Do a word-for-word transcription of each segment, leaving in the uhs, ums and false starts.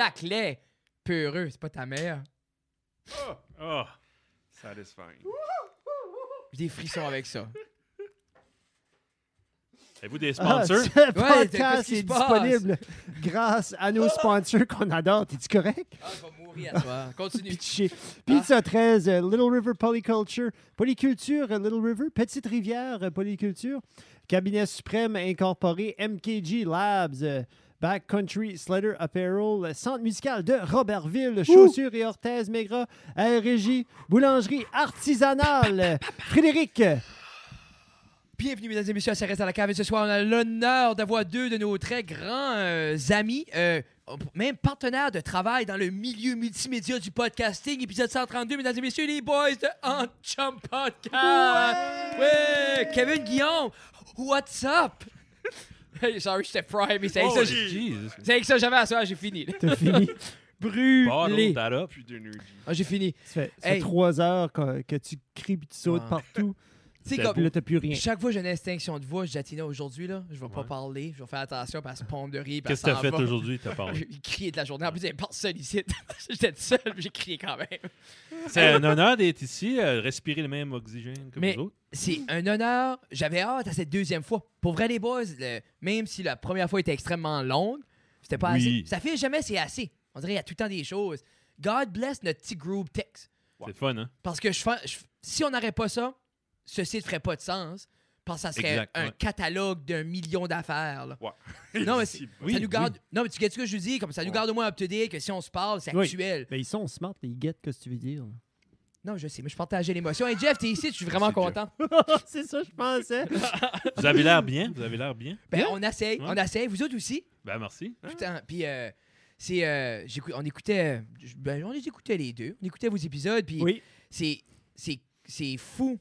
claque-les. Peureux, c'est pas ta mère. Oh, oh. Satisfying. J'ai des frissons avec ça. Avez-vous des Ah, sponsors? ce Ouais, podcast qu'est-ce qui est se passe? disponible grâce à nos sponsors qu'on adore. T'es-tu correct? Ah, je vais mourir à toi. Continue. Pitché. Pizza treize, euh, Little River Polyculture, Polyculture, euh, Little River, Petite Rivière, euh, Polyculture, Cabinet Suprême Incorporé, M K G Labs, euh, Backcountry Slider Apparel, euh, Centre musical de Robertville, Chaussures et Orthèse Maigrat, R R J, Boulangerie Artisanale, euh, Frédéric. Bienvenue, mesdames et messieurs, à Ça reste à la cave. Et ce soir, on a l'honneur d'avoir deux de nos très grands euh, amis, euh, même partenaires de travail dans le milieu multimédia du podcasting. Épisode cent trente-deux, mesdames et messieurs, les boys de On Chum Podcast. Ouais! ouais! Kevin Guillaume, what's up? Hey, sorry, j'étais prime, mais c'est avec ça, j'ai- Jesus. c'est avec ça que j'avais à soir, j'ai fini. T'as fini. Brûlé. Bottle that up. Plus d'énergie. Ah, j'ai fini. Ça fait, ça fait Hey. trois heures que, que tu cries et tu sautes Ah. partout. Tu sais, C'est comme- Puis là, t'as plus rien. chaque fois que j'ai une extinction de voix, je dis à Tina, aujourd'hui, là, je vais pas Ouais. parler, je vais faire attention, parce que pompe de rire. Qu'est-ce que t'as fait aujourd'hui? T'as parlé. J'ai crié de la journée. En plus, il n'y avait personne ici. J'étais tout seul, mais j'ai crié quand même. C'est un honneur d'être ici, euh, respirer le même oxygène que Mais- vous autres. C'est un honneur. J'avais hâte à cette deuxième fois. Pour vrai, les boys, le- même si la première fois était extrêmement longue, c'était pas Oui. assez. Ça fait jamais c'est assez. On dirait qu'il y a tout le temps des choses. God bless notre petit group text. C'est fun, hein? Parce que je, fais- je- si on n'aurait pas ça, ce site ferait pas de sens. Parce que ça serait Exact, un ouais. catalogue d'un million d'affaires. là. Ouais. Non, mais c'est- Oui, ça nous oui. garde. Non, mais tu sais ce que je dis? Comme ça nous Ouais. garde au moins up-to-date, que si on se parle, c'est Oui. actuel. Ben, ils sont smart, les guettes, qu'est-ce que tu veux dire? Non, je sais, mais je partageais l'émotion. Hey Jeff, t'es ici, je suis vraiment Merci, content. C'est ça, je pensais. Vous avez l'air bien? Vous avez l'air bien? Ben, on essaye, Ouais. on essaye. Vous autres aussi? Ben, merci. Putain, puis euh, c'est, euh, j'écou- on écoutait, euh, ben, on les écoutait les deux. On écoutait vos épisodes, puis Oui. c'est, c'est, c'est fou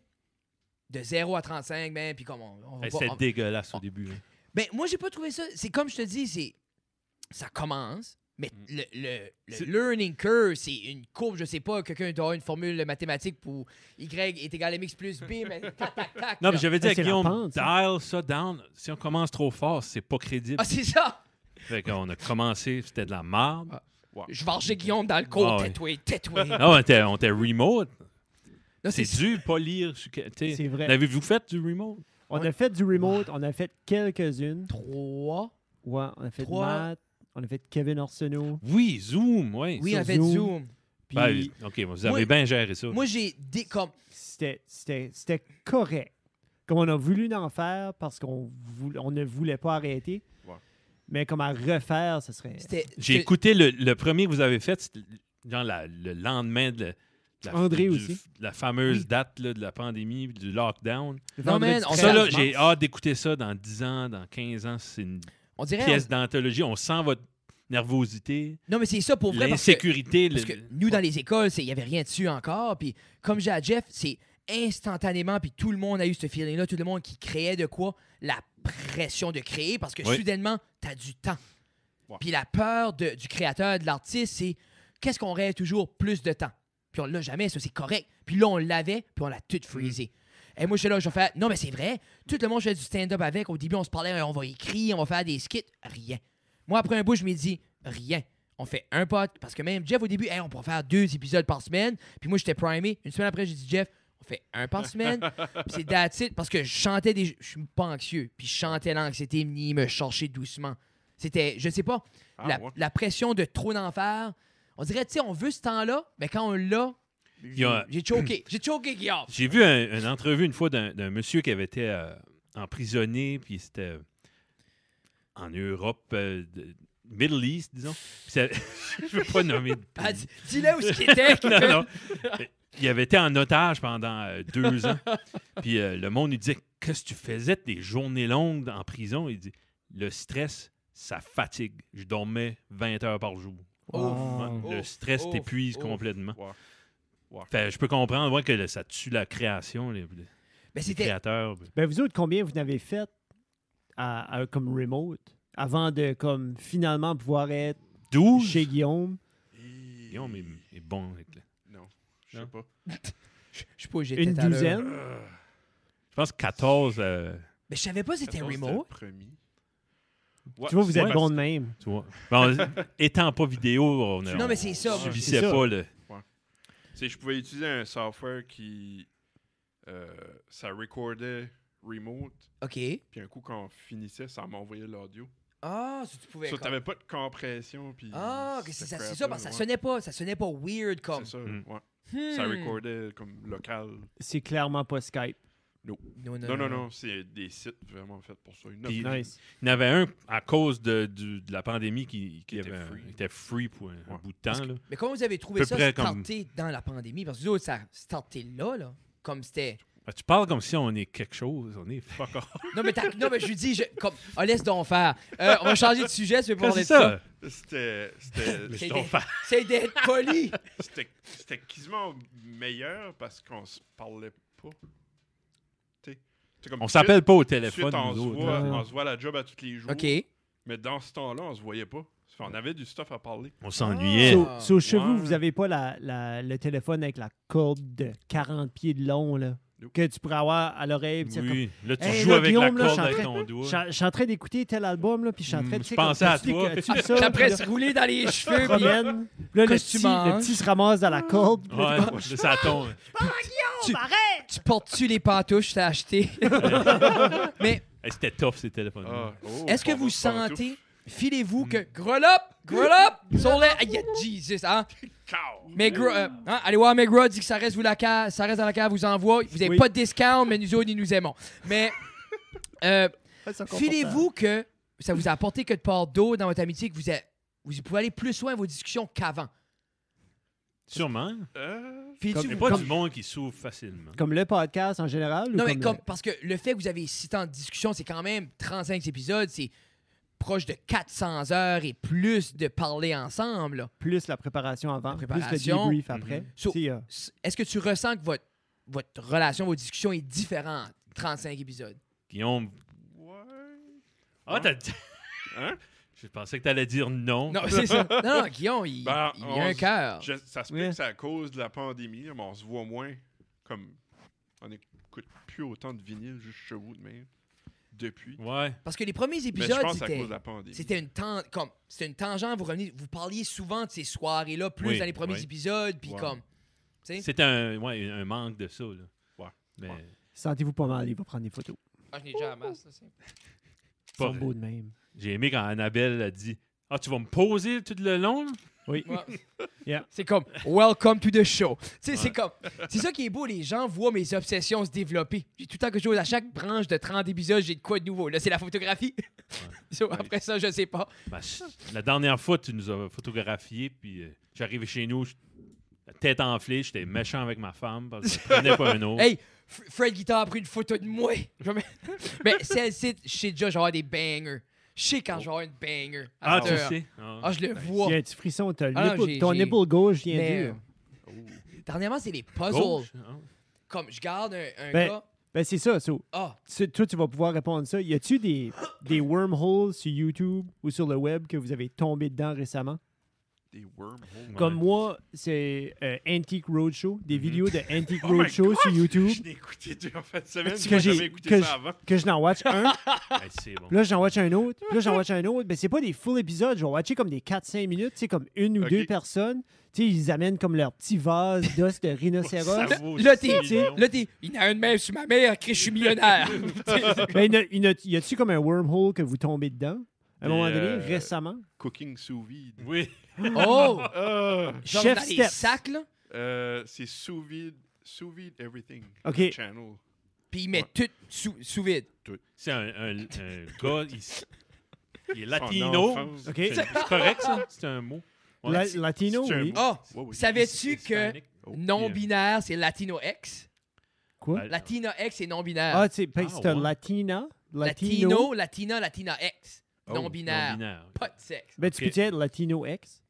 de zéro à trente-cinq, ben, puis comme on, on va Hey, pas- C'était on- dégueulasse au début. là. Ben, moi, j'ai pas trouvé ça. C'est comme je te dis, c'est, ça commence, mais Mm. le, le, le C'est- learning curve, c'est une courbe, je sais pas, quelqu'un doit avoir une formule mathématique pour Y est égal à M X plus B, mais tac, tac, tac. Non, là. mais j'avais dit Ah, à c'est la Guillaume, pente, ça. dial ça down. Si on commence trop fort, c'est pas crédible. Ah, c'est ça! Fait qu'on a commencé, c'était de la merde. Ah. Je vargeais Guillaume dans le cours, Ah ouais. tatoué, tatoué. Non, on était, on était remote. Là, C'est dur pas lire. sur que- t'sais, C'est vrai. L'avez-vous fait du remote? On a fait du remote, on a fait quelques-unes. Trois. Ouais, on a fait Trois. Matt, on a fait Kevin Arsenault. Oui, Zoom, oui. Oui, Sur on a fait Zoom. Zoom. Puis Ben, OK, vous avez Moi- bien géré ça. Moi, j'ai des comme. c'était, c'était, c'était correct. Comme on a voulu en faire parce qu'on voulait, on ne voulait pas arrêter. Ouais. Mais comme à refaire, ce serait... C'était. J'ai c'était- écouté le, le premier que vous avez fait, c'était genre la- le lendemain de la, de la- André du- aussi. de la fameuse Oui. date là, de la pandémie, du lockdown. Le Non, vendredi man, on treize Ça, là, mars. j'ai hâte d'écouter ça dans dix ans, dans quinze ans. C'est une On dirait. pièce on- d'anthologie. On sent votre nervosité, Non, mais c'est ça pour vrai. Parce que, l'insécurité. parce le- que nous, dans les écoles, il n'y avait rien dessus encore. Puis, comme j'ai à Jeff, c'est instantanément. Puis, tout le monde a eu ce feeling-là. Tout le monde qui créait de quoi? La pression de créer parce que Oui. soudainement, tu as du temps. Ouais. Puis, la peur de- du créateur, de l'artiste, c'est qu'est-ce qu'on rêve toujours? Plus de temps. Puis, on l'a jamais, ça, c'est correct. Puis là, on l'avait, puis on l'a tout freezé. Et moi, je suis là, je vais faire. Non, mais c'est vrai. Tout le monde faisait du stand-up avec. Au début, on se parlait, on va écrire, on va faire des skits. Rien. Moi, après un bout, je me dis, rien. On fait un pote. Parce que même Jeff, au début, hey, on pourrait faire deux épisodes par semaine. Puis moi, j'étais primé. Une semaine après, j'ai dit, Jeff, on fait un par semaine. Puis c'est that's it. Parce que je chantais des. Je suis pas anxieux. Puis je chantais l'anxiété venir me chercher doucement. C'était, je sais pas, Ah, la, ouais. la pression de trop d'en faire. On dirait, tu sais, on veut ce temps-là, mais quand on l'a, Il y a- j'ai choqué. J'ai choqué, Guillaume. J'ai vu un- une entrevue une fois d'un d'un monsieur qui avait été euh, emprisonné, puis c'était euh, en Europe, euh, de- Middle East, disons. Puis ça- je ne veux pas nommer de Ah, pays. dis- Dis-le où ce qu'il était. qu'il Non, fait- non. Il avait été en otage pendant euh, deux ans. Puis euh, le monde lui disait, qu'est-ce que tu faisais de des journées longues en prison? Il dit, le stress, ça fatigue. Je dormais vingt heures par jour. Wow. Le Ouf, stress ouf, t'épuise ouf. complètement. Ouais. Ouais. Fait, je peux comprendre ouais, que le- ça tue la création, les, les Mais c'était. créateurs. Ben, vous autres, combien vous en avez fait à, à- comme remote avant de comme finalement pouvoir être douze? chez Guillaume? Et- Guillaume est, est bon avec le... Non, je sais Non. pas. Je sais pas où j'étais. Une tout à l'heure. douzaine? Je pense quatorze... euh, Mais je savais pas si c'était quatorze, remote. c'était le premier. Ouais, Tu vois, vous c'est êtes parce- bon de même. Tu vois. Bon, étant pas vidéo, on a- Non, mais c'est ça, on moi. subissait C'est ça. pas le. C'est je pouvais utiliser un software qui euh, ça recordait remote, OK. puis un coup quand on finissait, ça m'envoyait l'audio. Ah, si tu pouvais... Ça, comme- t'avais pas de compression, puis Ah, ok, c'est cette ça, c'est crap-là, ça, parce que ça ouais. sonnait pas, ça sonnait pas weird comme... C'est ça, Hmm. ouais. Hmm. Ça recordait comme local. C'est clairement pas Skype. Non, non, Non, non, non, c'est des sites vraiment faits pour ça. Il y en a Puis- plein. Nice. Il y en avait un à cause de, du- de la pandémie qui, qui Qui était avait un- free. était free pour un, un Ouais. bout de temps. Là. Mais comment vous avez trouvé Peu ça près comme- starté dans la pandémie? Parce que nous autres, ça starté là, là. Comme c'était... Ben, tu parles comme si on est quelque chose. On est fuck off. Non, mais, t'as- non, mais je lui dis, je... comme... oh, laisse donc faire. Euh, on va changer de sujet, tu veux Qu'est-ce parler que de c'est ça? ça? C'était c'était Mais C'est je des- t'en fais. C'est d'être poli. c'était c'était quasiment meilleur parce qu'on se parlait pas. Tu sais, c'est comme On tout s'appelle pas au de suite, téléphone, on, nous se autres. voit, là. on se voit à la job à tous les jours. OK. Mais dans ce temps-là, on se voyait pas. On avait du stuff à parler. On s'ennuyait. So, Ah. so, chez vous, Ouais. vous avez pas la, la- le téléphone avec la corde de quarante pieds de long, là, Nope. que tu pourrais avoir à l'oreille. puis dire comme, Oui. Là, tu Hey, joues là, avec Guillaume, là, la je suis corde en avec train- ton Je doigt. suis en- je suis en train d'écouter tel album, là, puis je suis en train Hmm, de... je tu sais, comme, pensais à t'as-tu toi. des- t'as-tu ça, Après, puis là, se rouler dans les tu cheveux. te puis- promènes, puis là, le Qu'est-ce que tu petit, le manges? petit se ramasse dans la corde. puis là, Ouais, là, ça tombe. Tu, tu portes-tu les pantoufles que t'as achetées? Mais Hey, C'était tough, ces téléphones. Ah, oh, est-ce que pas vous mal, pas mal sentez, filez-vous que Grolop, Grolop, sur les... Aïe, Jesus, hein? tout. Cow. Mais Gro- euh, hein, allez voir Megra, dit que ça reste, vous la cave, ça reste dans la cave, vous envoie. Vous n'avez Oui. pas de discount, mais nous autres, ils nous aimons. Mais euh, Ouais, c'est filez-vous que ça vous a apporté que de part d'eau dans votre amitié, que vous, êtes- vous pouvez aller plus loin à vos discussions qu'avant? Sûrement. Euh, Filez-vous- Mais pas Comme- du monde qui s'ouvre facilement. Comme le podcast en général? ou Non, mais comme comme, le- parce que le fait que vous avez si tant de discussions, c'est quand même trente-cinq épisodes, c'est proche de quatre cents heures et plus de parler ensemble. là. plus la préparation avant, La plus préparation. le debrief après. Mhm. So- Tu sais, euh, S- Est-ce que tu ressens que votre, votre relation, vos discussions est différente, trente-cinq épisodes? Guillaume. ouais. Ah, t'as dit. Hein? Je pensais que t'allais dire non. Non, c'est ça. Non, non, Guillaume, il, Ben, il on a un se- cœur. Je- ça se peut Ouais. que c'est à cause de la pandémie, mais on se voit moins. Comme on n'écoute plus autant de vinyle juste chez vous de même. Depuis. Ouais. Parce que les premiers Mais je épisodes, pense que c'est à c'était... cause de la pandémie. C'était une, tan- comme, c'était une tangente, vous revenez, vous parliez souvent de ces soirées-là, plus Oui, dans les premiers oui. épisodes, puis Ouais. comme, tu sais. C'est un, ouais, un manque de ça. Là. Ouais. Mais Ouais. sentez-vous pas mal, il va prendre des photos. Ah, je n'ai déjà la masse, là, c'est... Ils Pas sont vrai. beaux de même. j'ai aimé quand Annabelle a dit Ah, tu vas me poser tout le long là? Oui. Ouais. Yeah. C'est comme Welcome to the show. Tu sais, c'est Ouais. comme. C'est ça qui est beau, les gens voient mes obsessions se développer. J'ai tout le temps quelque chose. À chaque branche de trente épisodes, j'ai de quoi de nouveau. Là, c'est la photographie. So, après ça, je sais pas. Ben, je- la dernière fois, tu nous as photographié, puis euh, j'arrivais chez nous, je- la tête enflée, j'étais méchant avec ma femme parce que je prenais pas un autre. Hey, F- Fred Guitar a pris une photo de moi. Je vais mettre- Mais celle-ci, je sais déjà, je vais avoir des bangers. Je sais quand je vais avoir une banger. à Ah, cette tu heure. sais. Ah. Ah, je le Il vois. y a un petit frisson. T'as le Ah non, nipple- j'ai- ton j'ai- nipple gauche vient Mais, dur. euh, dernièrement, c'est les puzzles. Gauche? Ah. Comme je garde un, un Ben, gars. Ben, c'est ça. so, Ah, tu- toi, tu vas pouvoir répondre à ça. Y a-tu des, des wormholes sur YouTube ou sur le web que vous avez tombé dedans récemment? Des wormholes. Ouais. Comme moi, c'est euh, Antique Roadshow, des Mhm. vidéos de Antique Oh my Roadshow sur YouTube. Je l'ai écouté deux en fin de semaine. Que Moi, j'ai- j'avais écouté que ça j'- avant. Que je n'en watch un, Hey, c'est bon. puis là, j'en watch un autre, puis là, j'en watch un autre. Ben, c'est pas des full épisodes. Je vais watcher comme des quatre cinq minutes, tu sais, comme une ou Ok. deux personnes. Tu sais, ils amènent comme leur petit vase d'os de rhinocéros. Ça vaut là, six t'es. millions. Là, t'es. Il y en a une même sur ma mère, Chris, je suis millionnaire. Ben, y, a- y, a- y a-tu comme un wormhole que vous tombez dedans? À un Des, moment donné, euh, récemment? Cooking sous vide. Oui. Oh! Ah, Genre Chef dans les Steps. sacs, là. euh, c'est sous vide. Sous vide everything. OK. Channel. Puis ils mettent tout sous, sous vide. C'est un, un, un gars, il, s- il est Son latino. enfance. OK. C'est c'est correct, ça? C'est un mot. Ouais. La- C'est- latino, c'est un oui. mot. Oh! Ouais, oui. Savais-tu que hispanique. Oh, non-binaire, c'est Latino X? Quoi? Ouais. Latino X, c'est non-binaire. Ah, tu sais, fait que Ah, c'est un ouais. Latina. Latino, Latina, Latina X. Oh, non-binaire. Non-binaire. Pas de sexe. Ben, tu Ok. peux être Latino X?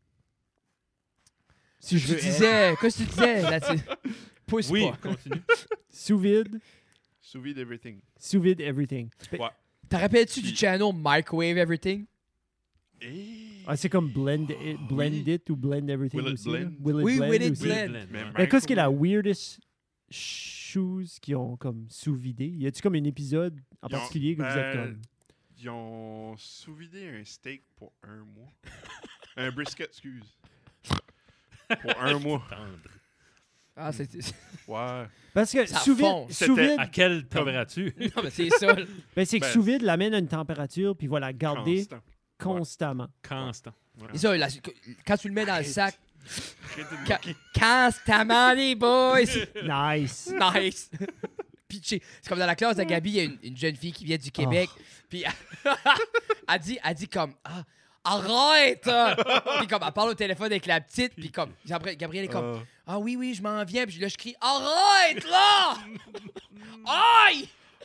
Si je Tu veux être. disais, qu'est-ce que tu disais là-dessus? Pousse Oui, pas. continue. Sous vide, Sous vide everything. sous vide everything. Ouais. T'en rappelles-tu du Puis- channel Microwave Everything? Et... Ah, c'est comme blend it, blend Oui. it ou blend everything Will it aussi. là. blend? Will it Oui, blend will it aussi. blend? Mais Ben, qu'est-ce qui est la microwave- weirdest chose qui ont comme sous-vidé? Y a-tu comme un épisode en Ils ont- particulier que vous êtes ben, comme. Ils ont sous-vidé un steak pour un mois. Un brisket, excuse. Pour un mois. Tendre. Ah, c'est... c'est- Ouais. Parce que Ça sous vide, fond. sous C'était vide, À quelle température? non, mais c'est ça. là. ben, c'est que Ben, sous vide l'amène à une température, puis voilà, garder Constant. constamment. Constant. Ouais. C'est ça, la- quand tu le mets dans le Arrête. sac, Arrêtez de Ca- moquer. constamment, les boys! Nice. Nice! Puis tu sais, c'est comme dans la classe de Gabi, il y a une, une jeune fille qui vient du Québec, puis elle dit, elle dit comme ah, arrête! hein! Puis comme elle parle au téléphone avec la petite, puis comme après, Gabriel est comme Ah. ah oui oui je m'en viens, puis là je crie arrête là! Aïe!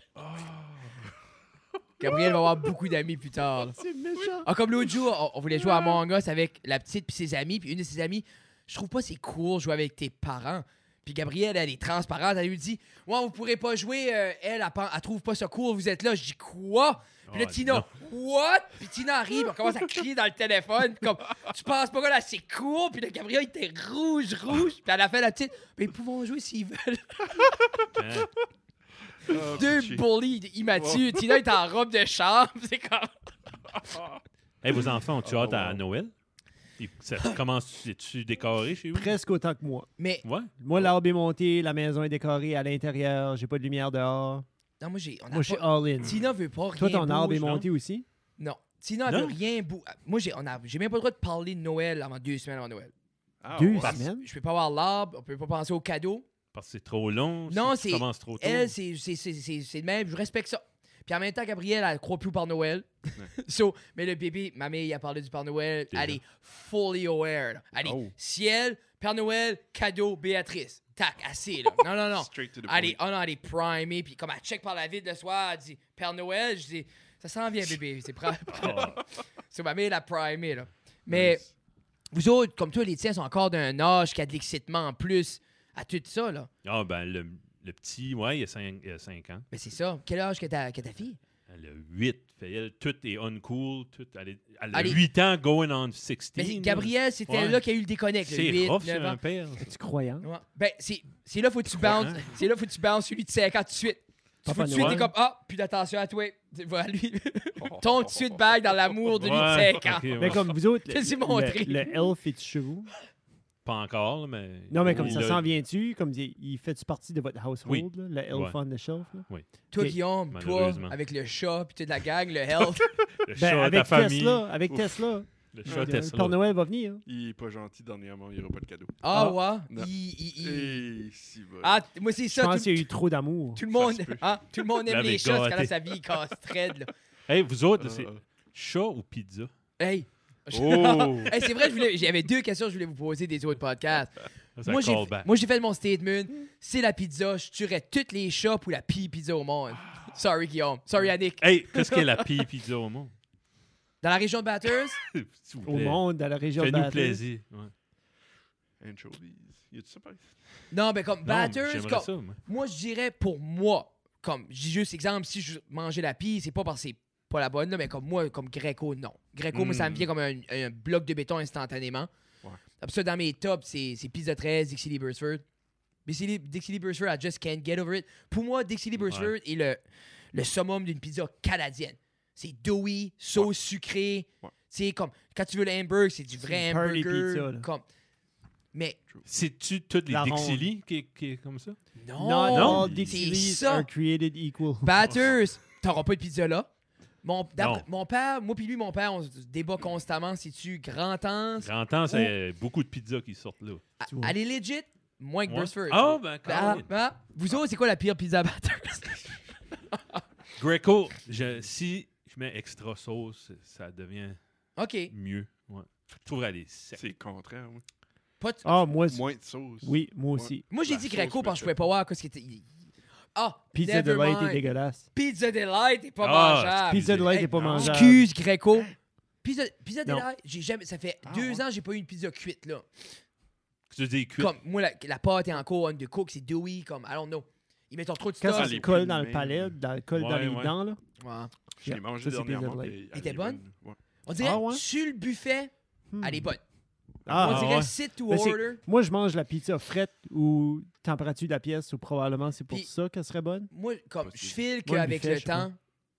Gabriel va avoir beaucoup d'amis plus tard. là. C'est méchant. Ah, comme l'autre jour, on, on voulait jouer à Among Us avec la petite puis ses amis, puis une de ses amies, je trouve pas c'est cool jouer avec tes parents. Puis Gabrielle, elle est transparente, elle lui dit ouais, vous pourrez pas jouer, euh, elle, elle, pen- elle trouve pas ça cool, vous êtes là. Je dis quoi? Puis là, Oh, Tina, non. what? Puis Tina arrive, on commence à crier dans le téléphone, comme tu penses pas que là c'est cool? Puis là, Gabriel il était rouge, rouge. Puis elle a fait la petite, mais ils pourront jouer s'ils veulent. Hein? Ah, Deux pitché. bullies immatures. Tina est en robe de chambre, c'est comme. Hey, vos enfants, ont-tu Oh, hâte à wow. Noël? Et ça commence, es-tu décoré chez vous? Presque autant que moi. Mais Ouais. Moi, l'arbre est monté, la maison est décorée à l'intérieur, j'ai pas de lumière dehors. non, moi j'ai. on a Moi, je suis pas- all in. Tina veut pas rien. Toi, ton arbre est bouge, non? monté aussi? Non. Tina elle Non? veut rien bou... Moi, j'ai, on a, j'ai même pas le droit de parler de Noël avant deux semaines avant Noël. Ah, Deux ouais. semaines? Je peux pas avoir l'arbre, on peut pas penser aux cadeaux. Parce que c'est trop long. Non, si tu c'est- commences trop tôt. Elle, c'est, c'est, c'est, c'est, c'est le même, je respecte ça. Puis en même temps, Gabrielle, elle croit plus au Père Noël. So, mais le bébé, ma mère, il a parlé du Père Noël. Déjà. Elle est fully aware. là. Elle est Oh. ciel, Père Noël, cadeau, Béatrice. Tac, assez, là. Non, non, non. Straight to the Elle est, point. oh non, elle est primée. Puis comme elle check par la vide le soir, elle dit Père Noël. Je dis, ça s'en vient, bébé. C'est pra- Oh. So, ma mère, elle a primé, là. Mais Nice. vous autres, comme toi, les tiens sont encore d'un âge qui a de l'excitement en plus à tout ça, là. Ah, ben, le, le petit, ouais, il a cinq ans. Mais c'est ça. Quel âge que ta, que ta fille? Elle a huit. Fait, elle, tout est uncool. Tout, elle, est- elle a Allez. huit ans going on seize. Mais c'est- Gabrielle, c'était Ouais. là qu'il y a eu le déconnect. le C'est huit, rough, neuf c'est ans. un père. Es-tu croyant? Ouais. Ben, c'est, c'est là faut que tu crois, bounces. hein? C'est là faut que tu bounces celui de cinq ans tout de suite. Tu Papa fous tout de suite, Noël. t'es comme ah, plus d'attention à toi. Voilà, lui. Tombe tout de suite back dans l'amour de lui de Ouais, cinq ans. ok, ouais. Mais comme vous autres, Qu'est-ce qu'il le, montrait? le, le elf est-tu chez vous? Pas encore, mais. Non, mais comme il ça a- s'en vient-tu? Comme il, il fait-tu partie de votre household, Oui. là, le elf Ouais. on the shelf? Là? Toi, Ok. Guillaume, toi, Malheureusement. avec le chat puis toute la gang, le health. Le Ben, chat de avec ta famille. Tesla, avec Ouf. Tesla. Le Le chat Tesla. Père Noël va venir. Il est pas gentil dernièrement, il n'y aura pas de cadeau. Ah, Ah. ouais. Non. Il- il- il- Et si va. Ah, t- moi, c'est Je ça. pense Tout, qu'il y a eu trop d'amour. tout le monde, Ça se peut. hein, tout le monde aime L'avait les chats parce gâté. qu'elle a sa vie casse raide, là. Hey, vous autres, Ah, c'est ah. chat ou pizza? Hey. Oh! Hey, c'est vrai, je voulais- j'avais deux questions que je voulais vous poser des autres podcasts. Ça, Moi, j'ai, callback. moi, j'ai fait mon statement. C'est la pizza. Je tuerais toutes les chats pour la pire pizza au monde. Sorry, Guillaume. Sorry, Yannick. Hey, qu'est-ce qu'est la pire pizza au monde? Dans la région de Bathurst, S'il vous Au plaît. monde, dans la région de Fais-nous Bathurst. plaisir. Ouais. Anchovies. Y a-tu ça par ici? non, mais comme Non, Bathurst, j'aimerais comme, ça, moi. moi, je dirais pour moi, comme, je dis juste exemple, si je mangeais la pie, c'est pas parce que c'est pas la bonne, là, mais comme moi, comme Greco, non. Greco, moi, ça me Mm. vient comme un, un bloc de béton instantanément. Ouais. Après ça, dans mes tops, c'est, c'est Pizza treize, Dixie Lee Bursford. Dixie Lee, Dixie Lee Bursford, I just can't get over it. Pour moi, Dixie Lee Bursford Ouais. est le, le summum d'une pizza canadienne. C'est doughy, sauce Ouais. sucrée. Ouais. Tu sais, comme, quand tu veux le hamburger, c'est du vrai une party hamburger. pizza, là. Comme, mais C'est-tu toutes les La Dixie Lee qui, qui est comme ça? non, Not Non, all Dixie c'est Lees ça. are created equal. Batters, t'auras pas de pizza là. Mon, d'après- Non. mon père, moi puis lui, mon père, on se débat constamment si tu grand temps. J'entends, c'est beaucoup de pizzas qui sortent là. à- Tu vois. Elle est legit, moins que Ouais. Bursford. Ah, ben, Ah, quand ah, vous autres, c'est quoi la pire pizza à Batters? Greco, je- si je mets extra sauce, ça devient OK. mieux. Ouais. Je trouverais aller sec. C'est le contraire, oui. Pas de- Ah, moi, c- Moins de sauce. oui, moi aussi. Moi, j'ai la dit sauce Greco parce que je pouvais me pas voir ce qui était. Ah, Pizza never Delight mind. est dégueulasse. Pizza Delight est pas Ah, mangeable. Pizza Delight Hey, est pas mangeable. Excuse, Greco. Pizza, pizza Non. Delight, j'ai jamais. Ça fait Ah, deux ouais. ans que j'ai pas eu une pizza cuite, là. Tu dis cuite. Comme, moi, la, la pâte est encore undercooked, c'est dewy, comme, I don't know. Ils mettent trop de Quand stuff. ça les se colle plus dans le même. palais, dans le colle dans Ouais, les ouais. dents, là. Ouais. Je l'ai Yeah, mangé ça, c'est dernièrement. Pizza puis Elle était est bonne? Ouais. On dirait, Ah, ouais? sur le buffet, Hmm. elle est bonne. Ah, On dirait ouais. sit to Mais c'est- order. Moi, je mange la pizza frette ou température de la pièce, ou probablement c'est pour Puis- ça qu'elle serait bonne. Moi, comme, je Possible. file Moi, le qu'avec buffet, le je sais pas. temps,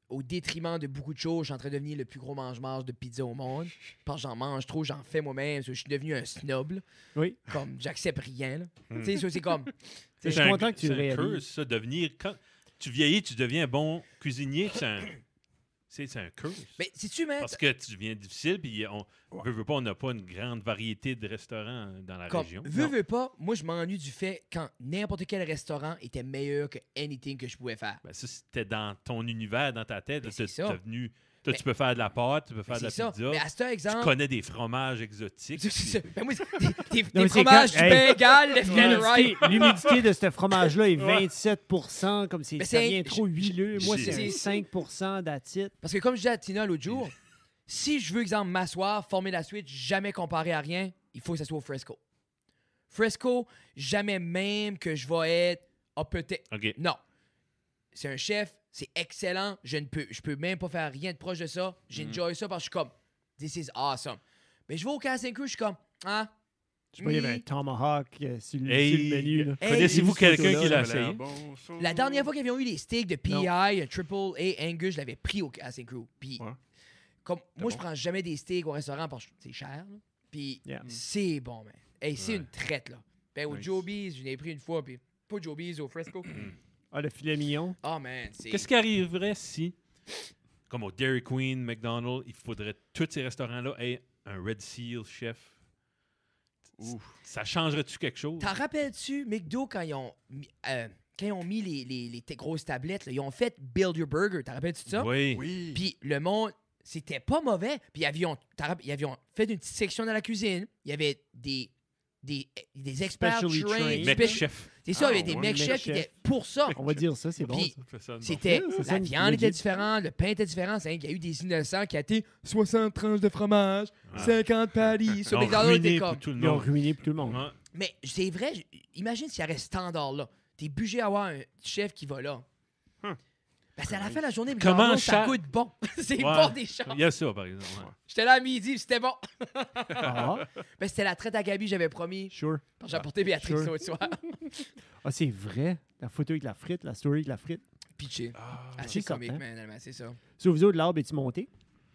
au détriment de beaucoup de choses, je suis en train de devenir le plus gros mange-mange de pizza au monde. Parce que j'en mange trop, j'en fais moi-même. Je suis devenu un snob. là. Oui. Comme, j'accepte rien. là. Hmm. Tu sais, ça, c'est comme... Je suis C'est un- content que tu c'est le un réalises. curse, ça, devenir... Quand tu vieillis, tu deviens un bon cuisinier, puis c'est un... C'est c'est un curse. Mais sais-tu, man, Parce que tu deviens difficile, puis on veut, veut pas, on n'a pas une grande variété de restaurants dans la comme, région. veux, Non. veux pas, moi, je m'ennuie du fait quand n'importe quel restaurant était meilleur que anything que je pouvais faire. Ben, ça, c'était dans ton univers, dans ta tête. Mais Là, c'est t'es- ça. t'es venu, toi, Mais- tu peux faire de la pâte, tu peux Mais faire de la c'est ça. pizza. Mais à cet Tu exemple... connais des fromages exotiques. C'est ça. puis- Ben moi, c'est- des, des- des Non, mais c'est fromages quand- du hey. Bengale, left and right. L'humidité l'humidité de ce fromage-là est vingt-sept pour cent, comme c'est Mais ça c'est- vient trop huileux. Moi, j'ai- c'est un cinq pour cent d'attitude. Parce que comme je disais à Tina l'autre jour, si je veux, exemple, m'asseoir, former la suite, jamais comparer à rien, il faut que ça soit au Fresco. Fresco, jamais même que je vais être... Ah, peut-être... OK. Non. C'est un chef, c'est excellent. Je ne peux, je peux même pas faire rien de proche de ça. J'enjoy ça parce que je suis comme, this is awesome. Mais je vais au Casting Crew, je suis comme, ah. Je sais pas, il y avait un hmm. tomahawk euh, sur, le, Hey. sur le menu. Là. Hey, Connaissez-vous cette quelqu'un photo-là, qui l'a Ça avait l'air essayé? bon, ça. La dernière fois qu'ils avaient eu les steaks de P I, un Triple A Angus, je l'avais pris au Casting Crew. Puis, Ouais. comme, moi, je bon. prends jamais des steaks au restaurant parce que c'est cher. là. Puis, Yeah. c'est bon, man. Hey, c'est Ouais. une traite, là. Ben, au Nice. Joby's, je l'ai pris une fois. Puis, pas Joby's, au Fresco. Ah, le filet mignon. Oh, man. c'est... Qu'est-ce qui arriverait si, comme au Dairy Queen, McDonald's, il faudrait tous ces restaurants-là aient un Red Seal chef? Ouf. Ça changerait-tu quelque chose? T'en rappelles-tu, McDo, quand ils ont mis, euh, quand ils ont mis les, les, les t- grosses tablettes, là, ils ont fait Build Your Burger. T'en rappelles-tu de ça? Oui. Oui. Puis le monde, c'était pas mauvais. Puis ils avaient, t'en rapp- ils avaient fait une petite section dans la cuisine. Il y avait des, des, des experts Specially trained. trained. Mec spéci- chef. C'est ça, il y avait Ah, des ouais. mecs Mec chefs qui chef. étaient pour ça. On va dire ça, c'est bon. Puis, ça. Ça fait ça de bon. C'était, Ouais, c'est ça, la une viande était legit. différente, le pain était différent. C'est, il y a eu des innocents qui a été soixante tranches de fromage, Ouais. cinquante patties. Sur Ils ont McDonald's, ruiné t'es pour comme... tout le Ils ont monde. ruiné pour tout le monde. Ouais. Mais c'est vrai, j- imagine s'il y avait ce standard-là. T'es obligé d'avoir un chef qui va là. Huh. Ben, c'est à la fin de la journée, Comment McDonald's, ça cha- goûte bon. c'est Ouais. bon des choses. Il y a ça, par exemple. ouais. J'étais là à midi, puis c'était bon. Ah, Ben, c'était la traite à Gabi, j'avais promis. sure. Quand j'ai apporté Béatrice Sure. l'autre soir. Ah, c'est vrai. La photo avec la frite, la story avec la frite. Pitché. Ah, Assez c'est comique, certain. man, c'est ça. Sur vous autres, l'arbre, es-tu monté?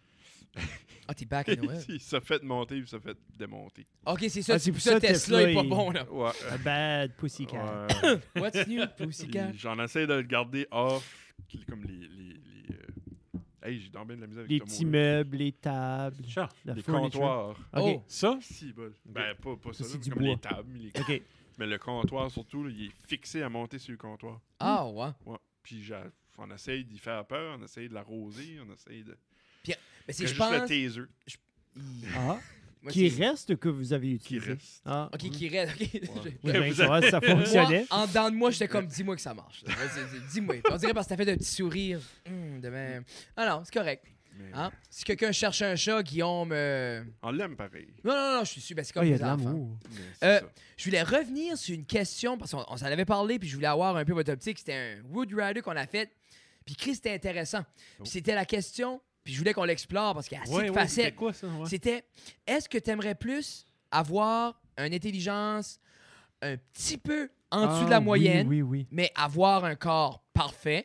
Ah, t'es back à Noël. il s'est fait monter puis il s'est fait démonter. Ok, c'est ça, Ah, c'est c'est pour pour ça ça, Tesla Tesla, est pas il- bon, là. Ouais. A bad pussycat. Ouais. What's new, Pussycat? Puis J'en essaie de le garder off, qui- comme les. les, les euh, Hey, j'ai dormi de la misère avec Les ce petits mot-là. meubles, les tables, Chat. la Les furniture. comptoirs. OK. Oh. Ça? Si, bol. Ben, pas, pas ça, Ça, là, c'est du comme bois. les tables. mais les- OK. Mais le comptoir, surtout, là, il est fixé à monter sur le comptoir. Ah, ouais. Ouais. Puis j'a- on essaye d'y faire peur, on essaye de l'arroser, on essaye de. Mais c'est, C'est je juste le pense. taser Il- Ah. Moi, Qui c'est- reste que vous avez qui utilisé? reste. Ah. Ok, qui reste. Ok. Oui, Que ben, vous ça, va, ça fonctionnait. Moi, en dedans de moi, j'étais comme, dis-moi que ça marche. là. Vas-y, dis- Dis-moi. On dirait parce que t'as fait un petit sourire. Hum, de même. Ah non, c'est correct. Mais Hein? Si quelqu'un cherche un chat, Guillaume. euh, on l'aime pareil. Non, non, non, je suis sûr. Ben, c'est Ah, comme il y a les de enfants. l'amour. Mais c'est Euh, ça. Je voulais revenir sur une question parce qu'on on s'en avait parlé, puis je voulais avoir un peu votre optique. C'était un Wood Rider qu'on a fait. Puis Chris, c'était intéressant. Oh. Puis c'était la question, puis je voulais qu'on l'explore parce qu'il y a assez Ouais, de ouais, c'était facettes. quoi ça? Ouais. C'était, est-ce que tu aimerais plus avoir une intelligence un petit peu en dessous Ah, de la oui, moyenne, Oui, oui. mais avoir un corps parfait,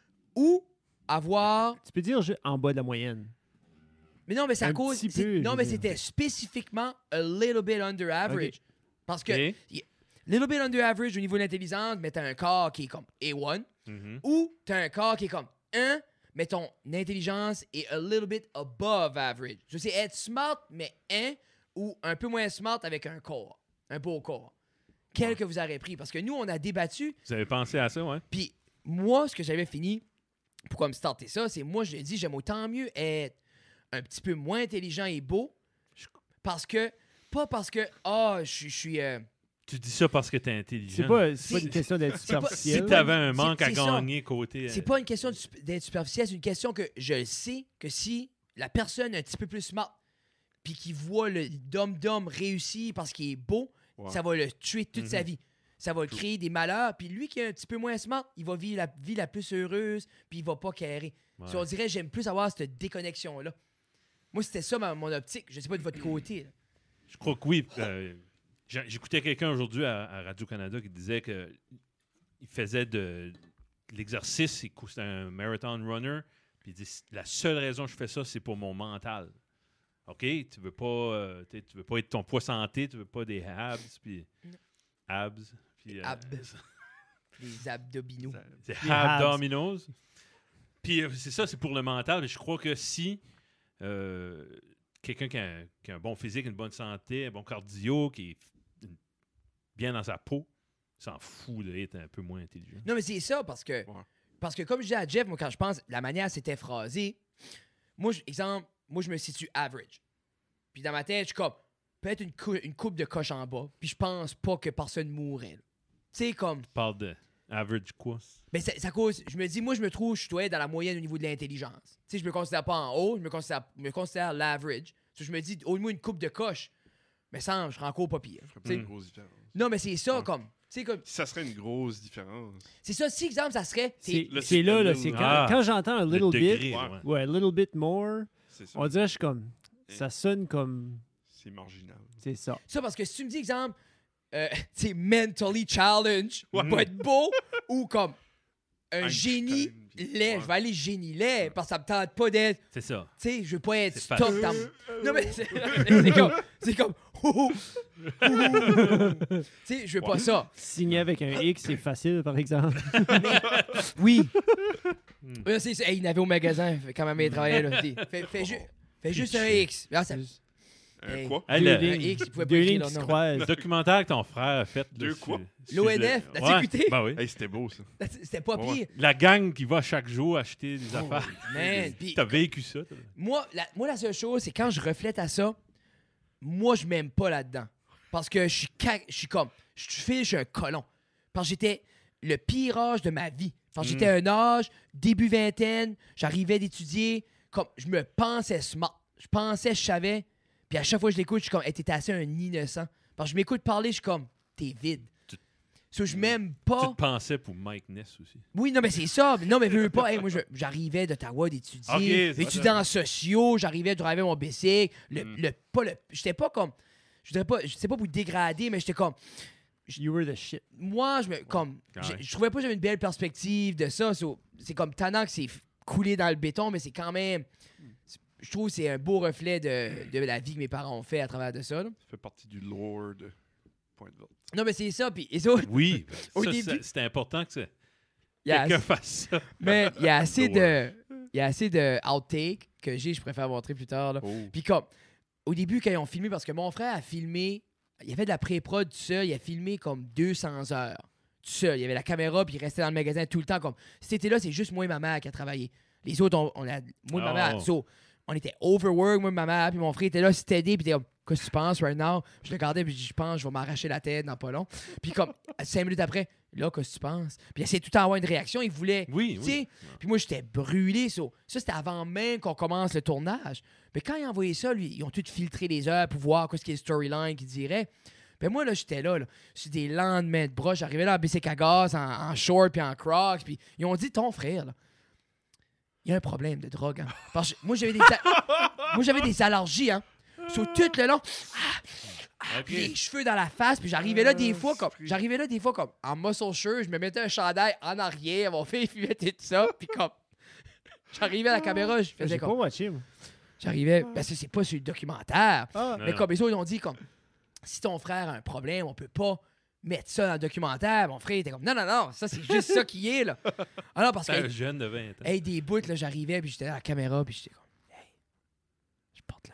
ou avoir... Tu peux dire ju- en bas de la moyenne. Mais non, mais c'est à Un cause... petit c'est- peu, non, je mais veux dire. c'était spécifiquement a little bit under average. Parce que Ok. y- little bit under average au niveau de l'intelligence, mais t'as un corps qui est comme A un, Mhm. ou t'as un corps qui est comme un, mais ton intelligence est a little bit above average. Je sais être smart, mais un, ou un peu moins smart avec un corps, un beau corps. Quel Ouais. que vous aurez pris? Parce que nous, on a débattu, Vous avez pensé à ça, ouais? puis moi, ce que j'avais fini, pourquoi me starter ça, c'est moi, je l'ai dit, j'aime autant mieux être un petit peu moins intelligent et beau, parce que, pas parce que, ah, je suis- je suis... euh, Tu dis ça parce que t'es intelligent. C'est pas, c'est pas C'est- une question d'être c'est pas- superficiel. Si t'avais un C'est- manque à c'est ça. gagner côté. C'est euh, pas une question de sup- d'être superficiel, c'est une question que je sais que si la personne est un petit peu plus smart, puis qui voit le dom-dom réussir parce qu'il est beau, Ouais. ça va le tuer toute sa Mhm. vie. Ça va le créer des malheurs. Puis lui qui est un petit peu moins smart, il va vivre la vie la plus heureuse, puis il va pas carrer. ouais. Si on dirait, j'aime plus avoir cette déconnexion-là. Moi, c'était ça ma- mon optique. Je sais pas de votre côté. là. Je crois que oui. Euh, j'ai- J'écoutais quelqu'un aujourd'hui à, à Radio-Canada qui disait que il faisait de, de l'exercice, il cou- c'était un marathon runner, Puis il dit, la seule raison que je fais ça, c'est pour mon mental. OK? Tu veux pas, euh, tu veux pas être ton poids santé, tu veux pas des abs, puis abs. Puis, euh, Abs. Les abdominaux. c'est Les abs. abdominaux. Puis euh, c'est ça, c'est pour le mental. Je crois que si euh, quelqu'un qui a, un, qui a un bon physique, une bonne santé, un bon cardio, qui est bien dans sa peau, s'en fout d'être un peu moins intelligent. Non, mais c'est ça, parce que, Ouais. parce que comme je dis à Jeff, moi, quand je pense, la manière c'était phrasé, moi, je- exemple, moi, je me situe average. Puis dans ma tête, je suis comme, peut-être une, cou- une coupe de coche en bas, puis je pense pas que personne mourrait. Tu sais, comme, Tu parles de average quoi? mais c'est c'est à cause, je me dis, moi, je me trouve, je dois être dans la moyenne au niveau de l'intelligence. Tu sais, je me considère pas en haut, je me considère, je me considère l'average. So, je me dis, au moins une coupe de coche, mais sans, je serais encore pas pire. Ça ferait Tu pas sais, une grosse différence. Non, mais c'est ça, Ouais. comme, tu sais, comme, Si ça serait une grosse différence. c'est ça, si, exemple, ça serait, C'est le- c'est là, là, le- c'est quand, Ah. quand j'entends un Le little degré, bit, là, ouais. ouais. ouais, a little bit more, C'est ça. on dirait que je suis comme, ça sonne comme, C'est marginal. c'est ça. ça, parce que si tu me dis, exemple, euh, tu sais, mentally challenge, Ouais. pas être beau, ou comme un Einstein, génie puis- laid, ouais. je vais aller génie laid, parce que ça me tente pas d'être, C'est ça. tu sais, je veux pas être C'est stock facile. dans mon- Non, mais c'est c'est comme, c'est comme, ouh, ouh, ouh. Tu sais, je veux pas Ouais. ça. Signer avec un X, c'est facile, par exemple. Oui. Hmm. Ouais, c'est ça. Hey, il n'avait au magasin, fait quand même, il travaillait là. T'sais, Fais, fais, ju- fais juste un X. Ah, ça- Un Hey. quoi? Hey, Deux le- lignes, X, il pouvait pas deux écrire lignes leur qui se nom. croisent. Le documentaire que ton frère a fait. Deux là, quoi? sur- L'O sur N le- F, l'as-tu Ouais, écouté? Ben oui. Hey, c'était beau, ça. C'était pas Ouais. pire. La gang qui va chaque jour acheter des Oh, affaires. man. Puis, T'as vécu ça, toi? moi, la, moi, la seule chose, c'est quand je reflète à ça, moi, je m'aime pas là-dedans. Parce que je suis, ca- je suis comme, je file, je suis un colon. Parce que j'étais le pire âge de ma vie. Parce que Mm. j'étais un âge, début vingtaine, j'arrivais d'étudier, comme, je me pensais smart. Je pensais, je savais. Puis à chaque fois que je l'écoute, je suis comme, hey, t'es assez un innocent. Parce que je m'écoute parler, je suis comme, t'es vide. Tu- So, je m'aime Tu pas. te pensais pour Mike Ness aussi. Oui, non, mais c'est ça. Non, mais veux pas. Hey, moi, je- j'arrivais d'Ottawa d'étudier. Ok, c'est étudiant ça. en sociaux, j'arrivais de driver mon bicycle. Le, Mm. le, pas le, j'étais pas comme. Je dirais pas. Je sais pas pour dégrader, mais j'étais comme. You were the shit. Moi, je me. Comme. Ouais. j'ai- Je trouvais pas que j'avais une belle perspective de ça. So, c'est comme tannant que c'est f- coulé dans le béton, mais c'est quand même. c'est- Je trouve que c'est un beau reflet de, de la vie que mes parents ont fait à travers de ça. là. Ça fait partie du lore de Pointe-Verte. Non, mais c'est ça. Puis, et ça, Oui. ben, Au ça, début- c'est- C'était important que ça- il y a quelqu'un fasse ça. mais il y a assez Lore. de. Il y a assez de outtake que j'ai, je préfère montrer plus tard. Là. Oh. Puis comme, au début, quand ils ont filmé, parce que mon frère a filmé, il a fait de la pré-prod tout seul, il a filmé comme deux cents heures. Tout seul. Il y avait la caméra, puis il restait dans le magasin tout le temps. Comme, cet été-là, c'est juste moi et ma mère qui a travaillé. Les autres, on, on a, moi et ma Oh. mère, so, on était overwork, moi et ma mère, puis mon frère était là, steady, puis il était comme, qu'est-ce que tu penses right now? Je le regardais, puis je dis, je pense, je vais m'arracher la tête dans pas long. Puis comme, cinq minutes après, là, qu'est-ce que tu penses? Puis il essayait tout le temps d'avoir une réaction, il voulait. Oui, Tu sais, oui. puis moi, j'étais brûlé. So. Ça, c'était avant même qu'on commence le tournage. Mais quand ils ont envoyé ça, lui, ils ont tout filtré les heures pour voir qu'est-ce qu'il y a storyline qu'ils diraient. Ben moi, là, j'étais là, là, sur des lendemains de bras. J'arrivais là à bicycle à gaz, en, en short puis en crocs. Puis ils ont dit, ton frère, là, il y a un problème de drogue. Hein. Parce que moi, j'avais des, a- moi, j'avais des allergies. Hein. Sur tout le long, ah, ah, Ok. puis les cheveux dans la face. Puis j'arrivais là des fois comme, j'arrivais là des fois comme en muscle shirt. Je me mettais un chandail en arrière. Mon fils fumait tout ça. Puis comme, j'arrivais à la caméra, je faisais J'ai pas comme, watché, moi. j'arrivais, parce que c'est pas sur le documentaire. Ah, Mais Non. comme les autres, ils ont dit comme, si ton frère a un problème, on peut pas mettre ça dans le documentaire. Mon frère était comme, non, non, non, ça c'est juste ça qui est, là. Alors, parce C'est un que, jeune de vingt ans. hey, des bouts, là, j'arrivais, puis j'étais à la caméra, puis j'étais comme, hey, je porte le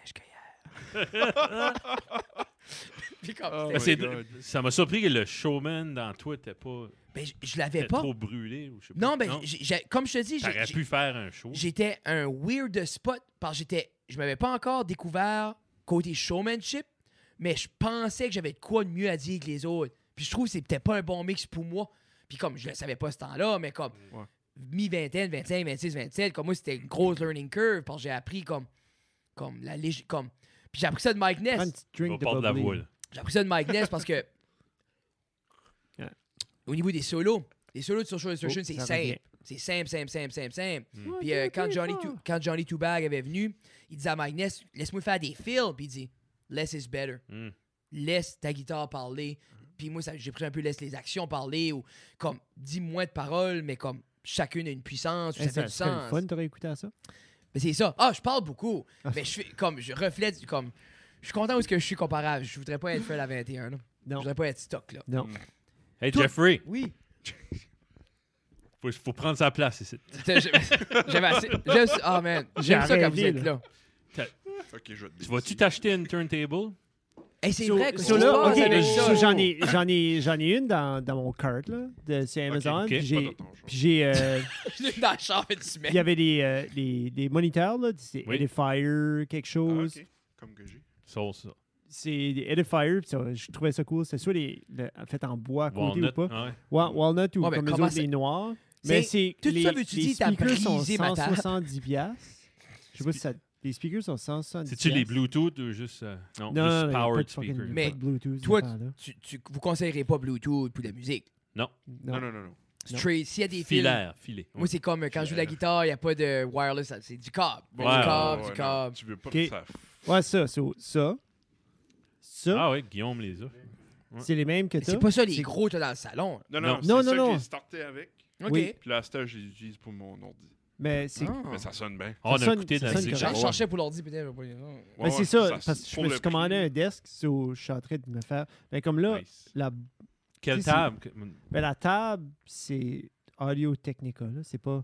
même linge qu'hier. puis comme, Oh c'était- Ben, c'est- my God. ça m'a surpris que le showman dans toi était pas ben, je, je l'avais était pas. trop brûlé. Ou je sais pas. Non, ben, j'ai- j'ai- comme je te dis, j'ai- T'aurais j'ai- pu faire un show. j'étais un weird spot parce que j'étais je m'avais pas encore découvert côté showmanship, mais je pensais que j'avais de quoi de mieux à dire que les autres. Puis je trouve que c'était pas un bon mix pour moi. Puis comme je le savais pas ce temps-là, mais comme Ouais. mi-vingtaine, vingt-cinq, vingt-six, vingt-sept, comme moi c'était une grosse learning curve parce que j'ai appris comme comme la lég- comme puis j'ai appris ça de Mike prends Ness. une petite On va drink de porter de la bubbly. voix, là. J'ai appris ça de Mike Ness parce que Ouais. au niveau des solos, les solos de Social Instruction, Oh, c'est ça simple. revient. C'est simple, simple, simple, simple, simple. Mm. Puis euh, quand, Johnny Two- quand Johnny Two Bag avait venu, il disait à Mike Ness, laisse-moi faire des fills. Puis il dit, less is better. Mm. Laisse ta guitare parler. Puis moi, ça- j'ai pris un peu laisse les actions parler ou comme, dis moins de paroles, mais comme, chacune a une puissance, puis Hey, ça fait ça du serait le sens. fun, t'aurais écouté à ça? Mais c'est ça. Ah, je parle beaucoup. Ah. Mais je suis comme, je reflète, comme, je suis content où est-ce que je suis comparable. Je voudrais pas être Fred à vingt et un, là. Je Non. voudrais pas être stock, là. Non. Mm. Hey, Toi- Jeffrey, Oui. faut, faut prendre sa place ici. J'avais assez. J'aime ça. Ah, man. J'aime ça quand vous arrêté, êtes là. là. Ok, je vais te Tu vas-tu décider. t'acheter une turntable? Hey, c'est So- vrai que so ce qui là, se passe ok, avec so ça. j'en ai, j'en ai, j'en ai une dans, dans mon cart là, de sur Amazon. ok. puis Pas J'ai, dans ton genre. puis j'ai, euh, Je l'ai dans la chambre et tu il y avait des, euh, des, des moniteurs là, c'est Oui. Edifier quelque Ah, chose. ok. Comme que j'ai. Ça, ça. C'est des Edifier, puis ça, je trouvais ça cool. C'est soit les, le- fait en bois à côté Walnut. ou pas. ah ouais. Wa- Walnut ou Ouais, mais comme les comment autres ça- les noirs. C'est- Mais c'est tout les, ça, veux-tu les dire, t'as speakers sont brisé ma table? cent soixante-dix piastres. Je sais pas si ça, les speakers sont cent soixante-dix. C'est-tu les piastres. Bluetooth ou juste. euh, non, Non, juste non, non, il y a pas powered de fucking- speaker. Mais pas de Bluetooth. toi, cette affaire-là. Tu, tu, vous conseillerez pas Bluetooth pour la musique. Non. Non, non, non, non. Straight. S'il y a des fils. Filaire, filet. Moi, c'est comme euh, quand je joue la guitare, il n'y a pas de wireless. C'est du câble. Ouais, du ouais, câble, ouais, du non, câble. Tu veux pas Ok. que ça. Ouais, ça, ça, ça. Ça, Ah oui, Guillaume les a. Ouais. c'est les mêmes que Mais ça. c'est pas ça, les C'est- gros, t'as dans le salon. Non, Non. non, Non, c'est non, ça non. que j'ai starté avec. OK. Oui. Puis là, à cette heure, je les utilise pour mon ordi. Mais c'est. Ah. Mais ça sonne bien. Ah, on a Ça sonne- écouté de ça la sonne musique. J'en correct. cherchais pour l'ordi, peut-être. je vais pas- Ouais, Mais ouais, c'est ça, ça- parce que je pour me le suis commandé prix. un desk, so, je suis en train de me faire. Mais comme là, Nice. la, Quelle Tu sais, table? que- ben, la table, c'est Audio Technica, là. C'est pas.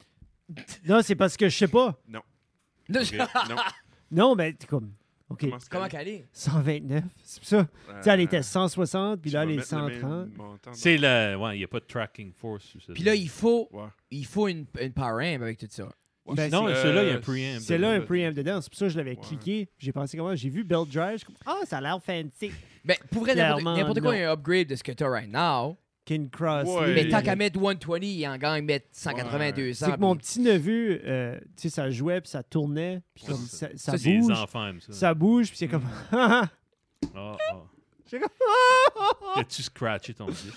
Non, c'est parce que je sais pas. Là, Ok. je- Non. Non, mais t'es comme. OK, Comment c'est Comment calé? qu'elle est? cent vingt-neuf. C'est pour ça. Euh, Tu sais, elle était cent soixante, puis tu là, vas elle est mettre le cent même trente. montant dans- C'est le. Ouais, il n'y a pas de tracking force sur ça. Puis là, il faut, Ouais. il faut une, une power amp avec tout ça. Ouais, Ben, non, c'est- celui-là, il y a un euh, preamp. C'est là un de- preamp dedans. C'est pour ça que je l'avais Ouais. cliqué. J'ai pensé comment? J'ai vu Belt Drive. Je suis comme, ah, ça a l'air fancy. Ben, pour vrai, n'importe Clairement, n'importe quoi, non. il y a un upgrade de ce que tu as right now. King Cross. Ouais. Mais Et- tant qu'à mettre cent vingt, il en gagne mettre cent quatre-vingts, deux cents. C'est que mon puis- petit neveu, euh, tu sais, ça jouait, puis ça tournait, puis comme ça, ça, Ça, c'est les bouge. enfants, aiment ça. Ça bouge, puis c'est comme. Ah, ah. J'ai comme- As-tu scratché ton disque?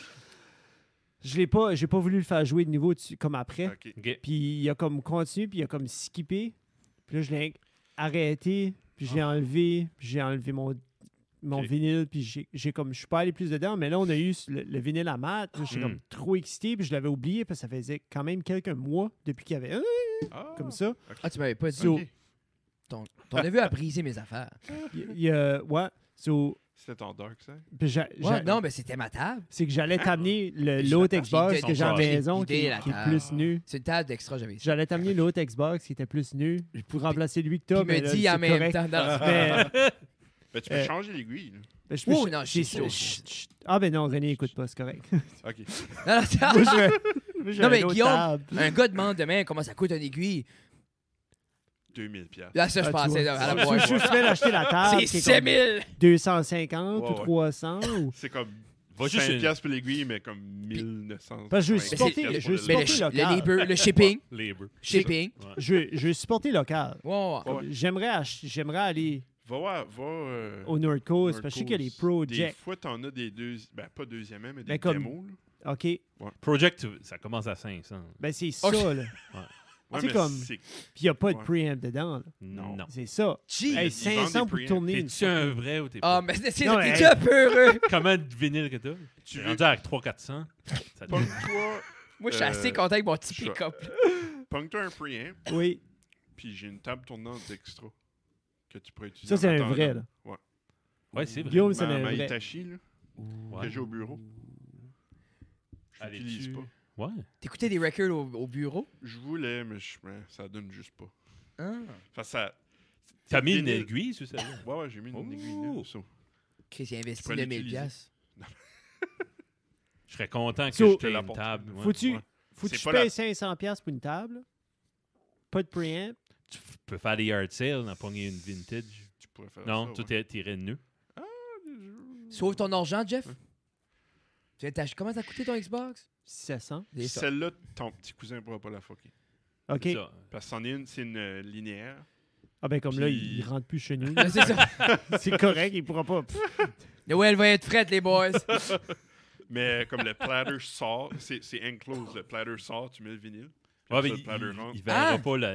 Je l'ai pas, j'ai pas voulu le faire jouer de nouveau dessus- comme après. Ok. OK. Puis il a comme continué, puis il a comme skippé. Puis là, je l'ai arrêté, puis je l'ai enlevé, puis j'ai enlevé mon, mon Ok. vinyle, puis j'ai, j'ai comme, je suis pas allé plus dedans, mais là, on a eu le, le vinyle à mat. Là, j'étais Mm. comme trop excité, puis je l'avais oublié, parce que ça faisait quand même quelques mois depuis qu'il y avait un Ah, comme ça. Ah, tu m'avais pas dit. So- ok. Ton, ton neveu a brisé mes affaires. Il il y a, ouais, so, C'était ton dark side. puis j'a- Ouais, j'a- non, mais c'était ma table. c'est que j'allais t'amener le- Je- l'autre il Xbox était- que j'ai à la il maison, était qui, la qui est table. plus nu. C'est une table d'extra, j'avais ça. J'allais t'amener l'autre Xbox qui était plus nu pour remplacer lui que Puis t'as. il mais me là, dit c'est en même correct. temps. non, Mais, Ben, tu peux Euh, changer l'aiguille. là. ben, je peux- Oh, non, j'ai- je suis sûr. chut, chut. Ah, ben non, René, écoute pas, c'est correct. Ok. non, non, c'est- Moi, je- moi, j'ai Non, un mais autre Guillaume, table. un gars demande demain comment ça coûte une aiguille. deux mille piastres. Là, ça, je Ah, tu pensais vois. à la Je- boîte. Je je vais d'acheter la table. C'est qui est sept comme mille. deux cent cinquante Ouais, ou ouais. trois cents. Ou... C'est comme Va juste cinq une- piastres pour l'aiguille, mais comme mille neuf cents. Parce que je veux Ouais, supporter- piastres je pour veux le- Mais le, supporter ch- local. le labor, le shipping. Labor. Shipping. Ouais. Je, je veux supporter local. Ouais, ouais. Ouais, ouais. J'aimerais, ach- j'aimerais aller Va voir, va. euh, au North Coast North parce que je sais qu'il y a des Coast. projects. Des fois, t'en as des deux. Ben, pas deuxième main, mais des Ben, comme- démos. là. OK. Project, tu- ça commence à cinq cents. Ben, c'est Ok. ça, là. Ouais, C'est mais comme- c'est- Puis il n'y a pas de Ouais. preamp dedans. là. Non. non. C'est ça. Gee. Hey, Ils cinq vendent cents des pour preamps. tourner. une T'es-tu un vrai ou t'es Ah, pas? mais c'est c'est- Non, t'es mais- déjà un peu heureux. Comment de vinyle que t'as? Tu Tu veux- rendu avec trois cents quatre cents? Ça te- Pogne-toi Moi, je suis Euh, assez content avec mon petit je- pick-up. pogne-toi un preamp, Oui. puis j'ai une table tournante extra que tu pourrais utiliser. Ça, c'est en un attendant. vrai, là. Ouais. Ouais, c'est vrai. Guillaume, c'est Ma, un ma vrai. Hitachi, là, Ouais. que j'ai au bureau. Je Allez, l'utilise tu- pas. Ouais. T'écoutais des records au, au bureau? Je voulais, mais je, ouais, ça donne juste pas. Ah. Enfin, ça. T'as mis une vinyle- aiguille sur celle-là? Ouais, ouais, j'ai mis une Oh. aiguille là. ça. Chris, il a investi pourrais deux mille l'utiliser. piastres. Je serais content que So- je te t'ai une l'apporte. table. ouais. Faut-tu Ouais. faut que C'est je pas paye la- cinq cents piastres pour une table? Pas de preamp? Tu f- peux faire des yard sales, en pogner une vintage. Tu pourrais faire Non, ça. toi, ouais. t'es- t'irais nu. Sauve ton argent, Jeff. Ouais. Tu viens t'ach- Comment t'as coûté ton Xbox? sept cents. C'est ça. Celle-là, ton petit cousin pourra pas la fucker. OK. C'est ça. Parce que c'en est une, c'est une euh, linéaire. Ah ben comme là, Puis- il rentre plus chez nous. Ah, c'est ça. C'est correct, il pourra pas. Ouais, elle va être frette, les boys. Mais comme le platter sort, c'est c'est enclosed. Le platter sort, tu mets le vinyle. Puis Ouais, après mais ça, il, le platter il- rentre. il verra Ah! pas la-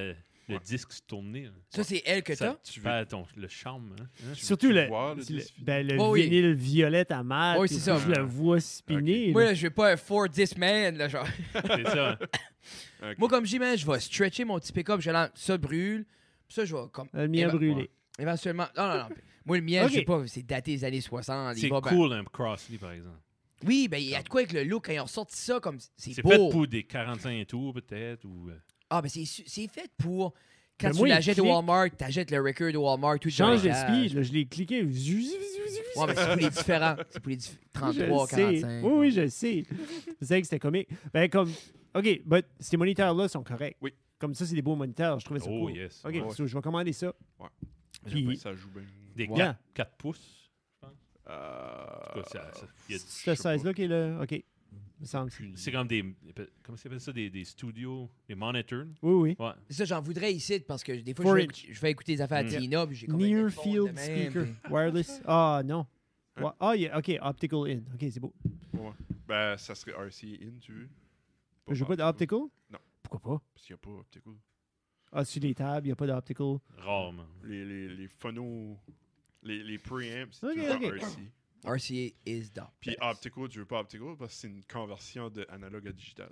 le Ouais. disque tourné. là. Ça, c'est elle que Ça, t'as? tu fais ton, le charme. Hein? Hein? Tu- Surtout tu le, vois, le c'est le, disque ben, le Oh oui. vinyle violette à mat. Oui, puis c'est ça. Je le vois spinner. Moi, là. là, je veux pas un four disc man, là, genre. C'est ça. Ok. Moi, comme je dis, man, je vais stretcher mon petit pick-up, je lance, ça brûle. Puis ça, je vais comme. Le mien éva- brûlé. ouais. Éventuellement. Non, non, non. Moi, le mien, Ok. je sais pas, c'est daté des années soixante. il C'est va ben- cool, un Crossley, par exemple. Oui, ben, il y a de quoi avec le look quand ils ont sorti ça, comme. C'est C'est beau. fait pour des quarante-cinq tours, peut-être. Ou... euh, Ah, ben, c'est su- c'est fait pour. Quand Ben, tu moi, il l'achètes au clique. Walmart, t'achètes le record de Walmart, tout Change de le speed. Là, je l'ai cliqué. Ouais, mais c'est pour les différents. C'est pour les dif- Je trente-trois, le sais. quarante-cinq. Oui, oui, je le sais. Je sais que c'était comique. Ben, comme, OK, but ces moniteurs-là sont corrects. Oui. Comme ça, c'est des beaux moniteurs. Je trouvais ça Oh, cool. yes. OK, Ouais, ouais. so, je vais commander ça. J'aime Puis- pas, ça joue bien. Des Ouais. quatre, quatre pouces. Euh, En tout cas, ça- ça- il y a- Ce size-là qui est là. OK. Me semble. C'est comme des. Comment ça s'appelle ça? Des, des studios, des monitors. Oui, oui. Ouais. Ça, j'en voudrais ici parce que des fois, Four je vais, inch. écouter, je vais écouter des affaires à Mm. Tina, puis j'ai comme un Near headphone field de même, speaker. puis- Wireless. Ah, non. Hein? Ouais. Ah, il y a- OK, optical in. OK, c'est beau. ouais. Ben, ça serait R C in, tu veux? Je veux pas d'optical? Non. Pourquoi pas? Parce qu'il n'y a pas optical. Ah, sur les tables, il n'y a pas d'optical. Rarement. Les, les, les phonos, les, les preamps, c'est Ok, tout le temps ok. R C. R C A is the Puis best. optical, tu veux pas optical parce que c'est une conversion de analogue à digital.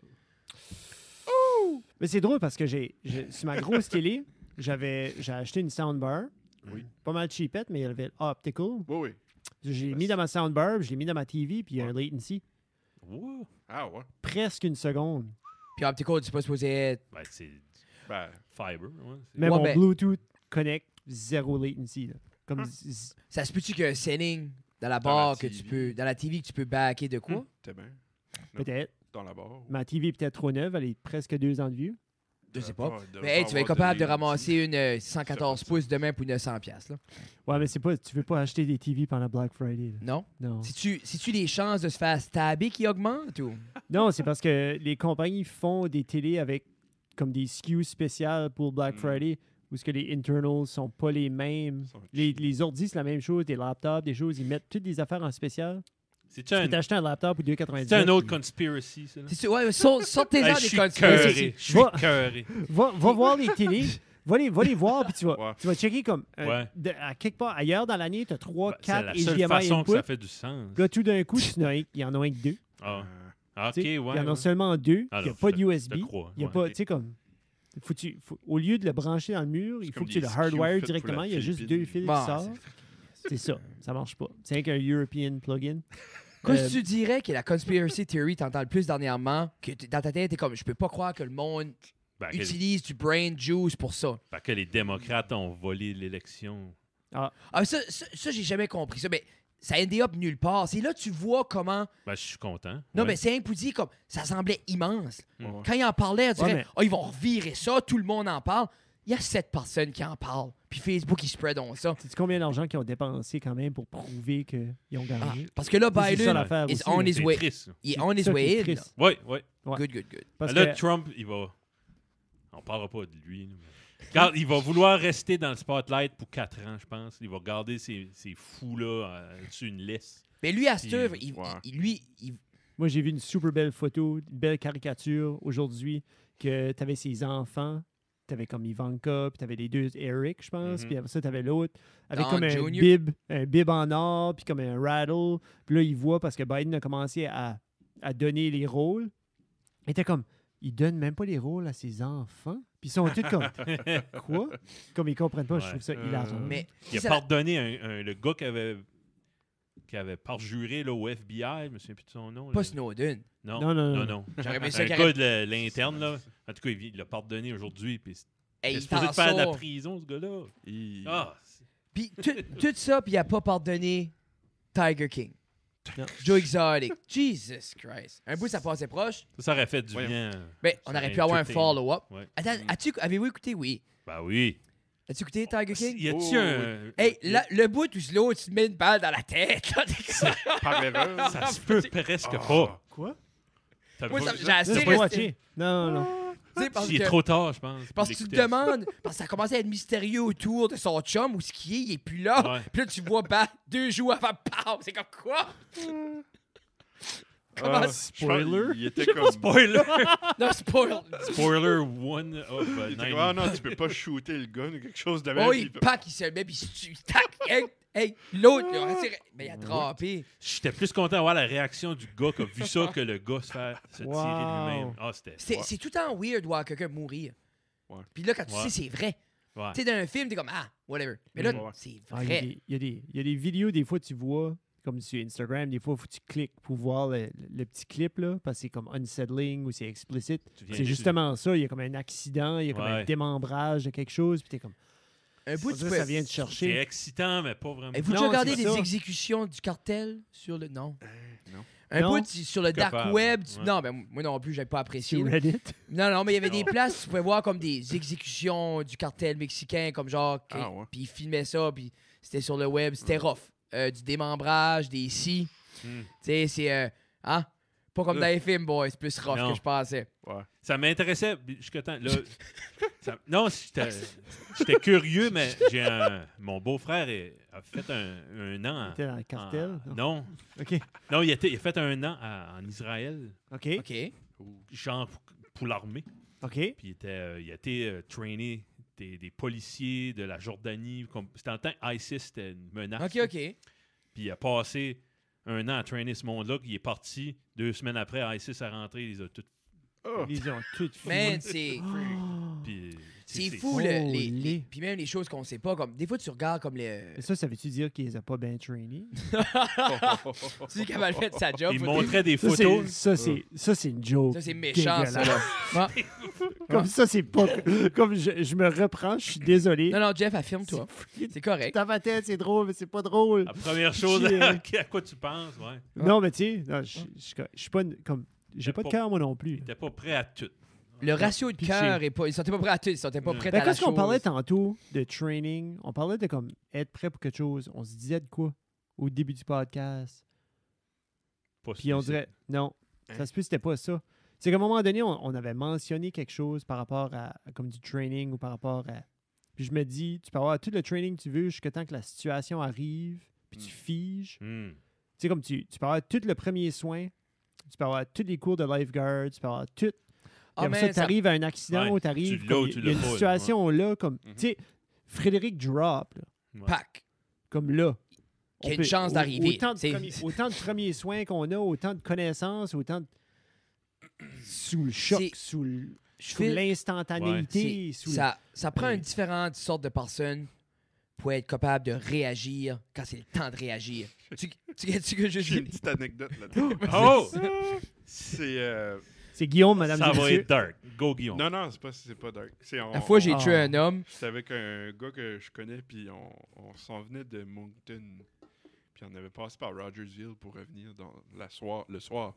Mais c'est drôle parce que j'ai, j'ai- sur ma grosse télé, j'avais, j'ai acheté une soundbar. Oui. Pas mal cheapette, mais il y avait optical. Oui, oui. J'ai Ben, mis c'est- dans ma soundbar, je l'ai mis dans ma T V, puis il y a un Ouais. latency. Wow. Ah ouais. Presque une seconde. Puis optical, tu pas supposé être. Ben, c'est Ben, fiber. Ouais, c'est- Mais Ouais, mon ben- Bluetooth connect zéro latency. Là. Comme Hein? z- z- Ça se peut-tu qu'il y a un setting dans la Dans la barre que T V. tu peux. Dans la T V que tu peux backer de quoi? t'es bien. peut-être. Dans la barre. Ma T V est peut-être trop neuve, elle est presque deux ans de vieux. Je sais Euh, pas. pas- de- Mais hey, pas tu vas être avoir capable de latency. ramasser une euh, cent quatorze Ça fait pouces demain pour neuf cents piastres, là. Ouais, mais c'est pas, tu veux pas acheter des T V pendant Black Friday. là. Non? Non. Si-tu si-tu les chances de se faire stabber qui augmentent ou? Non, c'est parce que les compagnies font des télés avec comme des S K U spéciales pour Black Mm. Friday où ce que les internals sont pas les mêmes. Ils sont Les, cheap. les ordis, c'est la même chose, des laptops, des choses, ils mettent toutes des affaires en spécial. C'est-tu Tu peux un, t'acheter un laptop pour deux c'est quatre-vingt-dix. un autre conspiracy, ça? là? C'est ouais, sort- sortez-en Hey, des je suis conspiracy. cœuré. Je suis Va- cœuré. Va, va voir les télés, va les, va les voir, puis tu vas, Ouais. tu vas checker comme euh, Ouais. de- à quelque part ailleurs dans l'année, tu as trois, Ben, c'est quatre la H seule D M I façon que ça input. fait du sens. Puis là, tout d'un coup, tu n'as un- il y en a un que deux. Ah, Euh, Ah, ok, Tu sais, ouais. il y en a ouais. seulement deux. Ah Il n'y a non, pas je te- de je U S B. te crois, Il y a ouais. pas, tu sais, comme. Faut que tu- faut- au lieu de le brancher dans le mur, il C'est faut comme que tu des le S Q hardwire faits pour directement. la Il y a juste Philippine. deux fils Bon, qui sortent. C'est ça. Ça marche pas. C'est rien qu'un European plugin. Qu'est-ce Euh, que tu dirais que la conspiracy theory t'entends le plus dernièrement, que t- dans ta tête, t'es comme, je peux pas croire que le monde Ben, que, utilise du brain juice pour ça. ben, que les démocrates ont volé l'élection. Ah, ça, ça, ça, j'ai jamais compris ça. Mais ça endait up nulle part. C'est là que tu vois comment. Ben, je suis content. Non, ouais. mais c'est impoudit comme. Ça semblait immense. ouais. Quand ils en parlaient, on dirait, Ouais, mais- oh, ils vont revirer ça, tout le monde en parle. Il y a sept personnes qui en parlent. Puis Facebook, ils spreadont ça. Sais-tu combien d'argent qu'ils ont dépensé quand même pour prouver qu'ils ont Ah, gagné? parce que là, C'est ça Biden l'affaire is aussi, on là. his C'est way. triste. là. Il est C'est on his ça qui way est in. triste. Oui, oui. Ouais. Good, good, good. Parce là, que- Trump, il va. On parlera pas de lui. là, mais- Regarde, il va vouloir rester dans le spotlight pour quatre ans, je pense. Il va garder ces, ces fous-là euh, sur une liste. Mais lui, à cette Puis, œuvre, il, ouais. il- il- lui, il- Moi, j'ai vu une super belle photo, une belle caricature aujourd'hui que tu avais ses enfants. Tu avais comme Ivanka, puis tu avais les deux Eric, je pense. Mhm. Puis après ça, tu avais l'autre avec Don comme un Junior bib, un bib en or, puis comme un rattle. Puis là, il voit parce que Biden a commencé à, à donner les rôles. Il était comme, il donne même pas les rôles à ses enfants. Puis ils sont tous comme, quoi? Comme ils comprennent pas, je Ouais. trouve ça Euh, hilarant. mais Il a c'est la- pardonné un, un- le gars qui avait, qui avait parjuré là, au F B I, je me souviens plus de son nom. pas là. Snowden. Non, Non, non, non, non. non. J'aurais aimé ça Un qu'il gars arrête- de l'interne, là. En tout cas, il, il l'a pardonné aujourd'hui. Puis Hey, il est il supposé t'en de faire de la sort. prison, ce gars-là. Il- Ah, c'est- Puis tout, tout ça, puis il a pas pardonné Tiger King. Non. Joe Exotic. Jesus Christ. Un bout, ça passait proche. ça, ça aurait fait du Voyons. bien. Ben, on Ça aurait aurait pu avoir un entertain. follow-up. Ouais. Attends, as-tu, avez-vous écouté? Oui. Ben oui. As-tu écouté Tiger King? Y a-tu Oh, un. Hey, la- le bout où l'autre, tu te mets une balle dans la tête. là, t'es comme- Par erreur. Ça se peut presque Ah. pas. Quoi? T'as Moi, pas ça- vu j'ai ça? assez J'ai pas resté- watché. Non, non, non. Tu sais, parce Il est que, trop tard, je pense. parce pour que tu te l'écouter. demandes, parce que ça commençait à être mystérieux autour de son chum, où ce qui est, il est plus là. Ouais. Puis là, tu vois battre deux jours avant, paf, c'est comme quoi? Comment Ah, ça? je pense Spoiler? Il était comme. Spoiler! Non, spoil. Spoiler one of uh, Il était nine. comme, ah non, tu peux pas shooter le gun ou quelque chose de même. Oh, puis il il fait- pack, il se met, puis il se tue. Tac! Hey, hey, l'autre, il a retiré. Mais il a attrapé. J'étais plus content d'avoir la réaction du gars qui a vu ça que le gars se faire se tirer Wow. lui-même. Ah, c'était. C'est Ouais. c'est tout le temps weird de voir quelqu'un mourir. Ouais. Puis là, quand tu Ouais. sais, c'est vrai. Ouais. Tu sais, dans un film, t'es comme, ah, whatever. Mais là, Ouais. c'est Ah, il, y a vrai. des, il, y a des, il y a des vidéos, des fois, tu vois, comme sur Instagram, des fois, il faut que tu cliques pour voir le, le petit clip, là, parce que c'est comme unsettling ou c'est explicite. Tu viens C'est de- justement ça. Il y a comme un accident, il y a comme un Ouais. démembrage de quelque chose, puis t'es comme, Un bout, on tu dirait peux... que ça vient de C'est chercher. excitant, mais pas vraiment. Avez-vous Non, déjà regardé c'est des ça. exécutions du cartel sur le... Non. non. Un Non. bout tu- sur le dark Capable, web. tu- ouais. Non, ben moi non plus, j'avais pas apprécié. Sur là. Reddit. Non, non, mais il y avait des Non. places, tu pouvais voir comme des exécutions du cartel mexicain, comme genre, que- Ah ouais. puis ils filmaient ça, puis c'était sur le web, c'était rough. Euh, du démembrage, des scies. Hmm. Tu sais, c'est... euh, hein? Pas comme Euh. dans les films, boy, c'est plus rough Non. que je pensais. Ouais. Ça m'intéressait jusqu'à temps. Là, ça- non, j'étais j'étais curieux, mais j'ai un, mon beau-frère est- a fait un, un an. en- T'es dans le cartel? en- non? non, OK. non, il a, été- il a fait un an à- en Israël, OK. OK. genre pour, pour l'armée. OK. Puis il, était, euh, il a été euh, trainé des, des policiers de la Jordanie. comme- C'était en le temps ISIS, c'était une menace. OK, OK. Puis il a passé un an à traîner ce monde-là. Puis il est parti deux semaines après. ISIS a rentré, il les a tous. Oh. Ils ont tout Man, c'est... Oh. Puis, C'est c'est- fou, le- les, Holy. les- Puis même les choses qu'on sait pas, comme... Des fois, tu regardes comme les... Mais ça, ça veut-tu dire qu'ils les a pas bien trainés? Tu sais qu'elle a fait sa job. Il faut- montrait des Ça, c'est, photos. ça, c'est, ça, c'est une joke. Ça, c'est méchant, ça, là. dégueulasse. Comme ça, c'est pas... Comme je, je me reprends, je suis désolé. Non, non, Jeff, affirme-toi. C'est correct. Dans ma tête, c'est drôle, mais c'est pas drôle. La première chose Chier. à quoi tu penses, ouais. Non, mais tu sais, non, je je- je suis pas une- comme... J'ai Mais pas de pas- cœur, moi non plus. Il était pas prêt à tout. Le ratio de Puis cœur c'est- est pas... Ils sont pas prêts à tout. Ils sont pas Ouais. prêts Ben, à la qu'est-ce qu'on chose. parlait tantôt de training? On parlait de comme être prêt pour quelque chose. On se disait de quoi au début du podcast? Pas Puis on sûr. dirait, non, Hein? ça se peut, c'était pas ça. C'est qu'à un moment donné, on, on avait mentionné quelque chose par rapport à, à comme du training ou par rapport à. Puis je me dis, tu peux avoir tout le training que tu veux jusqu'à temps que la situation arrive, puis tu Mm. figes. Hmm. Tu sais, comme tu, tu peux avoir tout le premier soin, tu peux avoir tous les cours de lifeguard, tu peux avoir tout. Ah, Puis après man, ça, ça- tu arrives à un accident Ouais, ou tu arrives. tu l'as ou Il tu y a l'as une pas, situation là, comme. Mhm. Tu sais, Frédéric Drop, là, Pack. comme là. Qu'il y a on une peut- chance au- d'arriver. Autant de, C'est- premiers, autant de premiers soins qu'on a, autant de connaissances, autant de. Sous le choc, C'est- sous le- Je sous fais... l'instantanéité. c'est- sous le- Ça, ça prend Ouais. une différente sorte de personne pour être capable de réagir quand c'est le temps de réagir. tu tu sais ce que je J'ai une dis? petite anecdote là-dedans. Oh! C'est. euh, C'est Guillaume, madame Ça et va messieurs. être dark. Go, Guillaume. Non, non, c'est pas, c'est pas dark. C'est, on, La fois, j'ai Ah. tué un homme. C'était avec un gars que je connais, puis on, on s'en venait de Moncton. Puis on avait passé par Rogersville pour revenir dans la soir, le soir.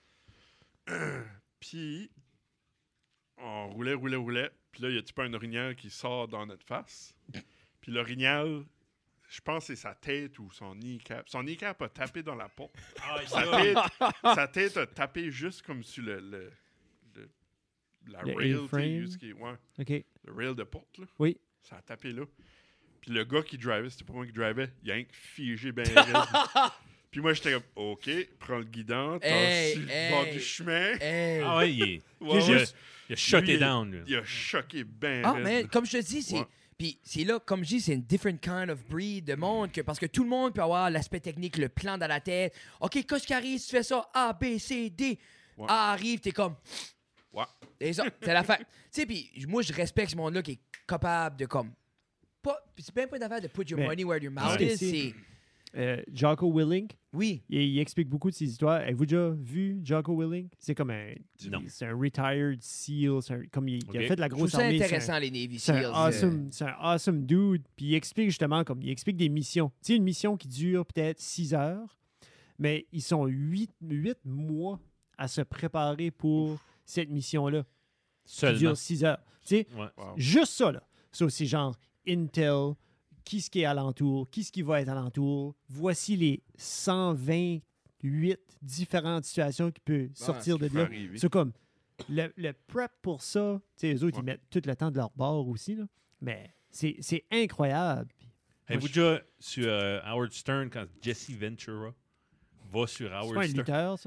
Puis on roulait, roulait, roulait. Puis là, il y a type un orignal qui sort dans notre face. Puis l'orignal, je pense que c'est sa tête ou son kneecap. Son kneecap a tapé dans la porte. Ah, Sa il y a- tête, sa tête a tapé juste comme sur le, le, le- la Le rail, tu sais, A-frame. juste qui- ouais, OK. le rail de porte, là. Oui. Ça a tapé là. Puis le gars qui drivait, c'était pas moi qui drivait, il a rien que figé ben raide. Puis moi, j'étais comme, OK, prends le guidon, t'en Hey, sur le hey. bord du chemin. Hey. Ah ouais, il, est, Ouais, il, a, ouais. il a shut Lui, it il- down. là. Il a choqué ben Ah, raide. mais comme je te dis, c'est. Ouais. Puis c'est là, comme je dis, c'est une different kind of breed de monde. Que, parce que tout le monde peut avoir l'aspect technique, le plan dans la tête. OK, qu'est-ce qui arrive si tu fais ça? A, B, C, D. Ouais. A arrive, t'es comme. Ouais. C'est ça, c'est la fin. Tu sais, puis moi, je respecte ce monde-là qui est capable de comme. Pas, puis c'est même pas une affaire de put your Mais- money where your mouth Ouais. is. C'est. Euh, Jocko Willink, Oui. il, il explique beaucoup de ses histoires. Avez-vous déjà vu Jocko Willink? C'est comme un... Non. C'est un retired SEAL. c'est un- comme il, il a Ok. fait de la Je trouve grosse ça armée. c'est un- intéressant, les Navy C'est Seals. un, euh. awesome, c'est un awesome dude. Puis il explique justement, comme il explique des missions. Tu sais, une mission qui dure peut-être six heures, mais ils sont huit, huit mois à se préparer pour cette mission-là. Qui Seulement. dure six heures. Tu sais, Ouais. Wow. juste ça, là. Ça, c'est genre Intel, qui ce qui est alentour, qui ce qui va être alentour. Voici les cent vingt-huit différentes situations qui peuvent sortir ce qui de peut là. arriver. C'est comme le, le prep pour ça. Tu sais, eux autres, Ouais. ils mettent tout le temps de leur bord aussi. Là. Mais c'est c'est incroyable. Avez-vous Moi, je- déjà sur euh, Howard Stern, quand Jesse Ventura va sur C'est pas un Howard Stern? lutteur, ça?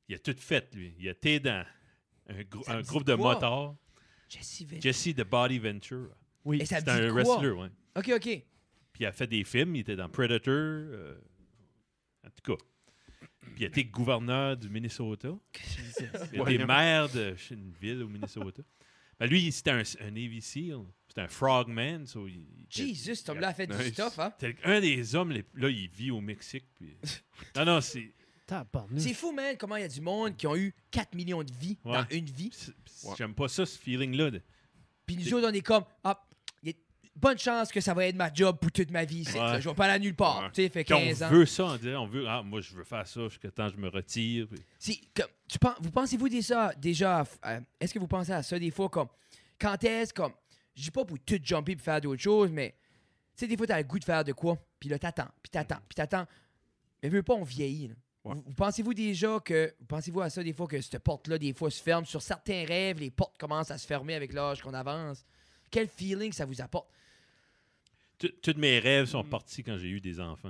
Il a tout fait, lui. Il a été dans un, grou- Ça me un dit groupe de quoi? motards. Jesse Ventura. Jesse the Body Ventura. Oui. Et ça me C'est dit un quoi? wrestler, ouais. OK, OK. Puis il a fait des films. Il était dans Predator. euh, en tout cas. Puis il a été gouverneur du Minnesota. Il a été Voyons. maire de chez une ville au Minnesota. Ben lui, c'était un, un Navy SEAL. C'était un frogman. So il, il- Jesus, cet homme-là a fait du Nice. stuff, hein? C'est un des hommes, les, là, il vit au Mexique. Puis... non, non, c'est... Tabarnouche. C'est fou, man, comment il y a du monde qui ont eu quatre millions de vies Ouais. dans une vie. c'est- c'est- Ouais. J'aime pas ça, ce feeling-là. de- Puis nous autres, on est comme, ah, il y a bonne chance que ça va être ma job pour toute ma vie. c'est- Ouais. Je vais pas aller à nulle part. Ouais. Tu sais, fait Puis quinze on ans. veut ça, on dirait. On veut, ah, moi, je veux faire ça jusqu'à temps que je me retire. Puis- Si, comme, tu penses, vous pensez-vous déjà, déjà à- est-ce que vous pensez à ça des fois, comme, quand est-ce, comme, je dis pas pour tout jumper pour faire d'autres choses, mais, tu sais, des fois, t'as le goût de faire de quoi, puis là, t'attends, puis t'attends, puis t'attends. Mais veux pas, on vieillit, là. Ouais. Vous, vous pensez-vous déjà que, vous pensez-vous à ça des fois que cette porte-là, des fois, se ferme? Sur certains rêves, les portes commencent à se fermer avec l'âge qu'on avance. Quel feeling ça vous apporte? Tout- Tous mes rêves sont partis quand j'ai eu des enfants.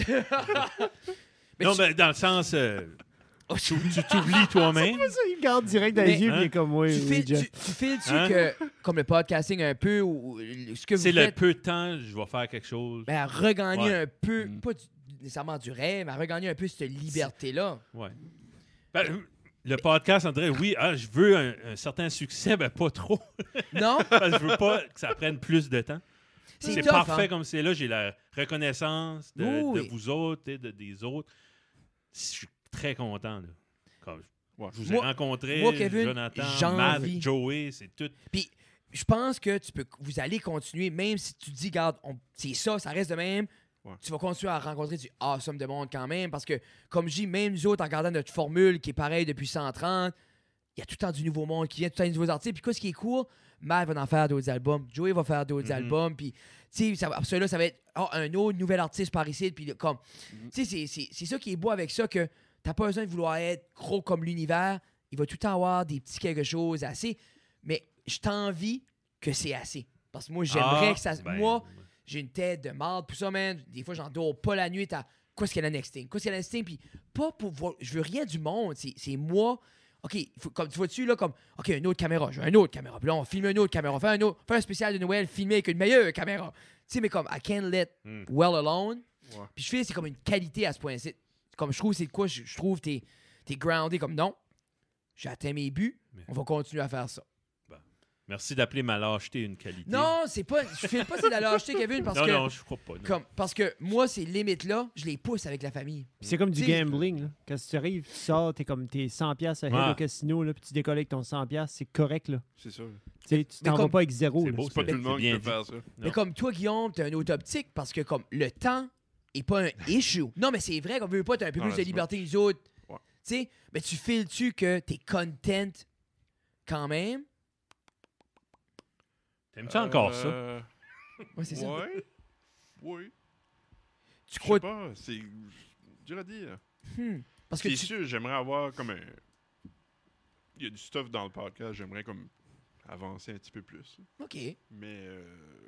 Mais non, tu- mais dans le sens, euh, Oh, tu tu t'oublies toi-même. Ça, il regarde direct dans Mais- les yeux, puis il Hein? est comme moi. Tu oui, files- Jeff. tu- tu files-tu Hein? que, comme le podcasting un peu, ou, ou ce que vous C'est le faites, peu de temps, je vais faire quelque chose. ben, à regagner Ouais. un peu, Mm. pas du- nécessairement du rêve, mais à regagner un peu cette liberté-là. Ouais. Ben, le podcast, on dirait, oui, ah, je veux un, un certain succès, ben pas trop. Non? Parce que je veux pas que ça prenne plus de temps. C'est C'est tough, parfait hein? comme c'est là. J'ai la reconnaissance de, Oui, de oui. vous autres et de, des autres. Je suis très content. Là. Comme Ouais. je vous ai Moi- rencontré, moi, Kevin, Jonathan, j'en Matt, vis. Joey, c'est tout. Puis, je pense que tu peux, vous allez continuer, même si tu dis, regarde, on- c'est ça, ça reste de même. Ouais. Tu vas continuer à rencontrer du awesome de monde quand même, parce que, comme je dis, même nous autres, en regardant notre formule qui est pareille depuis cent trente, il y a tout le temps du nouveau monde qui vient, tout le temps des nouveaux artistes. Puis, quoi, ce qui est cool, Matt va en faire d'autres albums, Joey va faire d'autres Mhm. albums, puis, tu sais, ça va- après ça, là, ça va être ah, un autre nouvel artiste par ici, puis, comme, Mhm. tu sais, c'est- c'est c'est ça qui est beau avec ça, que t'as pas besoin de vouloir être gros comme l'univers. Il va tout le temps avoir des petits quelque chose assez. Mais je t'envie que c'est assez. Parce que moi, j'aimerais Ah, que ça. ben, Moi, j'ai une tête de marde pour ça, man. Des fois, j'en dors pas la nuit. T'as quoi, ce qu'il y a la next thing? Quoi, ce qu'il y a la next thing? Puis pas pour voir. Je veux rien du monde. C'est c'est moi. OK, il faut- comme tu vois-tu, là, comme, OK, une autre caméra. Je veux une autre caméra. Puis là, on filme une autre caméra. On fait un, autre, fait un spécial de Noël filmé avec une meilleure caméra. Tu sais, mais comme, I can't let Hmm. well alone. Ouais. Puis je fais, c'est comme une qualité à ce point-ci. Comme je trouve, c'est de quoi, je, je trouve, t'es es groundé comme non. J'ai atteint mes buts. Mais- On va continuer à faire ça. Merci d'appeler ma lâcheté une qualité. Non, c'est pas. Je file pas c'est de la lâcheté, Kevin, parce non, que. non, je crois pas. non. Comme, parce que moi, ces limites-là, je les pousse avec la famille. Puis c'est comme du T'sais, gambling. Là. Quand tu arrives, tu sors, t'es comme t'es cent piastres ahead Ouais. au casino, là, puis tu décolles avec ton cent piastres, c'est correct. Là. C'est ça. Tu sais, tu Mais t'en vas comme- pas avec zéro. C'est là. beau, C'est pas c'est- tout le monde c'est qui bien peut faire ça. Mais Non. comme toi, Guillaume, t'as un autre optique parce que comme le temps est pas un issue. Non, mais c'est vrai qu'on veut pas, t'as un peu Non, plus de c'est liberté que les autres. Ouais. Tu sais, mais tu files-tu que t'es content quand même? T'aimes-tu encore ça? Euh, Ouais, c'est ça. Ouais. Oui. Tu Je crois. sais pas, c'est dur à dire. Hmm. Parce que C'est tu. sûr, j'aimerais avoir comme un... Il y a du stuff dans le podcast, j'aimerais comme avancer un petit peu plus. OK. Mais... euh,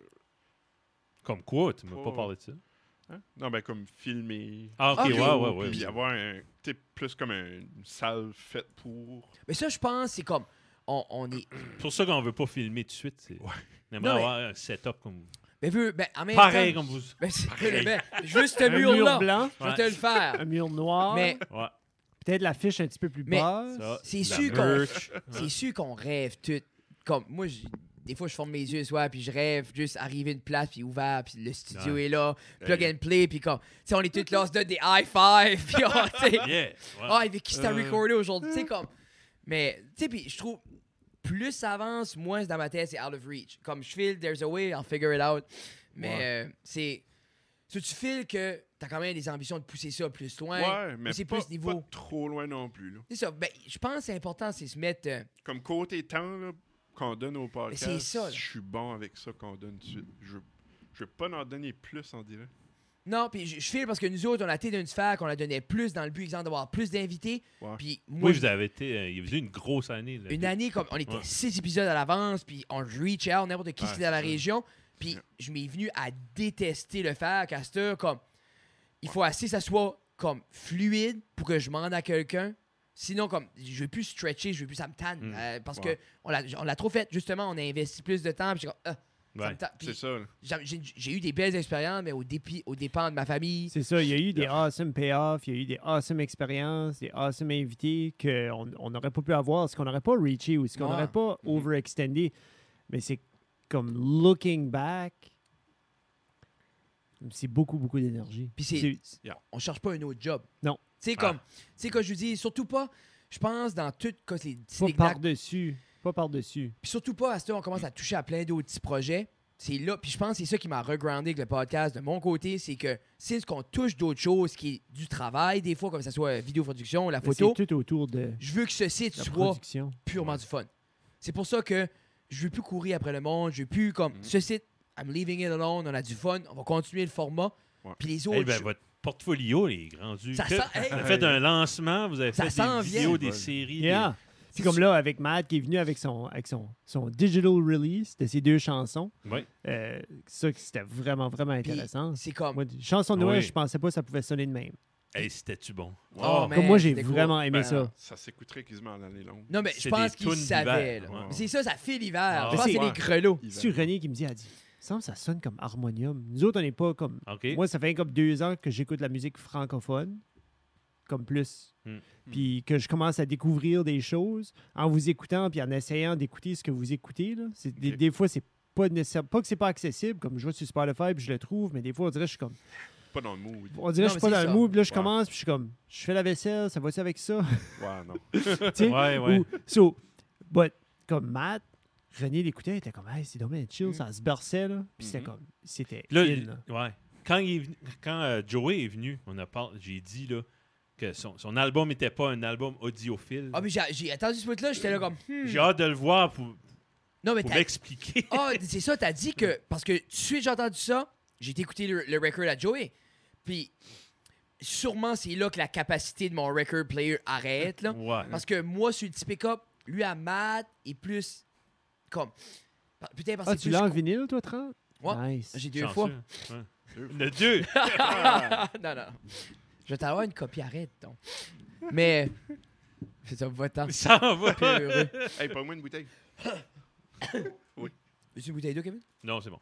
Comme quoi? Tu m'as pas- pas parlé de ça? hein? Non, ben comme filmer. Ah, ok, Ok. ouais, ouais, ouais. Puis ouais. avoir un... Tu sais, plus comme un- une salle faite pour... Mais ça, je pense, c'est comme. On, on est. C'est pour ça qu'on veut pas filmer tout de suite. c'est- Ouais. On aimerait Non, mais- avoir un setup comme... Mais veux, ben, en même Pareil temps. comme vous. Ben, c'est- Pareil. ben, juste ce Un mur mur-là. blanc, Je vais Ouais. te le faire. un mur noir, Mais Ouais, peut-être l'affiche un petit peu plus Mais- basse. ça. c'est la sûr qu'on- merch. c'est sûr qu'on rêve tout. Comme moi, j- des fois, je ferme mes yeux le soir, puis je rêve juste arriver une place, puis ouvert, puis le studio Ouais. est là, plug Hey. and play, puis comme, tu sais, on est tous là, on se donne des high five, puis on, tu sais, Yeah. ouais. ah, avec qui t'a Euh. recordé aujourd'hui, tu sais, comme. Mais, tu sais, puis je trouve, plus ça avance, moins dans ma tête, c'est out of reach. Comme je file, there's a way, I'll figure it out. Mais euh, c'est. Si tu files que t'as quand même des ambitions de pousser ça plus loin. Ouais, mais c'est pas, plus niveau. pas trop loin non plus. Là. C'est ça. Ben, je pense que c'est important, c'est se mettre. euh, Comme côté temps là, qu'on donne au podcast, c'est ça, là. je suis bon avec ça qu'on donne tout de suite. Je veux, je veux pas en donner plus, on dirait. Non, puis je, je file parce que nous autres, on a été d'une sphère qu'on a donné plus dans le but, exemple, d'avoir plus d'invités. Ouais. Puis moi, Oui, vous avez été... euh, il y a eu une grosse année. Là. une année, comme on était Ouais. six épisodes à l'avance, puis on reach out, n'importe qui Ouais, qui était dans la c'est ça. région. Puis Yeah. je m'ai venu à détester le faire, Castor, comme il faut assez que ça soit comme fluide pour que je demande à quelqu'un. Sinon, comme, je veux plus stretcher, je veux plus, ça me tanne. Mm. euh, parce Ouais. que on l'a, on l'a trop fait, justement, on a investi plus de temps. Puis j'ai comme, ah, ça Ouais. me tanne. Puis C'est ça. là. j'ai, j'ai- j'ai eu des belles expériences, mais au, dépi, au dépens de ma famille. C'est ça, il y a eu des awesome payoffs, il y a eu des awesome expériences, des awesome invités qu'on on n'aurait pas pu avoir, ce qu'on n'aurait pas reaché ou ce qu'on Ouais. n'aurait pas Mhm. overextendé. Mais c'est comme looking back, c'est beaucoup, beaucoup d'énergie. Puis c'est, C'est- Yeah. on cherche pas un autre job. Non. Tu sais, comme, tu sais, quand je vous dis, surtout pas, je pense, dans tout, quand les pas ciné par-dessus. Pas par-dessus. Puis surtout pas, à ce temps, on commence à toucher à plein d'autres petits projets. C'est là, puis je pense que c'est ça qui m'a regroundé avec le podcast de mon côté, c'est que c'est ce qu'on touche d'autres choses qui est du travail, des fois, comme ça soit vidéo production, la Mais photo. C'est tout autour de Je veux que ce site la soit production. purement du fun. C'est pour ça que je veux plus courir après le monde, je veux plus comme Mhm. ce site, I'm leaving it alone, on a du fun, on va continuer le format. Ouais. Puis les Eh autres, ben, je- votre portfolio est rendu. Ça que- sent- hey! Vous avez fait un lancement, vous avez Ça fait s'en des vient. vidéos, des Ouais. séries. Yeah. C'est comme là avec Matt qui est venu avec son, avec son, son digital release de ses deux chansons. Des... Ouais. Euh, ça, c'était vraiment, vraiment puis intéressant. c'est comme Moi, chanson de Noël, Oui. je pensais pas que ça pouvait sonner de même. Hey, c'était-tu bon? Oh, Wow. man, Comme moi, j'ai c'était cool. vraiment aimé Ben, ça. Ça s'écouterait quasiment à l'année longue. Non, mais je C'est pense des qu'il tunes savait. d'hiver. là. Ouais. C'est ça, ça fait l'hiver. Ah. Je pense que c'est Ouais. des grelots. Hiver. C'est René qui me dit, elle dit, il me semble que ça sonne comme harmonium. Nous autres, on n'est pas comme. OK. Moi, ça fait comme deux ans que j'écoute la musique francophone, comme plus. Hmm. Puis que je commence à découvrir des choses en vous écoutant puis en essayant d'écouter ce que vous écoutez. Là. C'est, des, Ok. des fois, c'est pas nécessaire. Pas que c'est pas accessible, comme je vois sur Spotify puis je le trouve, mais des fois, on dirait que je suis comme. Pas dans le mood. On dirait Non, que je suis mais pas c'est dans ça. le mood, puis là, je Ouais. commence, puis je suis comme. Je fais la vaisselle, ça va-tu avec ça? Ouais, non. Tu sais? Ouais, ouais. Ou, so, but, comme Matt, René l'écoutait, il était comme, hey, c'est dommage chill, Mhm. ça se berçait, là. Puis c'était Mhm. comme, c'était Là, in, il- là. ouais. Quand, il est venu- quand euh, Joey est venu, on a parlé, j'ai dit là, que son, son album n'était pas un album audiophile. Ah, mais j'ai, j'ai attendu ce bout-là, j'étais là comme. hmm. J'ai hâte de le voir pour, Non, mais pour t'as- m'expliquer. Ah, c'est ça, t'as dit que. Parce que tout de suite, j'ai entendu ça, j'ai été écouter le, le record à Joey. Puis, sûrement, c'est là que la capacité de mon record player arrête, là. Ouais. Parce que moi, sur le petit pick-up, lui à Matt est plus. Comme. Peut-être parce Ah, que tu c'est l'as en plus. vinyle, toi, trente? Ouais. Nice. J'ai deux Chanceux. fois. Ouais. Deux Le deux. non, non. Je vais t'avoir une copie, arrête, donc. Mais. C'est ça, va-t'en. Ça en va. Puis heureux. Hey, pas moi une bouteille. Veux-tu une bouteille d'eau, Kevin? Non, c'est bon.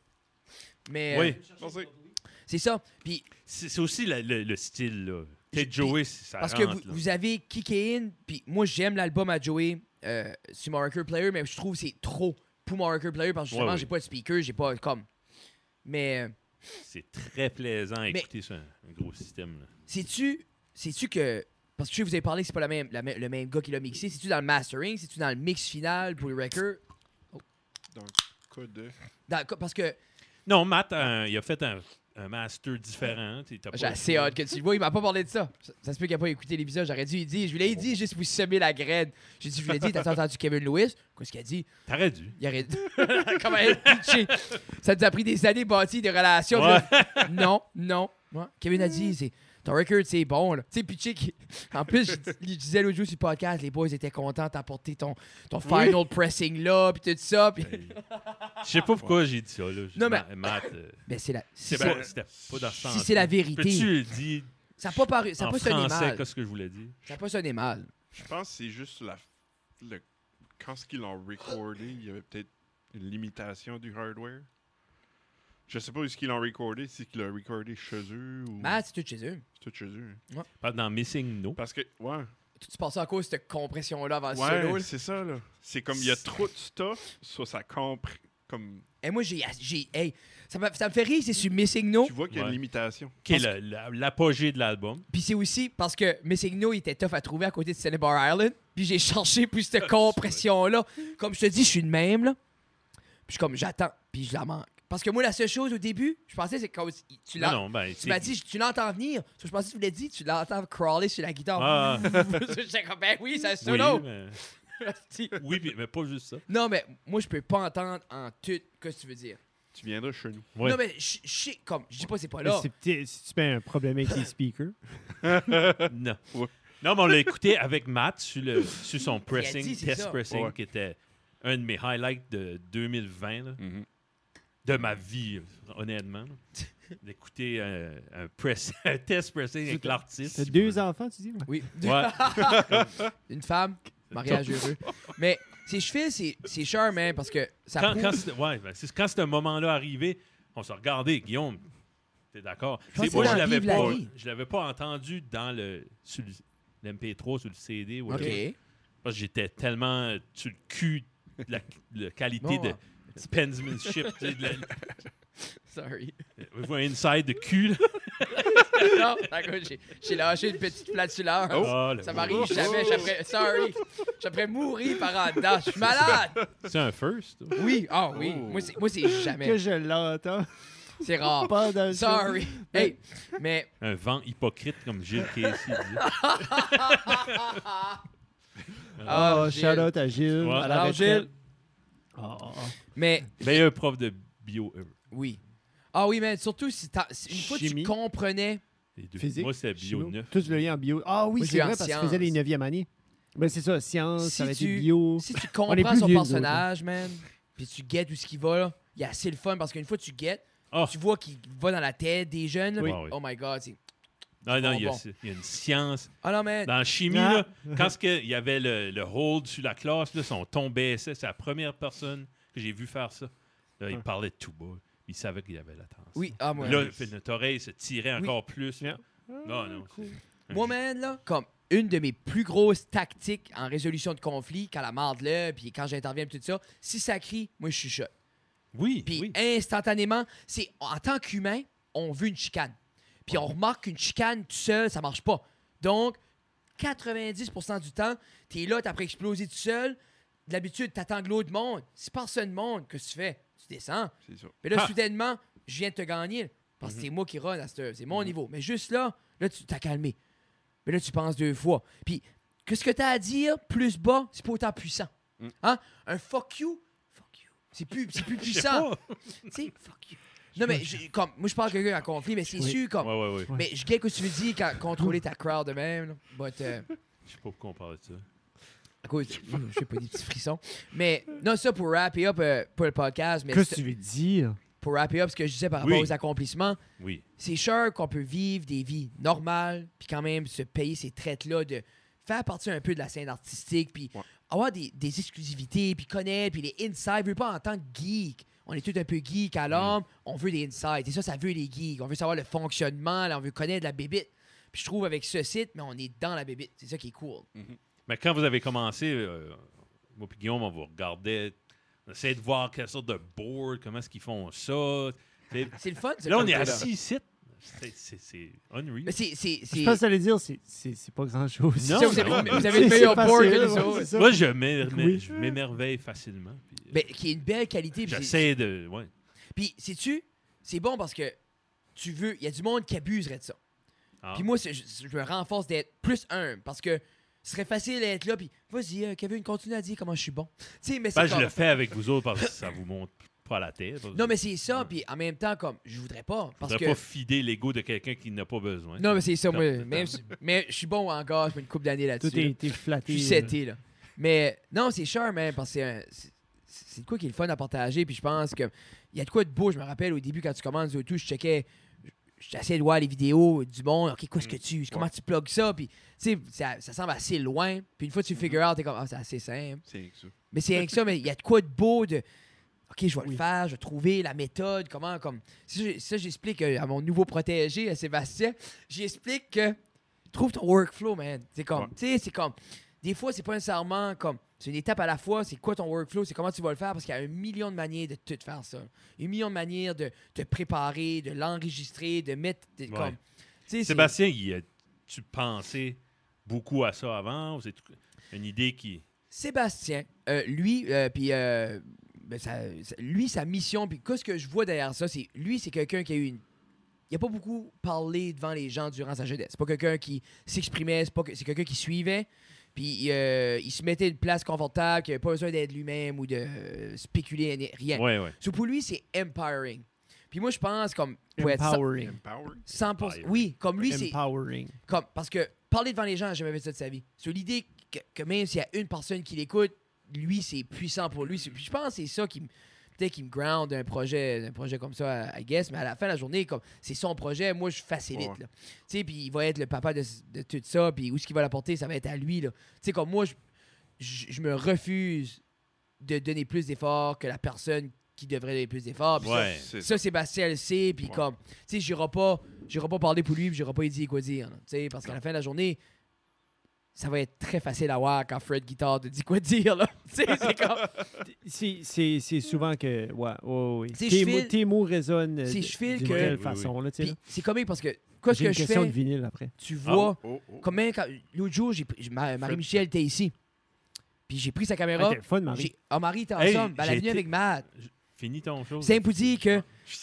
Mais. Oui. euh, Merci. c'est ça. Puis. C'est c'est aussi la- le, le style, là. Peut-être Puis- Joey, ça Parce que rentre, vous, là. vous avez kické in, puis moi j'aime l'album à Joey euh, sur mon record player, mais je trouve que c'est trop pour mon record player parce que justement Ouais, ouais. j'ai pas de speaker, j'ai pas comme. Mais euh, C'est très plaisant à Mais- écouter ça, un, un gros système. Là. sais-tu, sais-tu que parce que tu sais, vous avez parlé que c'est pas la même, la même- le même gars qui l'a mixé, c'est-tu dans le mastering, c'est-tu dans le mix final pour le record? Dans le cas de. Dans- parce que Non, Matt, euh, il a fait un, un master différent. tu sais, t'as j'ai pas- assez hâte que tu le vois, il m'a pas parlé de ça. Ça, ça se peut qu'il a pas écouté l'épisode, j'aurais dû lui dire, je lui ai dit juste pour semer la graine. J'ai dit, je lui ai dit, t'as entendu Kevin Lewis? Qu'est-ce qu'il a dit? T'aurais dû. Il aurait comment elle pitché. Ça nous a pris des années bâties des relations. Ouais. Puis là, non, non. Ouais. Kevin a dit, c'est ton record, c'est bon. Là. Tu sais, pitché qui. En plus, je, je disais l'autre jour sur le podcast, les boys étaient contents d'apporter ton, ton final pressing là, puis tout ça. Puis... Je sais pas pourquoi j'ai dit ça. Là. Non, mais- Ma- Matt, euh, Ben, c'est la. Si, c'est c'est- pas- c'était pas dans ce si sens. c'est la vérité, Peux-tu le dire ça n'a pas paru. Ça n'a en pas sonné français, mal. qu'est-ce que je voulais dire? Ça n'a pas sonné mal. Je pense que c'est juste la. Le, quand ce qu'ils l'ont recordé, il y avait peut-être une limitation du hardware. Je sais pas où est-ce qu'ils l'ont recordé, si qu'ils l'ont recordé chez eux ou. Matt, c'est tout chez eux. C'est tout chez eux. hein. Pas dans Missing No. Parce que, ouais. Tu tu passes à cause de cette compression-là avant le Ouais, solo. là. c'est ça, là. C'est comme il y a trop de stuff, ça, ça compre. Comme. Et moi, j'ai. j'ai hey, ça, m'a- ça me fait rire, c'est sur Missing No. Tu vois qu'il y a Ouais. une limitation. Qui est Parce le- la- l'apogée de l'album. Puis c'est aussi parce que Missing No il était tough à trouver à côté de Cinnabar Island. Puis j'ai cherché pour cette compression-là. Comme je te dis, je suis de même, là. Puis je suis comme, j'attends. Puis je la manque. Parce que moi, la seule chose au début, je pensais, c'est que tu l'as. Non, non, ben, Tu c'est- m'as dit, tu l'entends venir. Parce que je pensais que tu voulais dire, tu l'entends crawler sur la guitare. Ah. J'étais comme, ben oui, c'est un Oui, solo. mais, oui, puis- mais pas juste ça. Non, mais moi, je peux pas entendre en tout. Qu'est-ce que tu veux dire? Tu viendras chez nous. Ouais. Non, mais je je sais, comme, je dis pas, c'est pas là. C'est peut-être- Si tu fais un problème avec les speakers. Non. Ouais. Non, mais on l'a écouté avec Matt sur, le, sur son Il a pressing, dit, c'est test ça. pressing, Ouais. qui était un de mes highlights de deux mille vingt, là, Mhm. de ma vie, honnêtement. là. d'écouter un, un, press, un test pressing avec l'artiste. T'as deux enfants, tu dis? Ouais. Oui. Ouais. Une femme, mariage heureux. Mais ces cheveux, c'est, c'est charmant parce que ça Quand, prouve- quand, c'est, ouais, ben, c'est, quand ce moment-là arrivé, on s'est regardé. Guillaume, t'es d'accord? Je pense C'est- que moi, c'est je dans l'avais Vive la pas, vie. je l'avais pas entendu dans le, sur le- l'M P trois, sur le C D. OK. whatever. Parce que j'étais tellement sur le cul de la, la qualité Bon, de ouais. penmanship. tu sais, de la- Sorry. Vous voyez inside de cul. Là. Non, d'accord, j'ai, j'ai lâché une petite flatuleur. Oh, le- Ça m'arrive jamais. J'apprends, sorry. J'apprends mourir par en dedans. Je suis malade. C'est un first. toi. Oui, ah oui. Oh. Moi, c'est, moi, c'est Que jamais. je l'entends. C'est rare. Pas dans le Sorry. Hey, mais Un vent hypocrite comme Gilles Casey dit. Ah, Oh, Gilles. shout out à Gilles. Ouais. À la Alors, retraite. Gilles. Oh, oh, oh. Mais Meilleur prof de bio ever. oui. Ah oui, mais surtout si, t'as- si une fois Chimie. tu comprenais. Les deux. Physique. Moi, c'était bio chimio. neuf. Tout le lien en bio. Ah oui, Moi, je c'est l'ai vrai, en parce que je sciences. faisais les neuvième années. Ben, c'est ça, science, Si ça avait été tu- bio. Si tu est comprends plus son vieux, nous personnage, man, puis tu guettes où ce qu'il va, là, il y a assez le fun parce qu'une fois que tu guettes, Ah. tu vois qu'il va dans la tête des jeunes. là, Oui. puis, Ah oui. Oh my God, c'est. Non, non, il y, a, Bon. il y a une science. Ah non, mais. Dans la chimie, Ah. là, quand ce que- il y avait le, le hold sur la classe, là, son ton baissait. C'est la première personne que j'ai vu faire ça. Là, il Ah. parlait tout bas. Il savait qu'il avait la tension. Oui, ah, moi. Là, fait, notre oreille se tirait Oui. encore plus. Yeah. Non, non. c'est- Moi, man, là, comme une de mes plus grosses tactiques en résolution de conflit, quand la marde là, puis quand j'interviens, puis tout ça, si ça crie, moi, je chuchote. Oui, Puis oui. instantanément, c'est en tant qu'humain, on veut une chicane. Puis on remarque qu'une chicane tout seul, ça marche pas. Donc, quatre-vingt-dix pour cent du temps, t'es là, t'as après explosé tout seul. D'habitude, t'attends que l'autre monte. Si personne monte, qu'est-ce que tu fais? Tu descends. C'est ça. Mais là, Ah. soudainement, je viens de te gagner. Parce que c'est moi qui run à cette heure. C'est mon niveau. Mais juste là, là, tu t'as calmé. Mais là, tu penses deux fois. Puis, qu'est-ce que t'as à dire plus bas, c'est pas autant puissant. Mm. Hein? Un fuck you, fuck you. C'est plus, c'est plus Je sais puissant. pas. Tu sais, fuck you. Non, mais j'ai- comme, moi, je parle à quelqu'un en conflit, mais c'est Oui. sûr, comme. Ouais, ouais, ouais. Mais je sais que tu veux dire quand contrôler ta crowd de même. Là. But, euh, Je sais pas pourquoi on parlait de ça. à cause, je sais pas, des petits frissons. Mais, non, ça pour wrap up euh, pour le podcast, mais Qu'est-ce c'est- que tu veux dire? pour wrap up ce que je disais par rapport Oui. aux accomplissements, Oui. c'est sûr qu'on peut vivre des vies normales, puis quand même se payer ces traites-là de faire partie un peu de la scène artistique, puis Ouais. avoir des, des exclusivités, puis connaître, puis les insides. Je veux pas en tant que geek. On est tous un peu geek à l'homme, on veut des insides. Et ça, ça veut les geeks. On veut savoir le fonctionnement, là, on veut connaître la bébite. Puis je trouve avec ce site, mais on est dans la bébite. C'est ça qui est cool. Mais quand vous avez commencé, euh, moi et Guillaume, on vous regardait, on essayait de voir quelle sorte de board, comment est-ce qu'ils font ça. Tu sais. C'est le fun. ce Là, on est côté-là. assis ici. C'est, c'est, c'est unreal. Mais c'est... c'est, Je c'est... pense que t'allais dire, c'est- c'est c'est pas grand-chose. Non, Ça, vous avez, non, vous mais- avez une C'est- meilleure c'est board que facile, nous ouais, autres. c'est ça. Moi, je, m'é- Oui. je m'émerveille facilement. Puis, euh, Mais qui est une belle qualité. puis c'est- j'essaie de. Ouais. Puis, sais-tu, c'est bon parce que tu veux... Il y a du monde qui abuserait de ça. Ah. Puis moi, c'est- je, je me renforce d'être plus humble parce que ce serait facile d'être là, puis vas-y, euh, Kevin, continue à dire comment je suis bon. Tu sais, mais c'est Ben, je comme- le fais avec vous autres parce que ça vous monte pas à la tête. Non, mais c'est ça, puis en même temps, comme, je voudrais pas, Je parce voudrais que... pas fider l'ego de quelqu'un qui n'a pas besoin. Non, mais c'est ça, moi, Perte de même temps. si- mais je suis bon encore, je fais une couple d'années là-dessus. Tout a là. été Je flatté. suis là. seté, là. Mais non, c'est cher, man, parce que c'est un- c'est- c'est de quoi qui est le fun à partager, puis je pense que il y a de quoi de beau, je me rappelle, au début, quand tu commences au tout, je checkais... J'essayais de voir les vidéos du monde. OK, qu'est-ce que tu... Comment Ouais. tu plugues ça? Puis, tu sais, ça, ça semble assez loin. Puis une fois que tu le figure out, t'es comme, ah, c'est assez simple. C'est rien que ça. Mais c'est rien que ça, mais il y a de quoi de beau de. OK, je vais Oui. le faire, je vais trouver la méthode, comment, comme. Ça, j'ai- ça, j'explique euh, à mon nouveau protégé, à Sébastien. J'explique que. Trouve ton workflow, man. C'est comme. Ouais. Tu sais, c'est comme. Des fois, c'est pas nécessairement comme. C'est une étape à la fois. C'est quoi ton workflow? C'est comment tu vas le faire? Parce qu'il y a un million de manières de tout faire ça. Un million de manières de te préparer, de l'enregistrer, de mettre. de- Ouais. comme, tu sais, c'est- Sébastien, il a- tu pensais beaucoup à ça avant ou c'est une idée qui. Sébastien, euh, lui, euh, puis euh, ben, ça- ça- lui, sa mission, puis qu'est-ce que je vois derrière ça, c'est lui, c'est quelqu'un qui a eu une. Il a pas beaucoup parlé devant les gens durant sa jeunesse. C'est pas quelqu'un qui s'exprimait, c'est pas que- c'est quelqu'un qui suivait, puis euh, il se mettait une place confortable, qui avait pas besoin d'être lui-même ou de euh, spéculer ni- rien. Ouais, ouais. So, pour lui, c'est empowering. Puis moi, je pense comme pour être cent- Empowering. Empower. cent pour cent. Empowering. Oui, comme lui, c'est Empowering. comme, parce que parler devant les gens, il n'a jamais fait ça de sa vie. Sur l'idée que, que même s'il y a une personne qui l'écoute, lui, c'est puissant pour lui. C'est- Puis je pense que c'est ça qui, m- peut-être qu'il me ground d'un projet, d'un projet comme ça, I guess, mais à la fin de la journée, comme c'est son projet, moi, je facilite. Ouais. là. Tu sais, puis il va être le papa de, de tout ça, puis où est-ce qu'il va l'apporter, ça va être à lui. Tu sais, comme moi, je, je, je me refuse de donner plus d'efforts que la personne qui devrait donner plus d'efforts. Puis ça, Ouais. C'est ça, Sébastien le sait, puis Ouais. comme, tu sais, j'irai pas, j'irai pas parler pour lui, puis j'irai pas lui dire quoi dire, là, tu sais, parce qu'à la fin de la journée, ça va être très facile à voir quand Fred Guitar te dit quoi dire, là. Tu sais, c'est comme, C'est- C'est c'est souvent que. Ouais, ouais, ouais. C'est Tes, je mots, file- tes mots résonnent euh, c'est je file d'une que- telle Oui, oui, façon. Là, tu sais, puis là. c'est comique parce que, quoi J'ai que une je question fais, de vinyle après. tu vois, Oh, oh. combien, quand, l'autre jour, j'ai, pris- Ma- Marie-Michel était ici, puis j'ai pris sa caméra, Ah, t'es fun, Marie. j'ai, ah, Marie était Hey, ensemble, ben, elle est j'ai venue été- avec Matt. Finis ton chose. C'est pour dire que,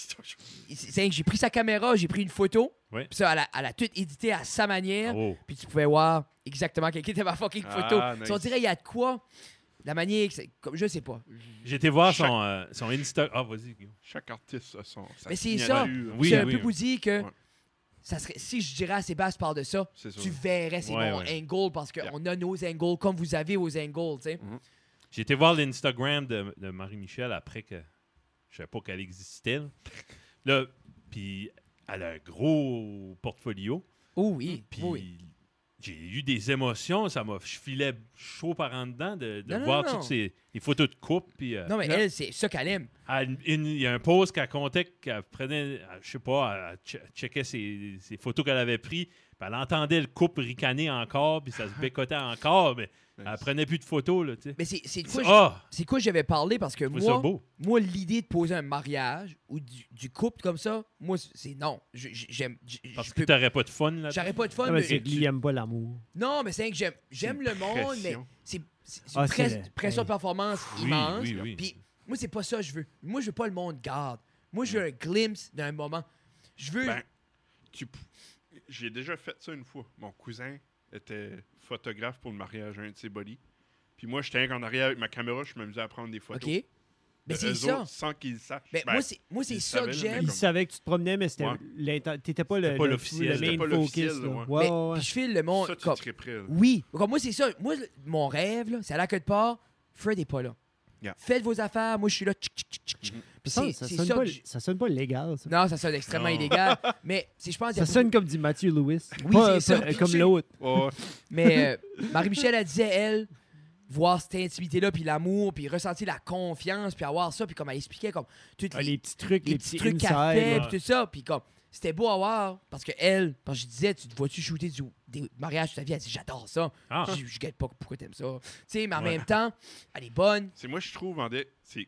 c'est que j'ai pris sa caméra, j'ai pris une photo, Ouais. puis ça, elle a, elle a tout édité à sa manière, Oh. puis tu pouvais voir exactement quelle était ma fucking photo. Ah, Si on nice. dirait, il y a de quoi, la manière, que c'est- comme je sais pas. J'ai été voir Chaque- son, euh, son Insta. Ah, vas-y, Guillaume. Chaque artiste a son. sa Mais c'est ça. signature. Oui, c'est un oui, peu oui. pour dire que Ouais. ça serait, si je dirais à Sébastien parle de ça, C'est ça. tu verrais c'est Ouais, mon ouais. angle parce qu'on a nos angles comme vous avez vos angles, tu sais. J'ai été voir l'Instagram de, de Marie-Michel après que je savais pas qu'elle existait. Là, Là, puis elle a un gros portfolio. Oh oui, Puis oh oui. j'ai eu des émotions. Ça m'a, je filais chaud par en dedans de, de Non, non, voir non. toutes ces les photos de couple. Puis, euh, Non, mais Non. elle, c'est ça qu'elle aime. elle- une- il y a un post qu'elle comptait qu'elle prenait, elle- je sais pas, elle che- checkait ses, ses photos qu'elle avait prises. Puis elle entendait le couple ricaner encore, puis ça se bécotait encore, mais Mais elle prenait plus de photos, là, tu sais. Mais c'est c'est de quoi, Ah! je- c'est de quoi j'avais parlé parce que Je trouvais ça moi, beau. moi l'idée de poser un mariage ou du, du couple comme ça, moi, c'est non. Je- je- J'aime. je- je Parce que peux- t'aurais pas de fun, là. J'aurais pas de fun, Ah, mais mais- c'est qu'il aime pas l'amour. Non, mais c'est que j'aime j'aime une le monde, mais pression. c'est c'est- c'est Ah, une pres- c'est le- pression hey. de performance Oui, immense. oui, oui. Puis moi, c'est pas ça que je veux. Moi, je veux pas le monde garde. Moi, je veux un glimpse d'un moment. Je veux. Ben, tu p- J'ai déjà fait ça une fois. Mon cousin était photographe pour le mariage d'un de ses buddies. Puis moi, j'étais en arrière avec ma caméra, je m'amusais à prendre des photos. OK? Mais de c'est eux ça. autres, sans qu'ils le sachent. Ben, Ben, moi, c'est moi, c'est ils ça que savaient, là, j'aime. mais Il comme- savait que tu te promenais, mais c'était Ouais. l'inten- t'étais pas le, C'était pas le- l'officiel. le C'était main pas focus. l'officiel, là. ouais. Ouais, Mais, ouais, ouais. puis je file le monde. ça, tu comme- serais prêt. là. Oui. Comme moi, c'est ça. Moi, mon rêve, là, c'est à la queue de part. Fred est pas là. Yeah. Faites vos affaires. Moi, je suis là. Tchic, tchic, tchic, tchic. Mhm. Puis Ça, c'est ça, c'est sonne ça pas, que j'- ça sonne pas légal, ça. Non, ça sonne extrêmement Non. illégal. Mais c'est, je pense qu'il y Ça a sonne comme dit Mathieu Lewis. Oui, Pas- c'est ça. pas- Puis comme tu sais- l'autre. Ouais, ouais. Mais euh, Marie-Michel, elle disait, elle, voir cette intimité-là, puis l'amour, puis ressentir la confiance, puis avoir ça, puis comme elle expliquait, comme, tous Ah, les, les petits trucs, les les petits petits trucs inside. qu'elle fait, là. puis tout ça, puis comme, c'était beau à voir, parce que elle, quand je disais, tu te vois-tu shooter du, des mariages toute ta vie, elle dit, j'adore ça. Ah. Je, je guette pas pourquoi t'aimes ça. Tu sais, mais en Ouais. même temps, elle est bonne. C'est moi, je trouve, en dé- c'est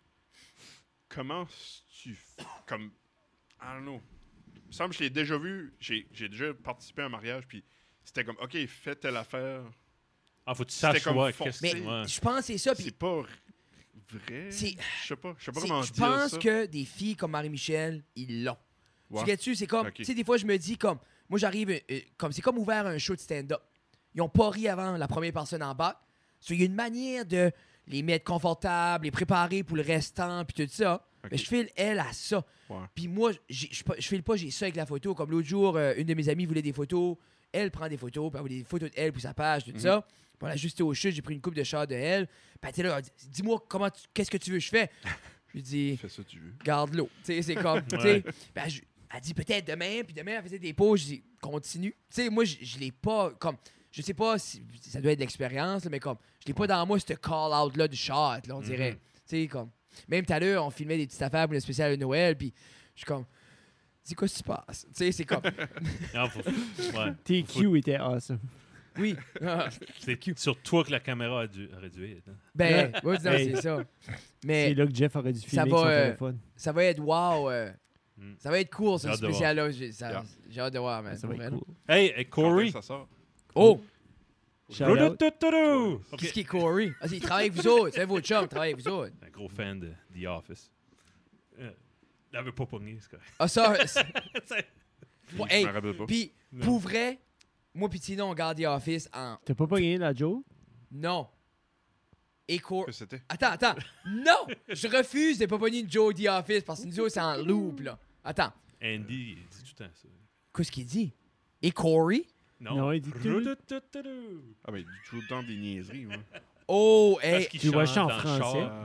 comment tu f- comme I don't know. Il me semble que je l'ai déjà vu. J'ai j'ai déjà participé à un mariage, puis c'était comme OK, fais telle affaire. Ah, faut que tu C'était saches, comme ouais, forcé. qu'est-ce Mais que ouais. je pense que c'est ça, puis C'est pas r- vrai. C'est- Je sais pas. Je sais pas c'est- comment je dire pense ça. que des filles comme Marie-Michel, ils l'ont. Ouais. Tu sais, c'est comme, Ok. tu sais, des fois, je me dis comme, moi, j'arrive, euh, euh, comme, c'est comme ouvert un show de stand-up. Ils ont pas ri avant la première personne en bas. So, il y a une manière de les mettre confortables, les préparer pour le restant, puis tout ça. Ok. Mais je file, elle, à ça. Ouais. Puis moi, j'ai- je je file pas, j'ai ça avec la photo. Comme l'autre jour, euh, une de mes amies voulait des photos. Elle prend des photos, puis elle voulait des photos d'elle pour sa page, tout Mhm. ça. Puis on a juste au chute, j'ai pris une coupe de char de elle. Puis elle était là, elle dit, dis-moi, comment tu- qu'est-ce que tu veux que je fais? Je lui dis, Fais ça, tu veux. garde l'eau. Tu sais, c'est comme, tu sais. Ouais. Ben, je- elle dit peut-être demain, puis demain, elle faisait des pauses. Je dis, continue. Tu sais, moi, je, je l'ai pas, comme, je sais pas si ça doit être de l'expérience, là, mais comme, je l'ai pas dans moi, ce call-out-là du shot, là, on dirait. Mhm. Tu sais, comme, même tout à l'heure, on filmait des petites affaires pour le spécial de Noël, puis je suis comme, dis quoi, ce qui se passe? Tu sais, c'est comme, Ah, faut- ouais. Tes Faut- Q étaient awesome. oui. Ah, C'est sur toi que la caméra a dû, aurait dû être. hein. ben, ouais, non, Hey. c'est ça. C'est Mais là que Jeff aurait dû filmer ça avec va, son euh, téléphone. ça va être wow. euh, Mm. Ça va être cool, ce J'ai hâte de voir. spécial-là. J'ai ça- Yeah. j'ai hâte de voir, man. Ça va pour être vrai. cool. Hey, hey, Quand Corey. est-ce que ça sort? Oh! Shout out. Tududududou. Ok. Qu'est-ce qui est Corey? Ah, il travaille avec vous autres. C'est votre chum, il travaille avec vous autres. Un gros fan de The Office. Euh, il n'avait pas pogné, c'est correct. Ah, ça. c'est- Ouais, Je hey, me rappelle pas. Puis, Non. pour vrai, moi pis Tino, on garde The Office en T'as pas gagné la Joe? non. Et Cor... Que c'était? Attends, attends. Non! Je refuse de pas pogner une Joe The Office parce que nous autres, c'est en loop, là. Attends. Andy, il dit tout le temps ça. Qu'est-ce qu'il dit? Et Corey? Non, Non, il dit Tududududou. Ah, ben, il joue tout le temps des niaiseries. Ouais. Oh, Parce hey. qu'il Tu vois chante ça en dans le français? char. Euh, Non,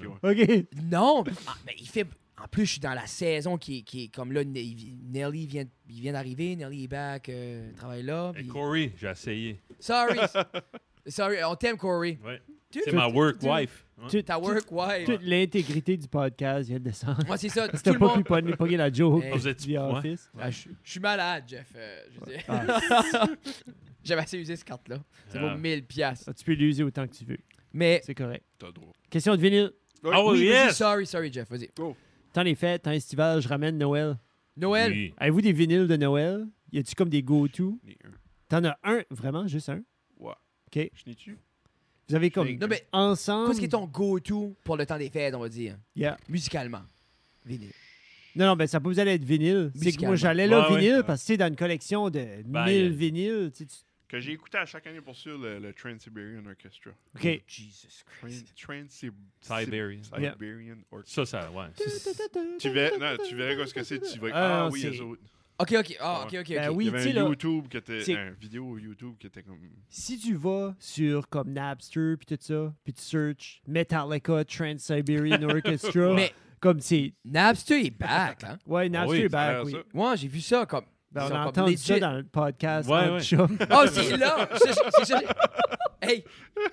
ok, ouais. OK. Non, ah, mais il fait. En plus, je suis dans la saison qui est, qui est comme là. N- Nelly vient, il vient d'arriver. Nelly est back, euh, travaille là. Hey, puis- Corey, j'ai essayé. Sorry. Sorry, on t'aime, Corey. Ouais. Tu- C'est ma work tu- wife. Ouais. Tu- Ta work, ouais. Toute l'intégrité du podcast vient de descendre. Moi, c'est ça. Tout C'était le pas monde. pu pogner pogner la joke Hey. Vous êtes- du ouais. Office. Ah, je je suis malade, Jeff. euh, je veux dire. Ah. J'avais assez usé cette carte-là. Ça vaut Ah. mille piastres. Ah, tu peux l'user autant que tu veux. Mais. C'est correct. T'as le droit. Question de vinyle. Oh, oui, vas-y, yes! sorry, sorry, Jeff. Vas-y. Temps des fêtes, temps estival, je ramène Noël. Noël. Oui. Avez-vous des vinyles de Noël? Y a-tu comme des go-to? Ni un. T'en as un, vraiment, juste un? Ouais. OK. Je n'ai-tu? Vous avez comme Non, mais ensemble... qu'est-ce qui est ton go-to pour le temps des fêtes, on va dire? Yeah. Musicalement. Vinyle. Non, non, ben ça peut vous aller être vinyle. C'est que Musicalement. moi, j'allais là, Ouais, ouais. vinyle, parce que tu sais, dans une collection de Ben, mille euh, vinyles, tu sais, tu- Que j'ai écouté à chaque année pour sûr le, le Trans-Siberian Orchestra. OK. Oh, Jesus Tran- Christ. Trans-Sib- Siberian. Sib- Siberian Orchestra. Ça, ça, ouais. Tu verrais, non, tu verrais ce que c'est, tu vas Ah, ah oui, c'est- eux autres. Ok, ok. Ah, ok, ok, ok. Ben Il oui, y tu avait sais, un là, YouTube qui était, c'est- un vidéo YouTube qui était comme, si tu vas sur comme Napster puis tout ça, puis tu searches Metallica Trans-Siberian Orchestra, Mais comme c'est... Napster est back, hein? Ouais, Napster oui, est back, frère, oui. ça. Moi, j'ai vu ça comme. Ben, ils on sont a comme entendu ça legit. dans le podcast. Ouais, entre ouais. chums. Oh, c'est là! C'est- c'est- c'est- Hey,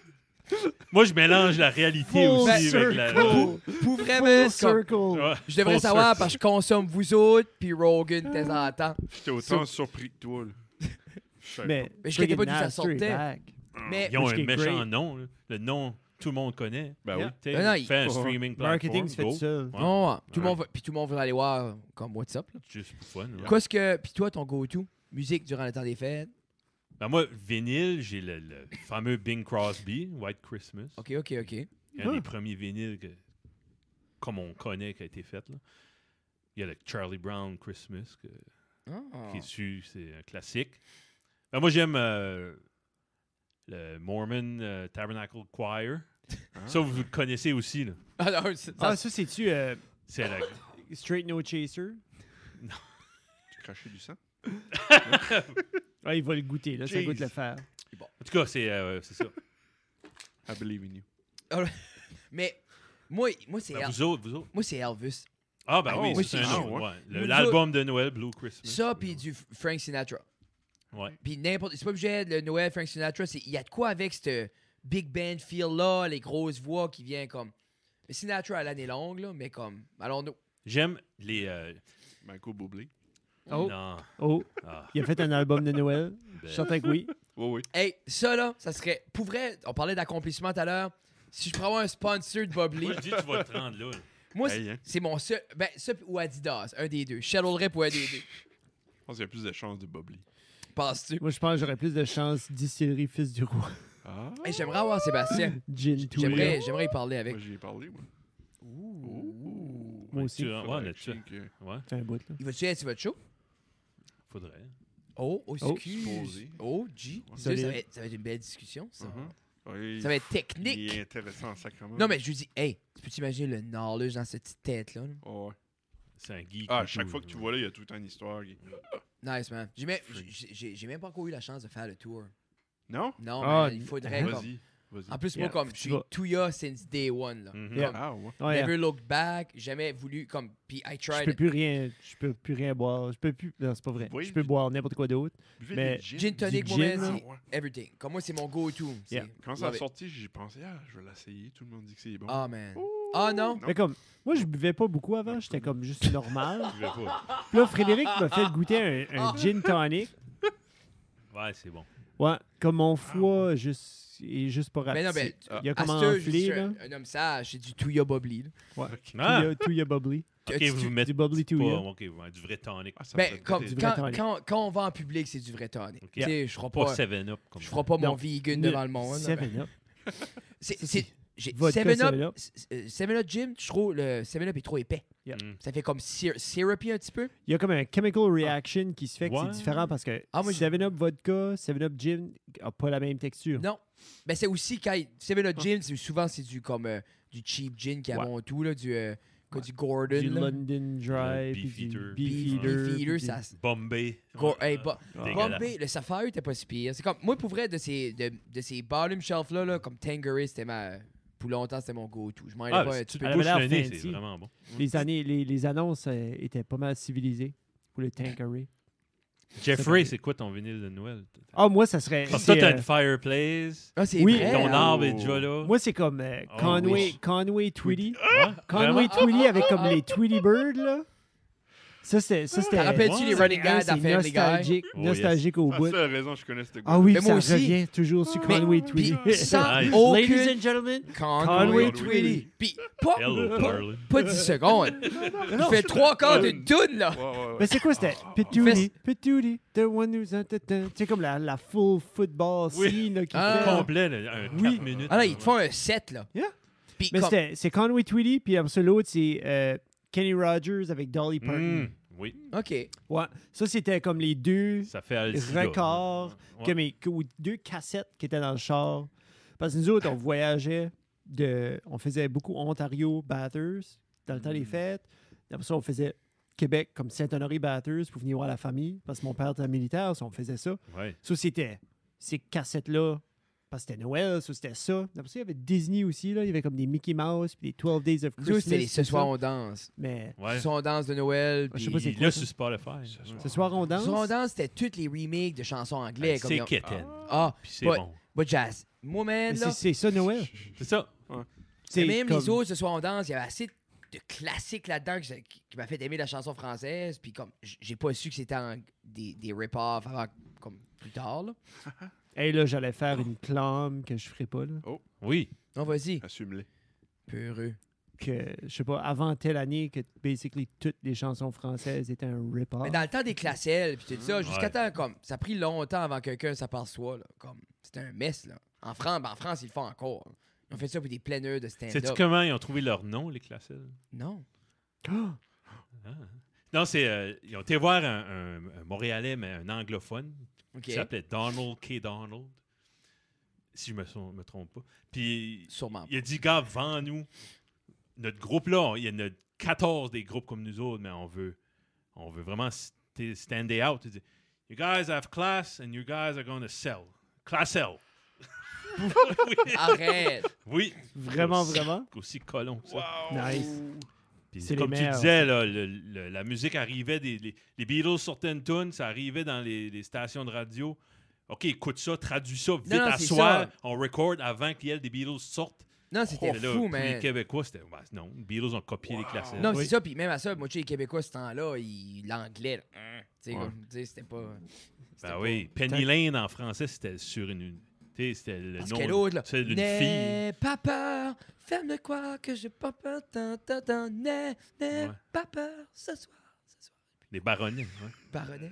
Moi, je mélange la réalité Full aussi avec la. circle. pour vraiment, Full c'est comme- circle. Ouais. je devrais Full savoir circle. parce que je consomme vous autres, puis Rogan de temps en temps. j'étais autant surpris que toi, là. Je savais Mais, Mais je savais pas d'où ça Napster est sortait. back. Mais Ils ont Which un is méchant great. nom. là. Le nom, tout le monde connaît. pas. Ben Yeah. oui. Tu sais, Ben non, il- fait un Oh. streaming platform. Marketing se fait go. tout seul. Ouais. non, tout le Ouais. monde va, puis tout le monde veut aller voir comme WhatsApp. Là. Juste pour fun. ouais. Qu'est-ce que, puis toi, ton go-to musique durant le temps des fêtes? Ben moi, vinyle, j'ai le, le fameux Bing Crosby, White Christmas. Ok, ok, ok. Un Ah. des premiers vinyles que, comme on connaît qui a été fait. Là. Il y a le Charlie Brown Christmas que, Ah. qui est su, c'est un classique. Ben moi, j'aime euh, le Mormon euh, Tabernacle Choir. Ah. Ça, vous le connaissez aussi. Là. Ah, non, c'est- Ah, ça- ça, c'est-tu euh, C'est la... Straight No Chaser? Tu crachais du sang? Ah, il va le goûter, là. Ça Jeez. goûte le faire. En tout cas, c'est euh, c'est ça. I believe in you. Mais moi, moi c'est Ben, El- vous autres, vous autres. moi, c'est Elvis. Ah, ben Oh, oui, moi, c'est c'est un chaud, autre, ouais. ouais. Le- Nous L'album de Noël, Blue Christmas. Ça, puis du F- Frank Sinatra. Ouais. Puis n'importe. C'est pas obligé de le Noël, Frank Sinatra. c'est- Il y a de quoi avec ce big band feel-là, les grosses voix qui viennent comme. Mais Sinatra à l'année longue, là, mais comme. Allons-nous. J'aime les. euh, Michael Bublé. Oh, Non. oh, Ah, il a fait un album de Noël. Je ben, suis certain que oui. Oui, oui. Hey, ça, là, ça serait. Pour vrai, on parlait d'accomplissement tout à l'heure. Si je pourrais avoir un sponsor de Bob Lee, Moi, je dis, tu vas te rendre là. là. moi, Hey, c'est- hein. c'est mon seul. Ben, ça ou Adidas, un des deux. Shadowrep ou un des deux. Je pense qu'il y a plus de chances de Bublé. Penses-tu? Moi, je pense que j'aurais plus de chance distillerie Fils du Roi. Ah! Hey, j'aimerais avoir Sébastien. Gin to J'aimerais, j'aimerais y parler avec. Moi, j'y ai parlé, moi. Ouh. Moi aussi. Tu- ouais, Faudrait là, que tu- je que- ouais, C'est un bout, là. Il va-tu être sur votre show? faudrait. Oh, oh, Oh. excuse. Supposé. Oh, G. Ouais. Ça, ça, Solide. va être, ça va être une belle discussion, ça. Mhm. Oui, Ça va être il technique. est intéressant en sacrement. Non, mais je lui dis, hey, tu peux t'imaginer le knowledge dans cette petite tête-là? là? Oh, ouais. C'est un geek. Ah, et chaque tout, fois que tu là. vois là, il y a tout le temps une histoire. qui- Nice, man. J'ai même, j'ai- j'ai- j'ai même pas encore eu la chance de faire le tour. Non? Non, Ah, man, il faudrait comme... Vas-y. Vas-y. En plus, Yeah, moi, comme, tu je suis vas. Touya since day one, là. Mhm. Yeah. Ah, ouais. Ouais, Never looked back, jamais voulu, comme, puis I je tried. peux plus rien, je peux plus rien boire. Je peux plus, non, c'est pas vrai. Oui, je peux puis- boire n'importe quoi d'autre. Buvez Mais- des gins. Gin tonic, Du moi, gin, man, là. c'est Ouais. everything. Comme moi, c'est mon go-to. c'est- Yeah. Quand ça a love it. sorti, j'ai pensé, ah, je vais l'essayer. Tout le monde dit que c'est bon. Ah, man. Ouh. Ah, non? Non. Mais comme, moi, je buvais pas beaucoup avant. J'étais comme juste normal. Je vais pas. Puis là, Frédéric m'a fait goûter un, un Ah. gin tonic. Ouais, c'est bon. Ouais, comme mon foie juste, est juste pas Mais non, rapide. mais Il a à comme cette heure, je enflé, suis là. un, un homme sage, c'est du Touya Bubbly. là. Ouais. Ah! Touya- Touya bubbly. Ok, Tu- vous tu- mettez du bubbly pas, Touya. ok, ouais, du vrai tonic. Ah, ça Ben, pourrait comme, peut-être Du être- vrai quand, tonic. quand, quand on va en public, c'est du vrai tonic. Ok. Tu sais, je ferai Pas pas, seven up comme je ça. ferai pas Non. mon vegan devant le monde. là. Seven Up. C'est, Ça, c'est, c'est j'ai, vodka seven seven Up, seven Up Jim, je trouve le seven Up est trop épais. Yeah. Mm. Ça fait comme syr- syrupy un petit peu. Il y a comme un chemical reaction qui se fait que Ouais. c'est différent parce que Ah, moi, j'ai- seven Up vodka, seven Up gin a pas la même texture. Non. Ben, c'est aussi quand seven Up Jim, c'est, souvent c'est du comme euh, du cheap gin qui a Ouais. bon tout, là, du, euh, quoi, Ouais. du Gordon. Du là. London Dry, Le puis du Beefeater. Beefeater. Beefeater, puis ça. du- Bombay. Go- Ouais, hey, euh, ba- dégueulasse. Bombay, le Sapphire était pas si pire. C'est comme, moi, pour vrai, de ces, de, de ces bottom shelf-là, là, comme Tanqueray, c'était ma, pour longtemps, c'était mon go-to. Je m'en Ah, pas un si petit tu peu. Elle te avait bouches le l'air nez, fancy. c'est vraiment bon. Les, années, les, les annonces euh, étaient pas mal civilisées pour le Tanqueray. Jeffrey, c'est quoi ton vinyle de Noël? Ah, moi, ça serait. Parce que c'est, toi, t'as euh, une fireplace, Ah, c'est Oui, vrai. ton hein? arbre est déjà là. moi, c'est comme euh, Oh, Conway, oui. Conway Tweety. Ouais, Conway vraiment? Tweety avec comme les Tweety Birds, là. Ça, c'était. Ça, c'était T'en rappelles-tu Ouais. les running gags c'est dans Family Guy? nostalgique, Oh, yes. nostalgique au Ah, bout. c'est la raison que je connais ce gars. Ah oui, Mais ça moi aussi. revient toujours sur Mais- Conway Tweety. Puis sans Nice. aucune... Ladies and gentlemen, Conway Conway Tweety. Puis pas, Hello, pas, darling. pas dix secondes. Il fait trois quarts d'une toune, là. Ouais, ouais, ouais. mais c'est quoi c'était? Patootie, Patootie, the one who's on the tu sais, comme la, la full football Oui. scene là, qu'il Ah. fait. Complet, là, un Oui. quatre minutes. Ah là, ils te font un set, là. Yeah. Puis Mais comme- c'était- c'est Conway Tweety, puis après ça, l'autre, c'est euh, Kenny Rogers avec Dolly Parton. Mm, oui, OK. Ouais. Ça, c'était comme les deux ça fait Alcida. records, Ouais. comme les- ou deux cassettes qui étaient dans le char. Parce que nous autres, on voyageait de. On faisait beaucoup Ontario Bathurst dans le temps Mm. des fêtes. Après ça, on faisait Québec comme Saint-Honoré Bathurst pour venir voir la famille. Parce que mon père était militaire, ça, on faisait ça. Ouais. Ça, c'était ces cassettes-là. Parce que c'était Noël, ça, c'était ça. Après ça, il y avait Disney aussi. Là. Il y avait comme des Mickey Mouse puis des twelve Days of Nous, Christmas. c'était les tout Ce soir, ça. on danse. Mais Ouais. Ce soir, on danse de Noël. Je sais puis- pas c'est Il quoi, là ça? sur Spotify. ce soir, on Ce danse. soir, on danse, c'était tous les remakes de chansons anglais. comme ils C'est ont- Kitten. Ah, Puis c'est pas- bon. but jazz. Moi, man, Mais là, c'est- C'est ça, Noël. C'est ça. c'est même comme- les autres, Ce soir, on danse, il y avait assez de classiques là-dedans que j'ai- qui, qui m'a fait aimer la chanson française. Puis comme, j- j'ai pas su que c'était en- des, des rip-offs avant, comme plus tard, là. Hey, là, j'allais faire une clame que je ferais pas, là. Oui. Non, vas-y. Assume-les. Peureux. Que, je sais pas, avant telle année, que basically toutes les chansons françaises étaient un rip-off. Mais dans le temps des classelles, puis tout ça, jusqu'à Ouais. temps, comme, ça a pris longtemps avant que quelqu'un s'aperçoit, là. Comme, c'était un mess, là. En France, ben, en France, ils le font encore. Là. Ils ont fait ça pour des planeurs de Sais-tu stand-up. comment ils ont trouvé leur nom, les Classels? Non. Ah! Ah. Non, c'est. euh, ils ont été voir un, un- un Montréalais, mais un anglophone, OK. qui s'appelait Donald K. Donald. Si je me, son- me trompe pas. Puis Sûrement. il a dit, gars, vends-nous. Notre groupe-là, il y en a quatorze des groupes comme nous autres, mais on veut, on veut vraiment st- stand out. Il dit, you guys have class and you guys are going to sell. Classel. oui. Arrête. Oui. Vraiment, Aussi- vraiment? Aussi colon, ça. Nice. Puis C'est comme les tu meilleurs, disais, là, le- le- la musique arrivait, des, les, les Beatles sortaient une tune, ça arrivait dans les, les stations de radio. OK, écoute ça, traduis ça vite Non, non, à c'est soir, ça. on record avant que les Beatles sortent. Non, c'était Oh, là, fou, pour man. les Québécois, c'était... bah, non, les Beatles ont copié les classiques. Non, mais Oui. c'est ça. Puis même à ça, moi, tu sais, les Québécois, ce temps-là, ils- l'anglais, là, hein, tu sais, Ouais. comme, tu sais, c'était pas... c'était Ben pas- oui, Penny Lane en français, c'était sur une... Tu sais, c'était le Parce nom... que l'autre, là, C'est d'une fille. n'aie pas peur, ferme quoi que j'ai pas peur, tant, tant, tant, n'aie, n'aie Ouais. pas peur, ce soir, ce soir. Les baronnets, ouais. Baronnet.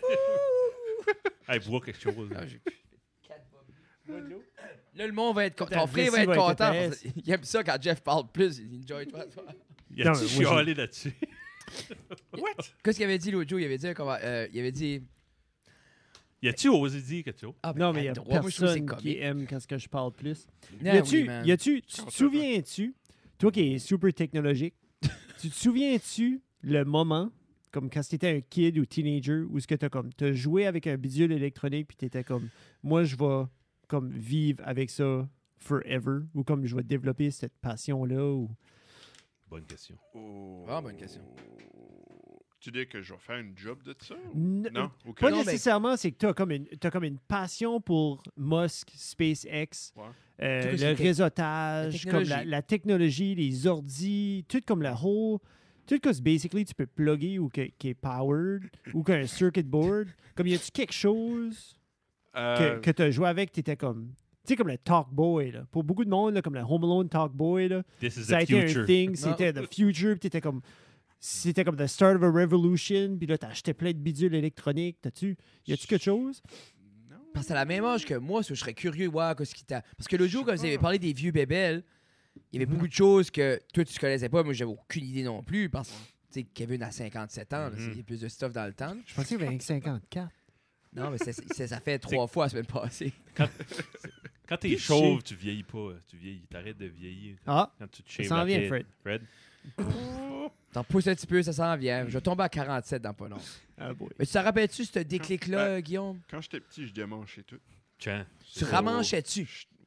Hey, bois quelque chose. Ah, j'ai plus quatre bobos. Là, le monde va être content. Ta Ton frère va vessie être va être content. épaisse. parce qu'il aime ça quand Jeff parle plus. Il enjoy toi. toi. Il Non, a-tu mais moi, chialé là-dessus? Qu'est-ce qu'il avait dit l'autre jour? Il avait dit comment. euh, il avait dit. Y a-tu osé dire quelque chose? Ah, ben, Non, mais il y a droit. Moi, je trouve que c'est personne qui comique. aime quand ce que je parle plus. Non, y a-tu, oui, man. y a-tu, tu te souviens-tu, toi qui es super technologique, tu te souviens-tu le moment, comme quand tu étais un kid ou teenager, où ce que tu as comme, t'as joué avec un bidule électronique puis tu étais comme, moi je vais comme vivre avec ça forever, ou comme je vais développer cette passion-là, ou... Bonne question. Oh. Ah, bonne question. Tu dis que je vais faire une job de ça? ou- N- Non? OK. Pas Non, mais- nécessairement, c'est que tu as comme une, t'as comme une passion pour Musk, SpaceX, Ouais. euh, Tout le c'est tec- réseautage, la comme la, technologie. la technologie, les ordis, tout comme la whole. Tout que basically tu peux plugger ou que- qui est powered ou qu'un circuit board. Comme y a-tu quelque chose que, Euh, que tu as joué avec, tu étais comme. Tu sais, comme le Talk Boy. Là. Pour beaucoup de monde, là, comme le Home Alone Talk Boy, là, This is ça a the été future. un thing, c'était the future, puis t'étais comme. C'était comme the start of a revolution, puis là, t'achetais plein de bidules électroniques. T'as-tu. Y a-tu quelque chose? non. Parce que t'as la même âge que moi, so je serais curieux de voir ce qui t'a. Parce que le jour, quand vous avez parlé des vieux bébelles, il y avait beaucoup de choses que toi, tu connaissais pas. Moi, j'avais aucune idée non plus. Parce que, tu sais, Kevin a cinquante-sept ans. là, Mhm. Il y a plus de stuff dans le temps. là. Je pensais qu'il y avait cinquante-quatre. Non, mais c'est- c'est- ça fait trois fois la semaine passée. Quand t'es Piché. chauve, tu vieillis pas. Tu vieillis. T'arrêtes de vieillir. Ah, Quand tu te ça shaves s'en la vient, tête. Fred. Fred? T'en pousses un petit peu, ça s'en vient. Je vais tomber à quarante-sept dans pas long. Ah, boy. Mais tu te rappelles-tu ce déclic-là, Ben, Guillaume? Quand j'étais petit, je démanchais tout. Tiens. Tu Oh. ramanchais-tu? Je-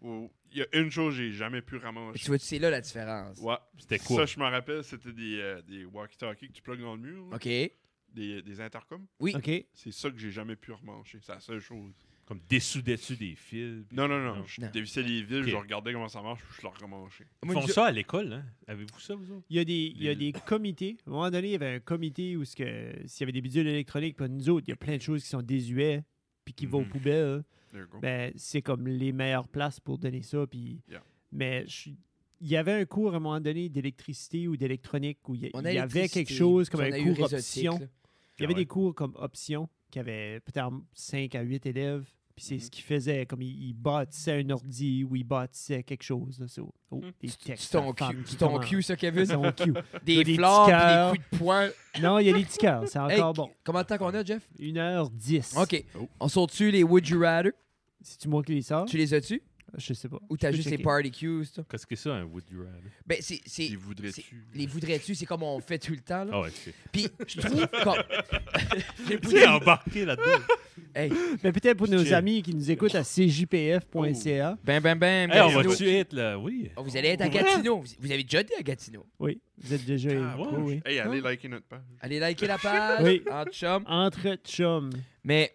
Oh, il y a une chose que j'ai jamais pu ramasser. Tu vois, c'est là la différence. Ouais. C'était quoi? Ça, je me rappelle, c'était des, euh, des walkie-talkies que tu plugues dans le mur. là. OK. Des, des intercoms. Oui. OK. C'est ça que j'ai jamais pu remancher. C'est la seule chose. Comme dessus-dessus des fils. puis- Non, non, non. Non. Je Non. dévissais les vis, Ok. je regardais comment ça marche, puis je le remanchais. Ils Moi, font je- ça à l'école, hein? Avez-vous ça, vous autres? Il y a des, il y a Les- des comités. À un moment donné, il y avait un comité où ce que, s'il y avait des bidules électroniques, puis nous autres, il y a plein de choses qui sont désuets puis qui vont aux Mhm. poubelles. There you go. Ben, c'est comme les meilleures places pour donner ça. Puis, Yeah. Mais je- il y avait un cours à un moment donné d'électricité ou d'électronique où il y, On il a y avait l'électricité, quelque chose comme puis un on a eu cours réseautique, option. là. Il y avait Ah ouais. des cours comme option qui avaient peut-être cinq à huit élèves. Puis c'est Mhm. ce qu'ils faisaient, comme ils, ils bâtissaient un ordi ou ils bâtissaient quelque chose. Là, so- oh, Mhm. des C'est textes ton à femmes cul, qui c'est ton commencent. cul, ça, Kevin? Son cul. Des des fleurs petits puis cœurs. des coups de poing. Non, il y a des petits cœurs. C'est Hey, encore bon. Combien de temps qu'on a, Jeff? une heure dix. OK. Oh. On sort-tu les Would You Rather? C'est-tu moi qui les sors? Tu les as-tu? Je sais pas. Ou t'as Je peux juste les checker. Party Cues, toi? Qu'est-ce que c'est, un Would You Rather? Ben, c'est... c'est- Les voudrais-tu? Les voudrais-tu, c'est comme on fait tout le temps, là. Ah ouais, c'est... Puis, je trouve comme... Les Tu es voudrais- embarqué là-dedans. Hey, Mais peut-être pour nos Chill. amis qui nous écoutent à c j p f point c a. bam, bam, bam. Hey, on Gatineau. va-tu être là? Oui. Oh, vous allez être à Pour vrai? Gatineau. Vous, vous avez déjà été à Gatineau. Oui, vous êtes déjà... Ah, oui, ouais. oui. Hey, allez liker notre page. Allez liker la page. Oui. En chum. Entre chums. Mais,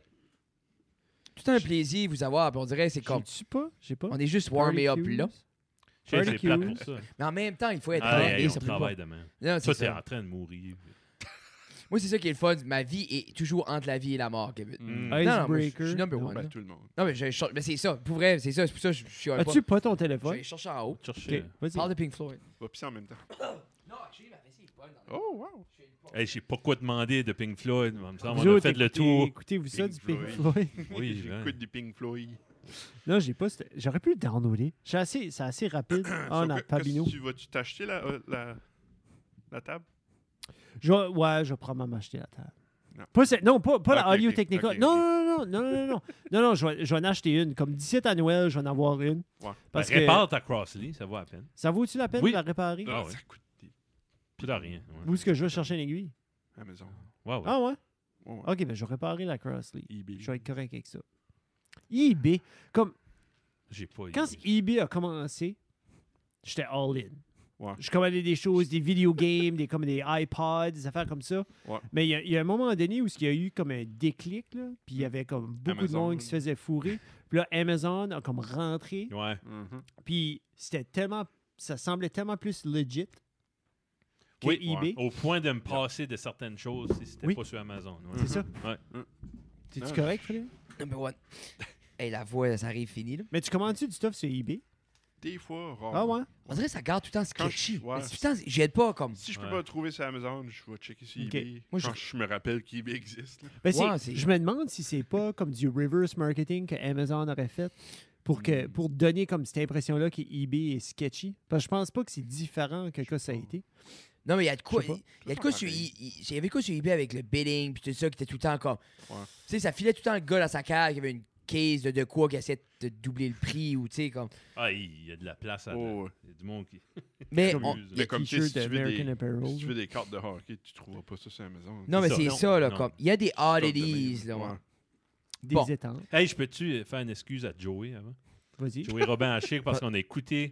tout un plaisir de vous avoir. Puis on dirait, c'est comme... J'ai-tu pas? J'ai pas. On est juste warmé up Barbecues. là. Je sais, C'est Barbecue. plate pour ça. Mais en même temps, il faut être Ah, warmé, hey, on ça peut pas. travaille demain. Non, c'est Toi, t'es ça. en train de mourir. Moi, c'est ça qui est le fun. Ma vie est toujours entre la vie et la mort, Kevin. Mm. Mm. Non, non, moi, je- Icebreaker. je suis number Non. one. Ben, là. tout le monde. Non, mais, je, je- mais c'est ça. Pour vrai, c'est ça. C'est pour ça que je, je suis un As-tu pas ton Je téléphone? vais chercher en haut. Chercher. Ok, vas-y. Parle de Pink Floyd. Va pisser en même temps. Non, actually, ma fessée est bonne. Oh, wow. Hey, je sais pas quoi demander de Pink Floyd. Il me semble Vous qu'on a autres, fait le écoutez- tour. Écoutez-vous ça Pink du Pink Floyd. Floyd? Oui, hein. J'écoute du Pink Floyd. Non, j'ai pas. cette- J'aurais pu le downloader. Je suis assez- C'est assez rapide. Ah, So, non, que- Pabino. qu'est-ce que Tu vas-tu t'acheter la, euh, la, la table? Je vais- ouais, je vais probablement m'acheter la table. Non. Pas ce- non, pas, pas la Ok, Audio ok, Technica. ok, non, ok. non, non, non, non, non, non. Non, non, je vais, je vais en acheter une. Comme d'ici à Noël, je vais en avoir une. Ouais. Parce Ben, que répare ta Crossley, ça vaut à peine. ça vaut-tu la peine Oui. de la réparer? Ah Ah, ouais. ça coûte des Plus de rien. Ouais. Où est-ce que je vais chercher une aiguille? à la maison. Ouais, ouais. Ah ouais? Ouais, ouais. Ok, ben je vais réparer la Crossley. eBay. Je vais être correct avec ça. eBay, comme J'ai pas quand eu. eBay a commencé, j'étais all-in. Ouais. Je commandais des choses, des video games, des, comme des iPods, des affaires comme ça. Ouais. Mais il y, a- il y a un moment donné où il y a eu comme un déclic, là, puis il y avait comme beaucoup Amazon. de monde qui se faisait fourrer. Puis là, Amazon a comme rentré, Ouais. Mhm. puis c'était tellement, ça semblait tellement plus legit que Oui, eBay. Au point de me passer de certaines choses si c'était Oui. pas sur Amazon. ouais. C'est ça? Ouais. T'es-tu Ah, correct, Frédéric? Number one. Hey, la voix, ça arrive fini, là. Mais tu commandes-tu du stuff sur eBay? Des fois, rare. Ah ouais? On dirait que ça garde tout le temps Quand sketchy. je- ouais. Mais Putain, j'aide pas comme. Si je peux Ouais. pas le trouver sur Amazon, je vais checker sur Ok. eBay. Moi, je- Quand je... me rappelle qu'eBay existe. là. Ben, c'est- Ouais, c'est- je me demande si c'est pas comme du reverse marketing que Amazon aurait fait pour, que, Hmm. pour donner comme cette impression-là que eBay est sketchy. Parce que je pense pas que c'est différent que que ça a été. Non, mais il y a de quoi. Je sais pas. Il y a de quoi sur. Pareil. Il il- il y avait quoi sur eBay avec le bidding puis tout ça qui était tout le temps comme. Ouais. Tu sais, ça filait tout le temps le gars dans sa cave qui avait une case de, de quoi qui essayait de doubler le prix ou tu sais, comme. Ah, il y a de la place à. Oh, ouais. Il y a du monde qui. Mais. Comme on- use. Mais comme tu sais, T-shirt si tu veux American des- Apparel. Si tu veux des cartes de hockey, tu trouveras pas ça sur Amazon. Non, mais ça. c'est Non, ça, là. non. Comme. Il y a des Stock de oddities, même. là. ouais. Ouais. Des Bon. étangs. Hey, je peux-tu faire une excuse à Joey avant? Vas-y. Joey Robin à Chic parce qu'on a écouté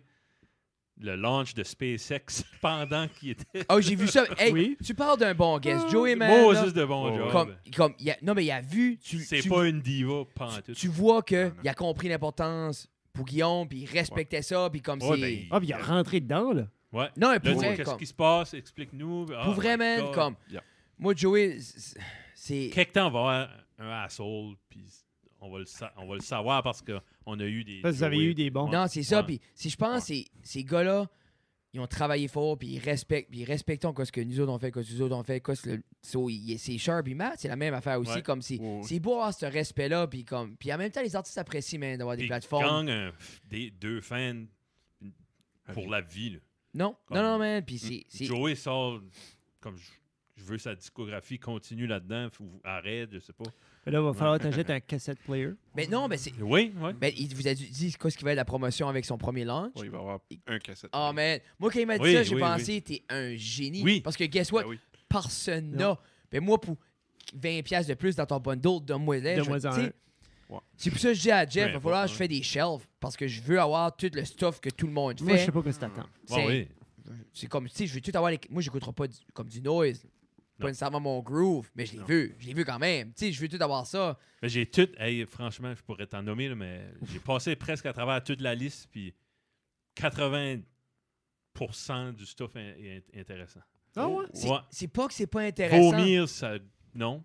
le launch de SpaceX pendant qu'il était. Oh, j'ai vu ça. Hey, Oui. tu parles d'un bon guest. Joey, man. Moses là, de bon Oh, job. comme, comme, il a- non, mais il a vu. Tu, C'est tu- pas une diva, pantoute. Tu vois que Non, non. il a compris l'importance pour Guillaume, puis il respectait ça, puis comme Ouais, c'est. ben, Ah, puis il est rentré dedans, là. Ouais. Non, mais Là, pour dis, vrai, qu'est-ce comme. qui se passe? Explique-nous. Ah, Pour vrai, my man, God. comme. Yeah. Moi, Joey, c'est- c'est. Quelque temps, on va avoir un asshole, puis on va le, sa- on va le savoir parce qu'on a eu des. Parce que vous avez Joey. eu des bons. Non, c'est ça. Ouais. Puis si je pense, c'est ces gars-là, ils ont travaillé fort, puis ils respectent, puis ils respectent quoi ce que nous autres on fait, quoi ce que nous autres on fait, quoi ce que le- so, il- c'est sharp, puis Matt, c'est la même affaire aussi. Ouais. Comme c'est Ouais, ouais. c'est beau avoir ce respect-là, puis comme, puis en même temps, les artistes apprécient, man, d'avoir des Puis plateformes. gang un- des deux fans pour la vie. Là. Non, Comme- non, non, man. Puis c'est. c'est- Joey sort comme je, je veux sa discographie continue là-dedans, ou arrête, je sais pas. Mais là, il va falloir t'achètes un cassette player. Mais non, mais c'est. Oui, oui. Ben, il vous a dit dit quoi ce qui va être la promotion avec son premier launch. Ouais, il va y avoir un cassette. Oh man, moi quand il m'a dit Oui, ça, j'ai oui, pensé t'es un génie. Oui. Parce que guess what, Ben oui. personne Non. n'a. Ben moi pour vingt pièces de plus dans ton bundle, donne-moi Donne-moi je- en tu sais, un. Ouais. C'est pour ça que je dis à Jeff, il va Ouais, falloir ouais. que je fais des shelves parce que je veux avoir tout le stuff que tout le monde Moi, je fait. sais pas que t'attends. Ouais, C'est- oui. C'est comme, tu sais, je veux tout avoir les... Moi, j'écouterai pas du- comme du noise. Pas Non. nécessairement mon groove, mais je l'ai Non. vu. Je l'ai vu quand même. Tu sais, je veux tout avoir ça. Mais j'ai tout. Hey, franchement, je pourrais t'en nommer, là, mais j'ai passé presque à travers toute la liste, puis quatre-vingts pour cent du stuff est, est intéressant. Ah ouais? C'est Ouais. c'est pas que c'est pas intéressant. Vomir, ça. Non.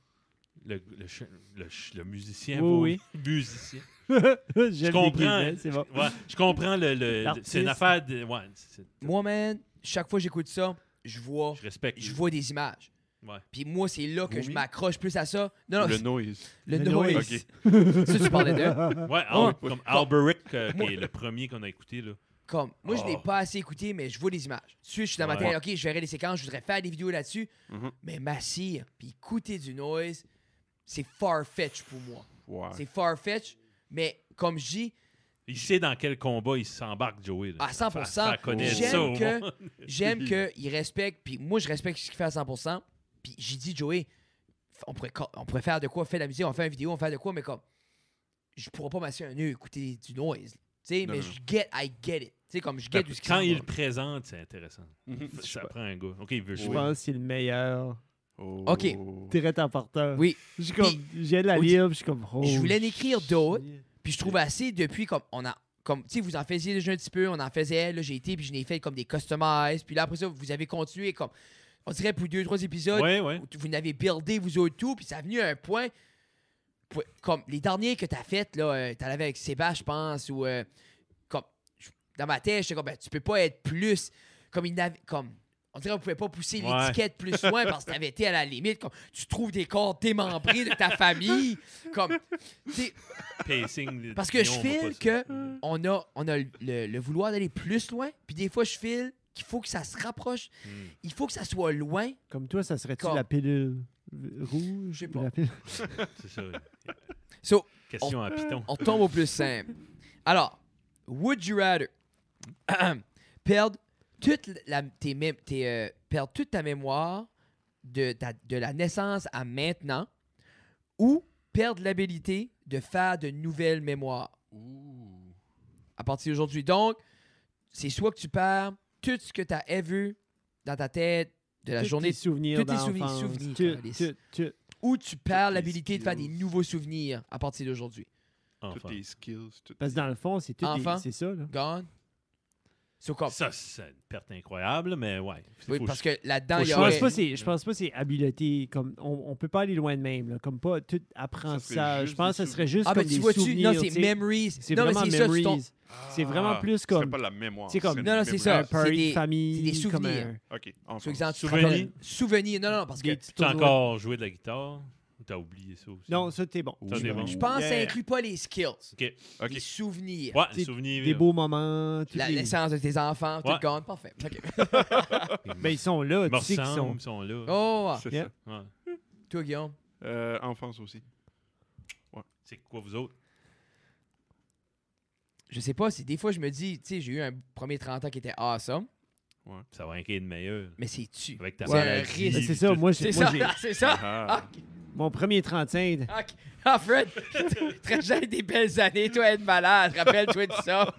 Le, le, ch- le, ch- le musicien. Oui, vomir. Musicien. Je Je comprends. C'est bon. Ouais, je comprends le. le- L'artiste. c'est une affaire de. Ouais, c'est- Moi, man, chaque fois que j'écoute ça, je vois, je respecte. je vois des images. Ouais. Puis moi, c'est là que je Vomir? m'accroche plus à ça. Non, non, Le c'est- noise. le, Le noise. noise. Ça, tu parlais de. Ouais, Al- Ouais. comme Alberic, euh, Moi- qui est le premier qu'on a écouté. Là. Comme, moi, je l'ai Oh. pas assez écouté, mais je vois des images. Ensuite, je suis dans ma Ouais. tête, OK, je verrai des séquences, je voudrais faire des vidéos là-dessus. Mhm. Mais m'assire, puis écouter du noise, c'est far-fetch pour moi. Ouais. C'est far-fetch, mais comme je dis, Il sait dans quel combat il s'embarque, Joey. là. À cent pour cent. Faire- faire connaître J'aime ça au que- monde. j'aime qu'il respecte, puis moi, je respecte ce qu'il fait à cent pour cent. Puis j'ai dit, Joey, on pourrait, co- on pourrait faire de quoi, faire de la musique, on fait une vidéo, on fait de quoi, mais comme, je pourrais pas m'asseoir un nœud écouter du noise. Tu sais, Non, mais non. je get, I get it. Tu sais, comme je get tout ce qui Quand s'en il va. le présente, c'est intéressant. Mhm. Ça prend un gars. OK, il veut Je jouer. pense que c'est le meilleur. Oh. Ok. Direct en partant. Oui. Je suis comme, je viens de la au- lire, puis je suis comme, oh, Je voulais en écrire d'autres, shit. puis je trouve assez depuis comme on a comme tu sais vous en faisiez déjà un petit peu, on en faisait, là j'ai été puis je n'ai fait comme des customized, puis là après ça vous avez continué comme on dirait pour deux trois épisodes, Ouais, ouais. où vous n'avez buildé vous autres tout, puis ça a venu à un point pour- comme les derniers que t'as fait là, euh, t'en avais avec Sébastien je pense ou euh, comme je- dans ma tête j'étais comme ben, tu peux pas être plus comme il n'avait comme on dirait qu'on pouvait pas pousser Ouais. l'étiquette plus loin parce que t'avais été à la limite comme tu trouves des corps démembrés de ta famille comme tu sais, Pacing. parce que je on va pas file ça. que on a, on a le, le- le vouloir d'aller plus loin, puis des fois je file qu'il faut que ça se rapproche, Hmm. il faut que ça soit loin. Comme toi, ça serait-tu Comme- la pilule rouge? Je sais ou pas. la pilule- C'est ça. So, Question à Python. on tombe au plus simple. Alors, would you rather perdre toute, la, tes, mé- tes, euh, perdre toute ta mémoire de, ta- de la naissance à maintenant ou perdre l'habilité de faire de nouvelles mémoires Ouh. à partir d'aujourd'hui. Donc, c'est soit que tu perds tout ce que tu as vu dans ta tête de la Tous journée tes souvenirs tous tes souvenirs- d'enfance, souvenirs, tout, câlisse. tout, tout. ou tu perds les l'habilité de faire des skills. nouveaux souvenirs à partir d'aujourd'hui. Enfin. Tous tes skills. toutes Parce que tes- dans le fond, c'est tout. Enfant. des- C'est ça, là. Gone. So, comme, Ça, c'est une perte incroyable, mais ouais. oui, Faut parce ch- que là-dedans, faut il y Je aurait... pense pas c'est je pense pas c'est habileté comme on, on peut pas aller loin de même là, comme pas tout apprentissage. juste Je pense que des ce serait juste Ah, ben comme tu des vois-tu? souvenirs. Non, c'est tu sais. memories. C'est non, mais vraiment c'est ça, tu memories. tombes- C'est vraiment plus c'est comme pas la mémoire. c'est comme- une Non, non, c'est memory. ça. un party c'est des- de famille, c'est des comme souvenirs. un- OK. Par Enfin. exemple, tu te Souvenirs. rappelles- Souvenirs. Non, non, parce que des petits Tu as tournois. encore joué de la guitare ou t'as oublié ça aussi? Non, ça t'es bon. Ça, t'es bon. je pense que ça Yeah. inclut pas les skills. OK. OK. Les souvenirs. Ouais, T'sais, souvenirs. Des beaux moments, tous La les- naissance de tes enfants, tout Ouais. gone. Parfait. OK. Ben ils sont là, Ils me tu sais qu'ils sont. ressemblent, ils sont là. Oh, C'est Yeah. ça. Ouais. toi, Guillaume. Euh, enfance aussi. C'est quoi vous autres? Je sais pas, c'est des fois, je me dis, tu sais, j'ai eu un premier trente ans qui était awesome, Ça va inquiéter de meilleur. mais c'est tu. Avec ta C'est un maladie, risque. Ben, c'est puis ça, tout. moi, C'est j'ai- moi, ça, j'ai c'est ça. Ah. mon premier trente-cinq. Ah, ok. Ah, Fred, très jeune des belles années, toi, être malade. Rappelle-toi de ça.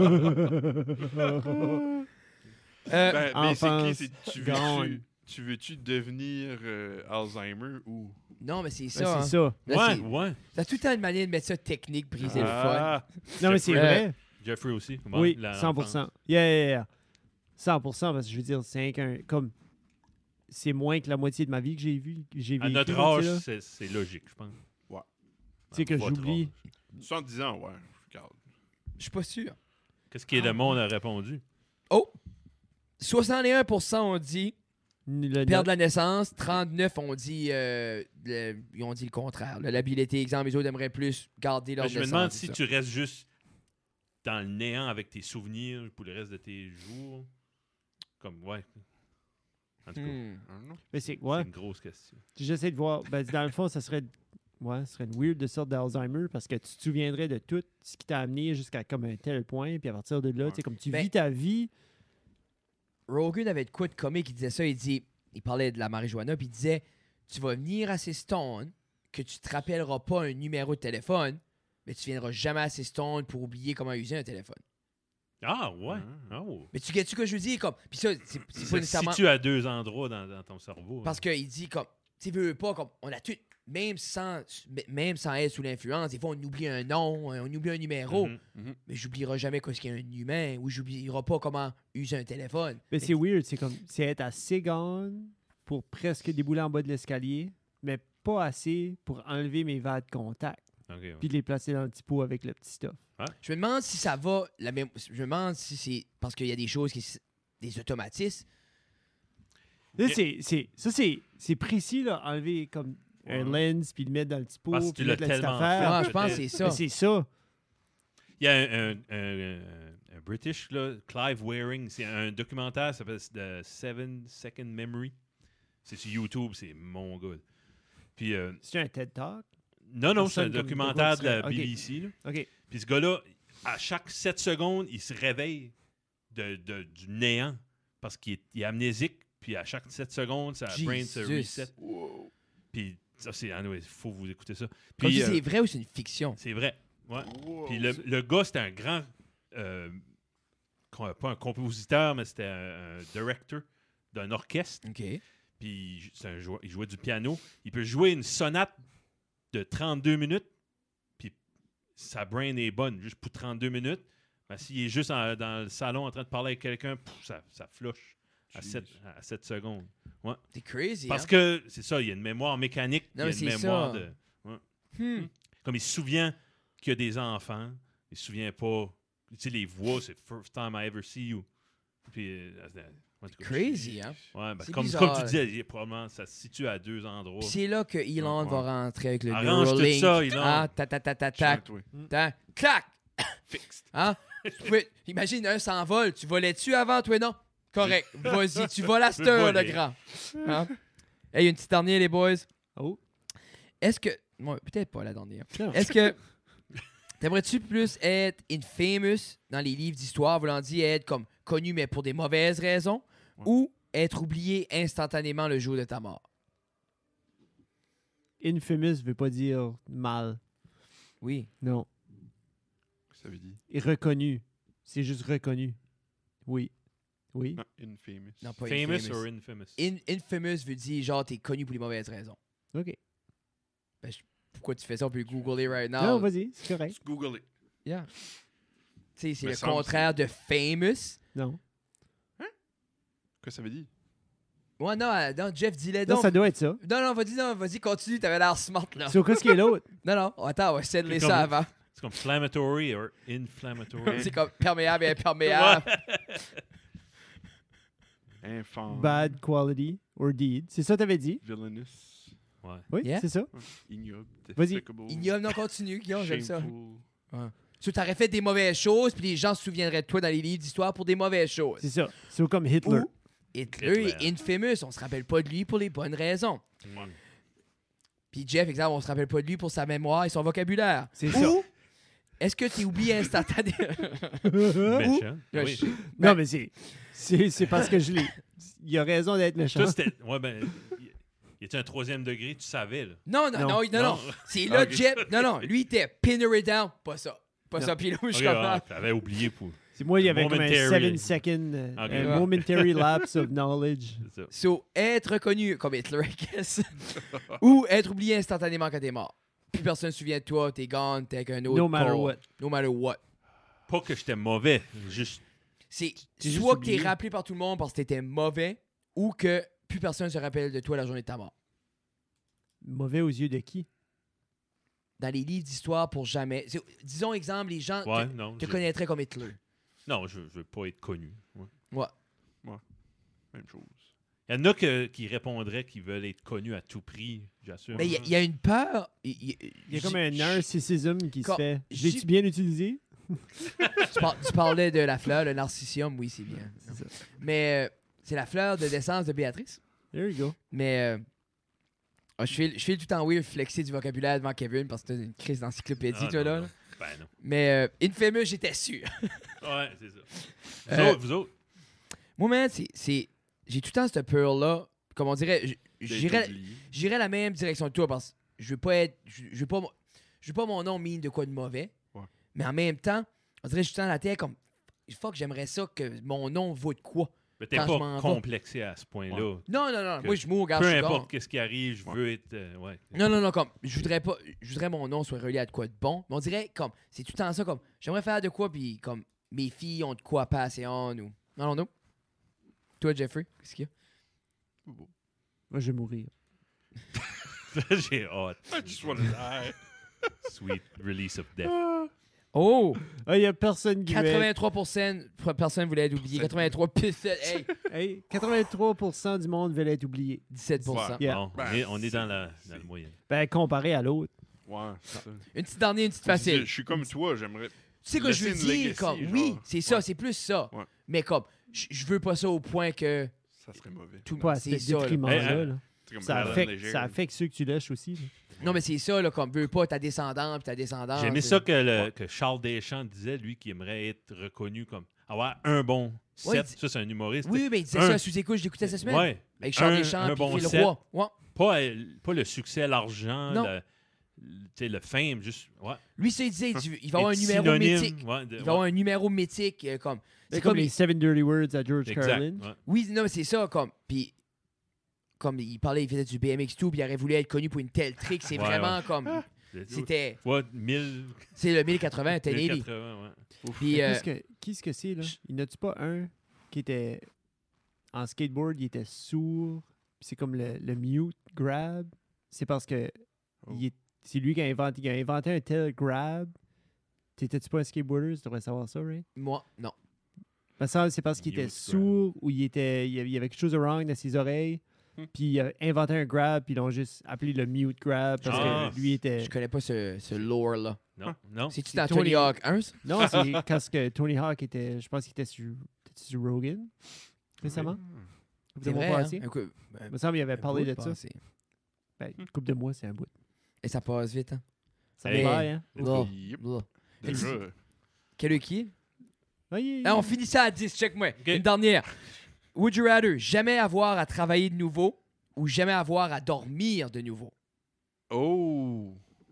Euh, Ben, mais c'est enfance, qui? c'est- Tu gone. veux-tu, tu veux-tu devenir euh, Alzheimer ou... non, mais c'est Ben, ça. hein. c'est ça. Là, Ouais, c'est- ouais. T'as tout le temps une manière de mettre ça technique, briser le fun. Ah. Non, mais c'est Euh, vrai. Jeffrey aussi. Ouais, Oui, la- cent pour cent. Yeah, yeah, yeah. cent pour cent, parce que je veux dire, c'est qu'un. Comme. C'est moins que la moitié de ma vie que j'ai vu. que J'ai À vécu, notre tu sais, âge, là. c'est c'est logique, je pense. Ouais. Tu sais que À votre j'oublie. âge. soixante-dix ans, ouais. Regarde. Je suis pas sûr. Qu'est-ce que le monde a répondu? Oh! soixante et un pour cent ont dit Le perdre la naissance, trente-neuf ont dit, euh, le- ils ont dit le contraire. là. L'habileté, exemple, les autres aimeraient plus garder leur Ben, je me naissance. demande c'est si ça. tu restes juste dans le néant avec tes souvenirs pour le reste de tes jours. Comme, ouais. En tout cas, Hmm. Ah, non. Mais c'est. c'est Ouais. une grosse question. J'essaie de voir. Ben, dans le fond, ça serait. Ouais, ce serait une weird de sorte d'Alzheimer parce que tu te souviendrais de tout ce qui t'a amené jusqu'à comme un tel point. Puis à partir de là, Ouais. tu sais, comme tu Ben, vis ta vie. Rogan avait de quoi de comique, il disait ça, il dit, il parlait de la marijuana, puis il disait, tu vas venir assez stone que tu te rappelleras pas un numéro de téléphone, mais tu viendras jamais assez stone pour oublier comment user un téléphone. Ah, ouais. Oh. Mais tu sais ce que je veux dire? Comme, puis ça, c'est, c'est Ça pas nécessairement... se situe à deux endroits dans, dans ton cerveau. Parce qu'il dit comme, tu veux pas, comme, on a tout, même sans, même sans être sous l'influence, des fois on oublie un nom, on oublie un numéro, Mhm. Mhm. mais j'oublierai jamais qu'est-ce qu'il y a un humain, ou j'oublierai pas comment user un téléphone. Mais c'est weird, c'est comme c'est être assez gone pour presque débouler en bas de l'escalier, mais pas assez pour enlever mes verres de contact OK, ouais. puis les placer dans le petit pot avec le petit stuff. Je me demande si ça va, la même, je me demande si c'est parce qu'il y a des choses qui, des automatismes. Là, Ok. c'est, c'est, ça, c'est, c'est précis, là, enlever comme un Ouais. lens puis le mettre dans le petit pot. Parce que puis tu l'as mettre la petite tellement affaire. Ah, fait, je pense que peut-être. c'est ça. Mais c'est ça. Il y a un, un- un- un- un British, là, Clive Waring, c'est un documentaire, ça s'appelle The Seven Second Memory. C'est sur YouTube, c'est mon gars. Puis, euh, C'est un TED Talk. non, non, Ça c'est un sonne comme documentaire de de quoi la que ce serait- B B C. Là. OK. Puis ce gars-là, à chaque sept secondes, il se réveille de, de- du néant parce qu'il est, il est amnésique. Puis à chaque sept secondes, sa brain se Jesus. reset. Puis ça, c'est... Il faut vous écouter ça. Comme Puis si euh, c'est vrai ou c'est une fiction. c'est vrai. Ouais. Wow. Puis le, le gars, c'était un grand... euh, com- pas un compositeur, mais c'était un, un director d'un orchestre. OK. Puis c'est un joueur- il jouait du piano. Il peut jouer une sonate de trente-deux minutes, puis sa brain est bonne, juste pour trente-deux minutes. Mais s'il est juste en- dans le salon en train de parler avec quelqu'un, pouf, ça, ça flush à Jeez. sept, à sept secondes. C'est crazy, Parce hein? que, c'est ça, il y a une mémoire mécanique, Non, il y a mais une c'est mémoire ça. de... Hmm. Comme il se souvient qu'il y a des enfants, il se souvient pas... Tu sais, les voix, c'est « First time I ever see you ». Puis... euh, en tout cas, Crazy, hein? Ouais, ben, C'est comme, bizarre. comme tu disais, il y a probablement, ça se situe à deux endroits. Puis c'est là que Elon Ouais. va rentrer avec le Arrange tout Neuralink. ça, Elon. Ah, ta ta ta ta tac, Chante, oui. tac, clac! Fixed. Hein? Tu pouvais- imagine, un s'envole. Tu volais dessus avant, toi, non? Correct. Vas-y, tu voles à cette Je peux heure, le voler. grand. Hein? Hey, une petite dernière, les boys. Oh. Est-ce que... Ouais, peut-être pas la dernière. Non. Est-ce que... T'aimerais-tu plus être infamous dans les livres d'histoire, voulant dire être comme connu, mais pour des mauvaises raisons, Ouais. ou être oublié instantanément le jour de ta mort? Infamous veut pas dire mal. Oui. Non. Qu'est-ce que ça veut dire? Et reconnu. C'est juste reconnu. Oui. Oui. Non, infamous. Non, pas Famous infamous. or infamous? In- infamous veut dire genre t'es connu pour les mauvaises raisons. OK. Pourquoi tu fais ça? On peut googler right now. Non, vas-y, c'est correct. Just Google it. Yeah. Tu sais, c'est Me le semble contraire de famous. Non. Qu'est-ce que ça veut dire? Ouais, non, euh, non, Jeff, dis-le Non, donc. ça doit être ça. Non, non, vas-y, non, vas-y, continue, t'avais l'air smart, là. C'est au cas ce qui est l'autre. Non, non, attends, on va settler C'est ça comme- avant. C'est comme inflammatory or inflammatory. C'est comme perméable et imperméable. Infâme. Bad quality or deed. C'est ça que t'avais dit? Villainous. Ouais. Oui, Yeah. c'est ça. Ignoble. Vas-y. Despicable. Ignoble, non, continue, Guillaume, j'aime ça. Shameful. Tu t'aurais fait des mauvaises choses, puis les gens se souviendraient de toi dans les livres d'histoire pour des mauvaises choses. C'est ça. C'est comme Hitler. Ou Hitler, Hitler. est infamous, on se rappelle pas de lui pour les bonnes raisons. Ouais. Puis Jeff, exemple, on se rappelle pas de lui pour sa mémoire et son vocabulaire. C'est ça. Ou est-ce que tu es oublié instantanément? Méchant. Là, Oui. je- Non, mais c'est, c'est, c'est parce que je l'ai. Il a raison d'être méchant. Toi, c'était. Ouais, ben. y- Y a-tu un troisième degré? Tu savais, là. Non, non, non, Non. non, non. Non. C'est là, Ok. Jeff. Non, non, lui, il était pinner it down. Pas ça. Pas Non. ça. Puis là, je Ok, suis comme, ah, ah, t'avais oublié pour. C'est moi, il y avait comme un Momentary. seven second, euh, Ok. un Ouais. momentary lapse of knowledge. C'est ça. So, être reconnu comme Hitler, I guess. Ou être oublié instantanément quand t'es mort. Plus personne ne se souvient de toi, t'es gone, t'es avec un autre. No matter corps. what. No matter what. Pas que j'étais mauvais, juste. C'est T'es juste soit que t'es oublié. rappelé par tout le monde parce que t'étais mauvais, ou que plus personne se rappelle de toi la journée de ta mort. Mauvais aux yeux de qui? Dans les livres d'histoire pour jamais. C'est- Disons, exemple, les gens Ouais, te, non. te je- connaîtraient comme Hitler. Non, je, je veux pas être connu. Ouais. Ouais. Même chose. Il y en a que- qui répondraient qu'ils veulent être connus à tout prix, j'assure. Mais il y a- il y, a une peur. Il y, Il y a comme un narcissisme qui se Quand- fait. j'ai- J'ai-tu bien utilisé? Tu, par- tu parlais de la fleur, le narcissium, oui, c'est bien. C'est ça. Mais euh, c'est la fleur de naissance de Béatrice. There you go. Mais euh, ah, je fais je fais tout le temps weird flexer du vocabulaire devant Kevin parce que t'as une crise d'encyclopédie, Ah, toi, non, là. non. Ben non. Mais euh, Infamous, j'étais sûr. Ouais, c'est ça. Vous Euh, autres, vous autres. Moi, man, c'est- c'est. J'ai tout le temps cette peur-là. Comme on dirait, j- D'être j'irais oublié. j'irais la même direction que toi parce que je veux pas être. Je je veux pas, je veux pas mon nom mine de quoi de mauvais. Ouais. Mais en même temps, on dirait que je suis dans la tête comme. Fuck, j'aimerais ça que mon nom vaut de quoi. Mais t'es Quand je pas m'en vais. complexé à ce point-là. Ouais. Non, non, non. Que Moi, je m'ouvre, regarde, Peu je suis importe gone. qu'est-ce qui arrive, je Ouais. veux être. euh, ouais. Non, non, non, comme. Je voudrais pas. Je voudrais mon nom soit relié à de quoi de bon. Mais on dirait comme. C'est tout le temps ça, comme. J'aimerais faire de quoi, puis comme. Mes filles ont de quoi passion ou. Non, non, non. Toi, Jeffrey, qu'est-ce qu'il y a? Moi, je vais mourir. J'ai hâte. I just wanna die. Sweet release of death. Oh! Ah, il y a personne qui veut être- quatre-vingt-trois pour cent personne voulait être oublié. quatre-vingt-trois pour cent. Hey! Hey, quatre-vingt-trois pour cent du monde veut être oublié. dix-sept pour cent. Ouais. Yeah. Bon, on, Ben, est, on est dans c'est- la, dans c'est- la moyenne. Ben, comparé à l'autre. Ouais, c'est ça. Une petite dernière, une petite Je facile. suis comme toi, j'aimerais. Tu sais quoi je veux laisser une dire? legacy, Comme, genre. oui, c'est ça, Ouais. c'est plus ça. Ouais. Mais comme, je je veux pas ça au point que Ça serait mauvais. tout Pas à c'est ce ça. là. détriment-là. Hey, hey. là. C'est comme Ça, Alan affecte, Léger. ça affecte ceux que tu lèches aussi. là. Non, mais c'est ça, là, comme, veux pas ta descendante puis ta descendante. J'ai aimé c'est- ça que, le- que Charles Deschamps disait, lui, qui aimerait être reconnu comme avoir un bon set. Ouais, il dit- Ça, c'est un humoriste. Oui, mais il disait Un- ça à sous-écoute, je l'écoutais cette semaine. Ouais. Avec Charles Un- Deschamps un puis bon Phil set. Roy. Ouais. Pas, euh, pas le succès, l'argent, Non. le, le, tu sais, le fame, juste. Ouais. Lui, ça, il disait, il, dit, il va avoir un Être numéro synonyme, mythique. ouais, de- Il va ouais. avoir un numéro mythique, euh, comme... C'est C'est comme comme... les il- Seven Dirty Words à George Exact. Carlin. ouais. Oui, non, mais c'est ça, comme... Puis, comme il parlait, il faisait du B M X tout, puis il aurait voulu être connu pour une telle trick. C'est Ouais, vraiment comme... C'est- C'était... Ouais, mille, C'est le mille quatre-vingts, ten eighty. mille quatre-vingts, ouais. Puis, euh, Qu'est-ce que qu'est-ce que c'est, là? Il n'a-tu pas un qui était en skateboard, il était sourd, puis c'est comme le, le mute grab? C'est parce que Oh. il est- c'est lui qui a inventé, il a inventé un tel grab. T'étais-tu pas un skateboarder? Tu devrais savoir ça, right? moi, non. Me semble que c'est parce qu'il était Mute sourd ou il, était, il y avait il y avait quelque chose de wrong dans ses oreilles. Hmm. Puis il a inventé un grab, puis ils l'ont juste appelé le mute grab parce Ah. que lui était. Je connais pas ce, ce lore-là. Non, non. C'est-tu C'est dans Tony- Tony Hawk un? ça? Non, c'est parce que Tony Hawk était. Je pense qu'il était sur, était sur Rogan récemment. C'est vrai, hein? Un coup- Il me semble qu'il avait un parlé bout de ça. passé. Ben, une couple de mois, c'est un bout. Et ça passe vite, hein? Ça Hey. me va, hein? Blah, Yep. blah. Déjà. Quel est qui? Ah, il- Ah, on finit ça à dix, check-moi. Ok. Une dernière. Would you rather jamais avoir à travailler de nouveau ou jamais avoir à dormir de nouveau? Oh!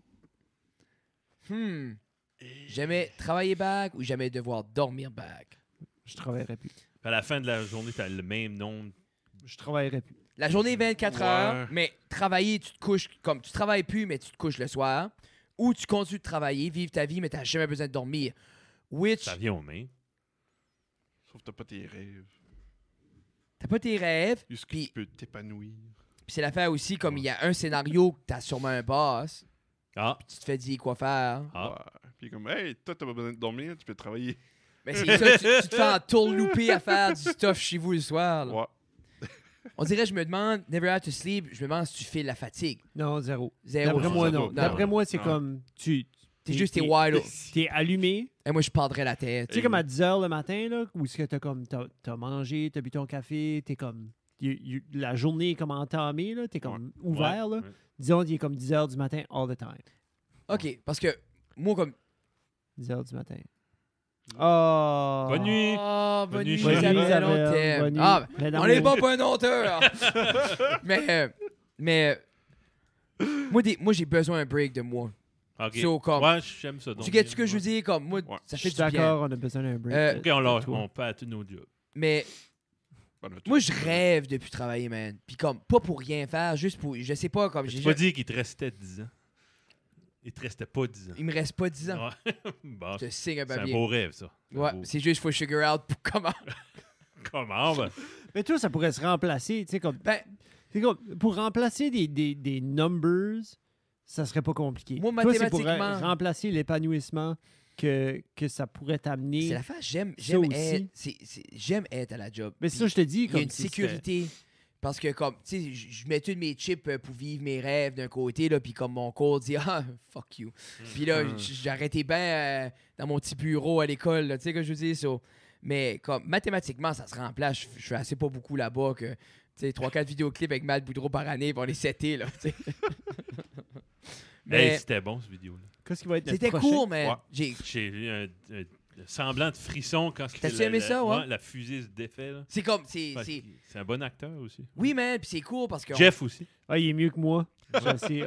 Hmm. Jamais travailler back ou jamais devoir dormir back? Je travaillerais plus. Puis à la fin de la journée, tu as le même nombre. Je travaillerais plus. La journée est vingt-quatre Ouais. heures, mais travailler, tu te couches comme tu travailles plus, mais tu te couches le soir. Ou tu continues de travailler, vivre ta vie, mais tu n'as jamais besoin de dormir. Which, Ça vient aux mains. Sauf que t'as pas tes rêves. t'as pas tes rêves. Juste que Puis- tu peux t'épanouir. Puis c'est l'affaire aussi, comme il y a un scénario que tu as sûrement un boss, Ah, tu te fais dire quoi faire. ah. Ouais. Puis comme, hey, toi, t'as pas besoin de dormir, tu peux travailler. Mais c'est ça, tu, tu te fais en tourlouper à faire du stuff chez vous le soir. là. Ouais. On dirait, je me demande, never have to sleep, je me demande si tu fais la fatigue. Non, zéro. Zéro. D'après non, moi, ça non. doit- D'après non. moi, c'est Non. comme. Tu. T'es juste, t'es t'es- wide open. T'es allumé. Et moi, je perdrais la tête. Tu sais, comme à dix heures le matin, là, où est-ce que t'as comme. T'as, t'as mangé, t'as bu ton café, t'es comme. you- you- la journée est comme entamée, là. T'es comme ouvert, Ouais, là. ouais. Disons, il est comme dix heures du matin all the time. OK, parce que moi, comme... dix heures du matin. Oh! Bonne nuit. Oh, bonne Bonne nuit, nuit, Bonne nuit, Isabelle, on Isabelle. t'aime. Bonne nuit. Ah, Mais dans on est mon- bon pour un auteur. mais, euh, mais... euh, moi, des- moi, j'ai besoin d'un break de moi. OK. So, comme- Ouais, j'aime ça. Tu dormir, sais ce que je veux ouais. dire? Comme, moi, Ouais. ça Je fait suis du bien. d'accord, on a besoin d'un break. Euh, OK, on, lâche, Toi. on peut à tous nos jobs. Mais Ben, là, moi, tu- je rêve de plus travailler, man. Puis comme, pas pour rien faire, juste pour... Je sais pas, comme... Tu j'ai pas ja- dit qu'il te restait dix ans. Il te restait pas dix ans. Il me reste pas dix ans. Ouais. Bon, Je te signe un c'est un papier. beau rêve, ça. C'est un Ouais, beau- c'est juste, faut figure out pour comment... Comment? Ben? Mais toi, ça pourrait se remplacer, tu sais, comme. Ben, C'est comme, pour remplacer des, des, des numbers, ça serait pas compliqué. Moi, Toi, c'est pour mathématiquement- re- remplacer l'épanouissement que, que ça pourrait t'amener. c'est l'affaire, j'aime, Ça j'aime aussi. être, c'est- c'est- j'aime être à la job. Mais c'est Puis ça, je te dis. il y a Comme une si c'était- sécurité. Parce que, comme, tu sais, je je mets tous mes chips euh, pour vivre mes rêves d'un côté, là, puis comme mon cours dit, ah, fuck you. Puis là, Mm. j- j'ai arrêté bien euh, dans mon petit bureau à l'école, là, tu sais, que je veux dire, so. Mais, comme, mathématiquement, ça se remplace. Je je fais assez pas beaucoup là-bas que, tu sais, trois quatre vidéoclips avec Matt Boudreau par année, pour les setter, là, tu sais. Hey, Mais c'était bon, ce vidéo-là. Qu'est-ce qui va être notre c'était prochain? cool, man. Ouais. J'ai- J'ai eu un, un- un semblant de frisson quand ce que T'as-tu la- aimé la- ça, ouais? La fusée se défait. Là. C'est comme, c'est... Ouais, c'est- c'est un bon acteur aussi. Oui, man, puis c'est cool parce que... on- Jeff aussi. Ah, il est mieux que moi. Ça, c'est ouf.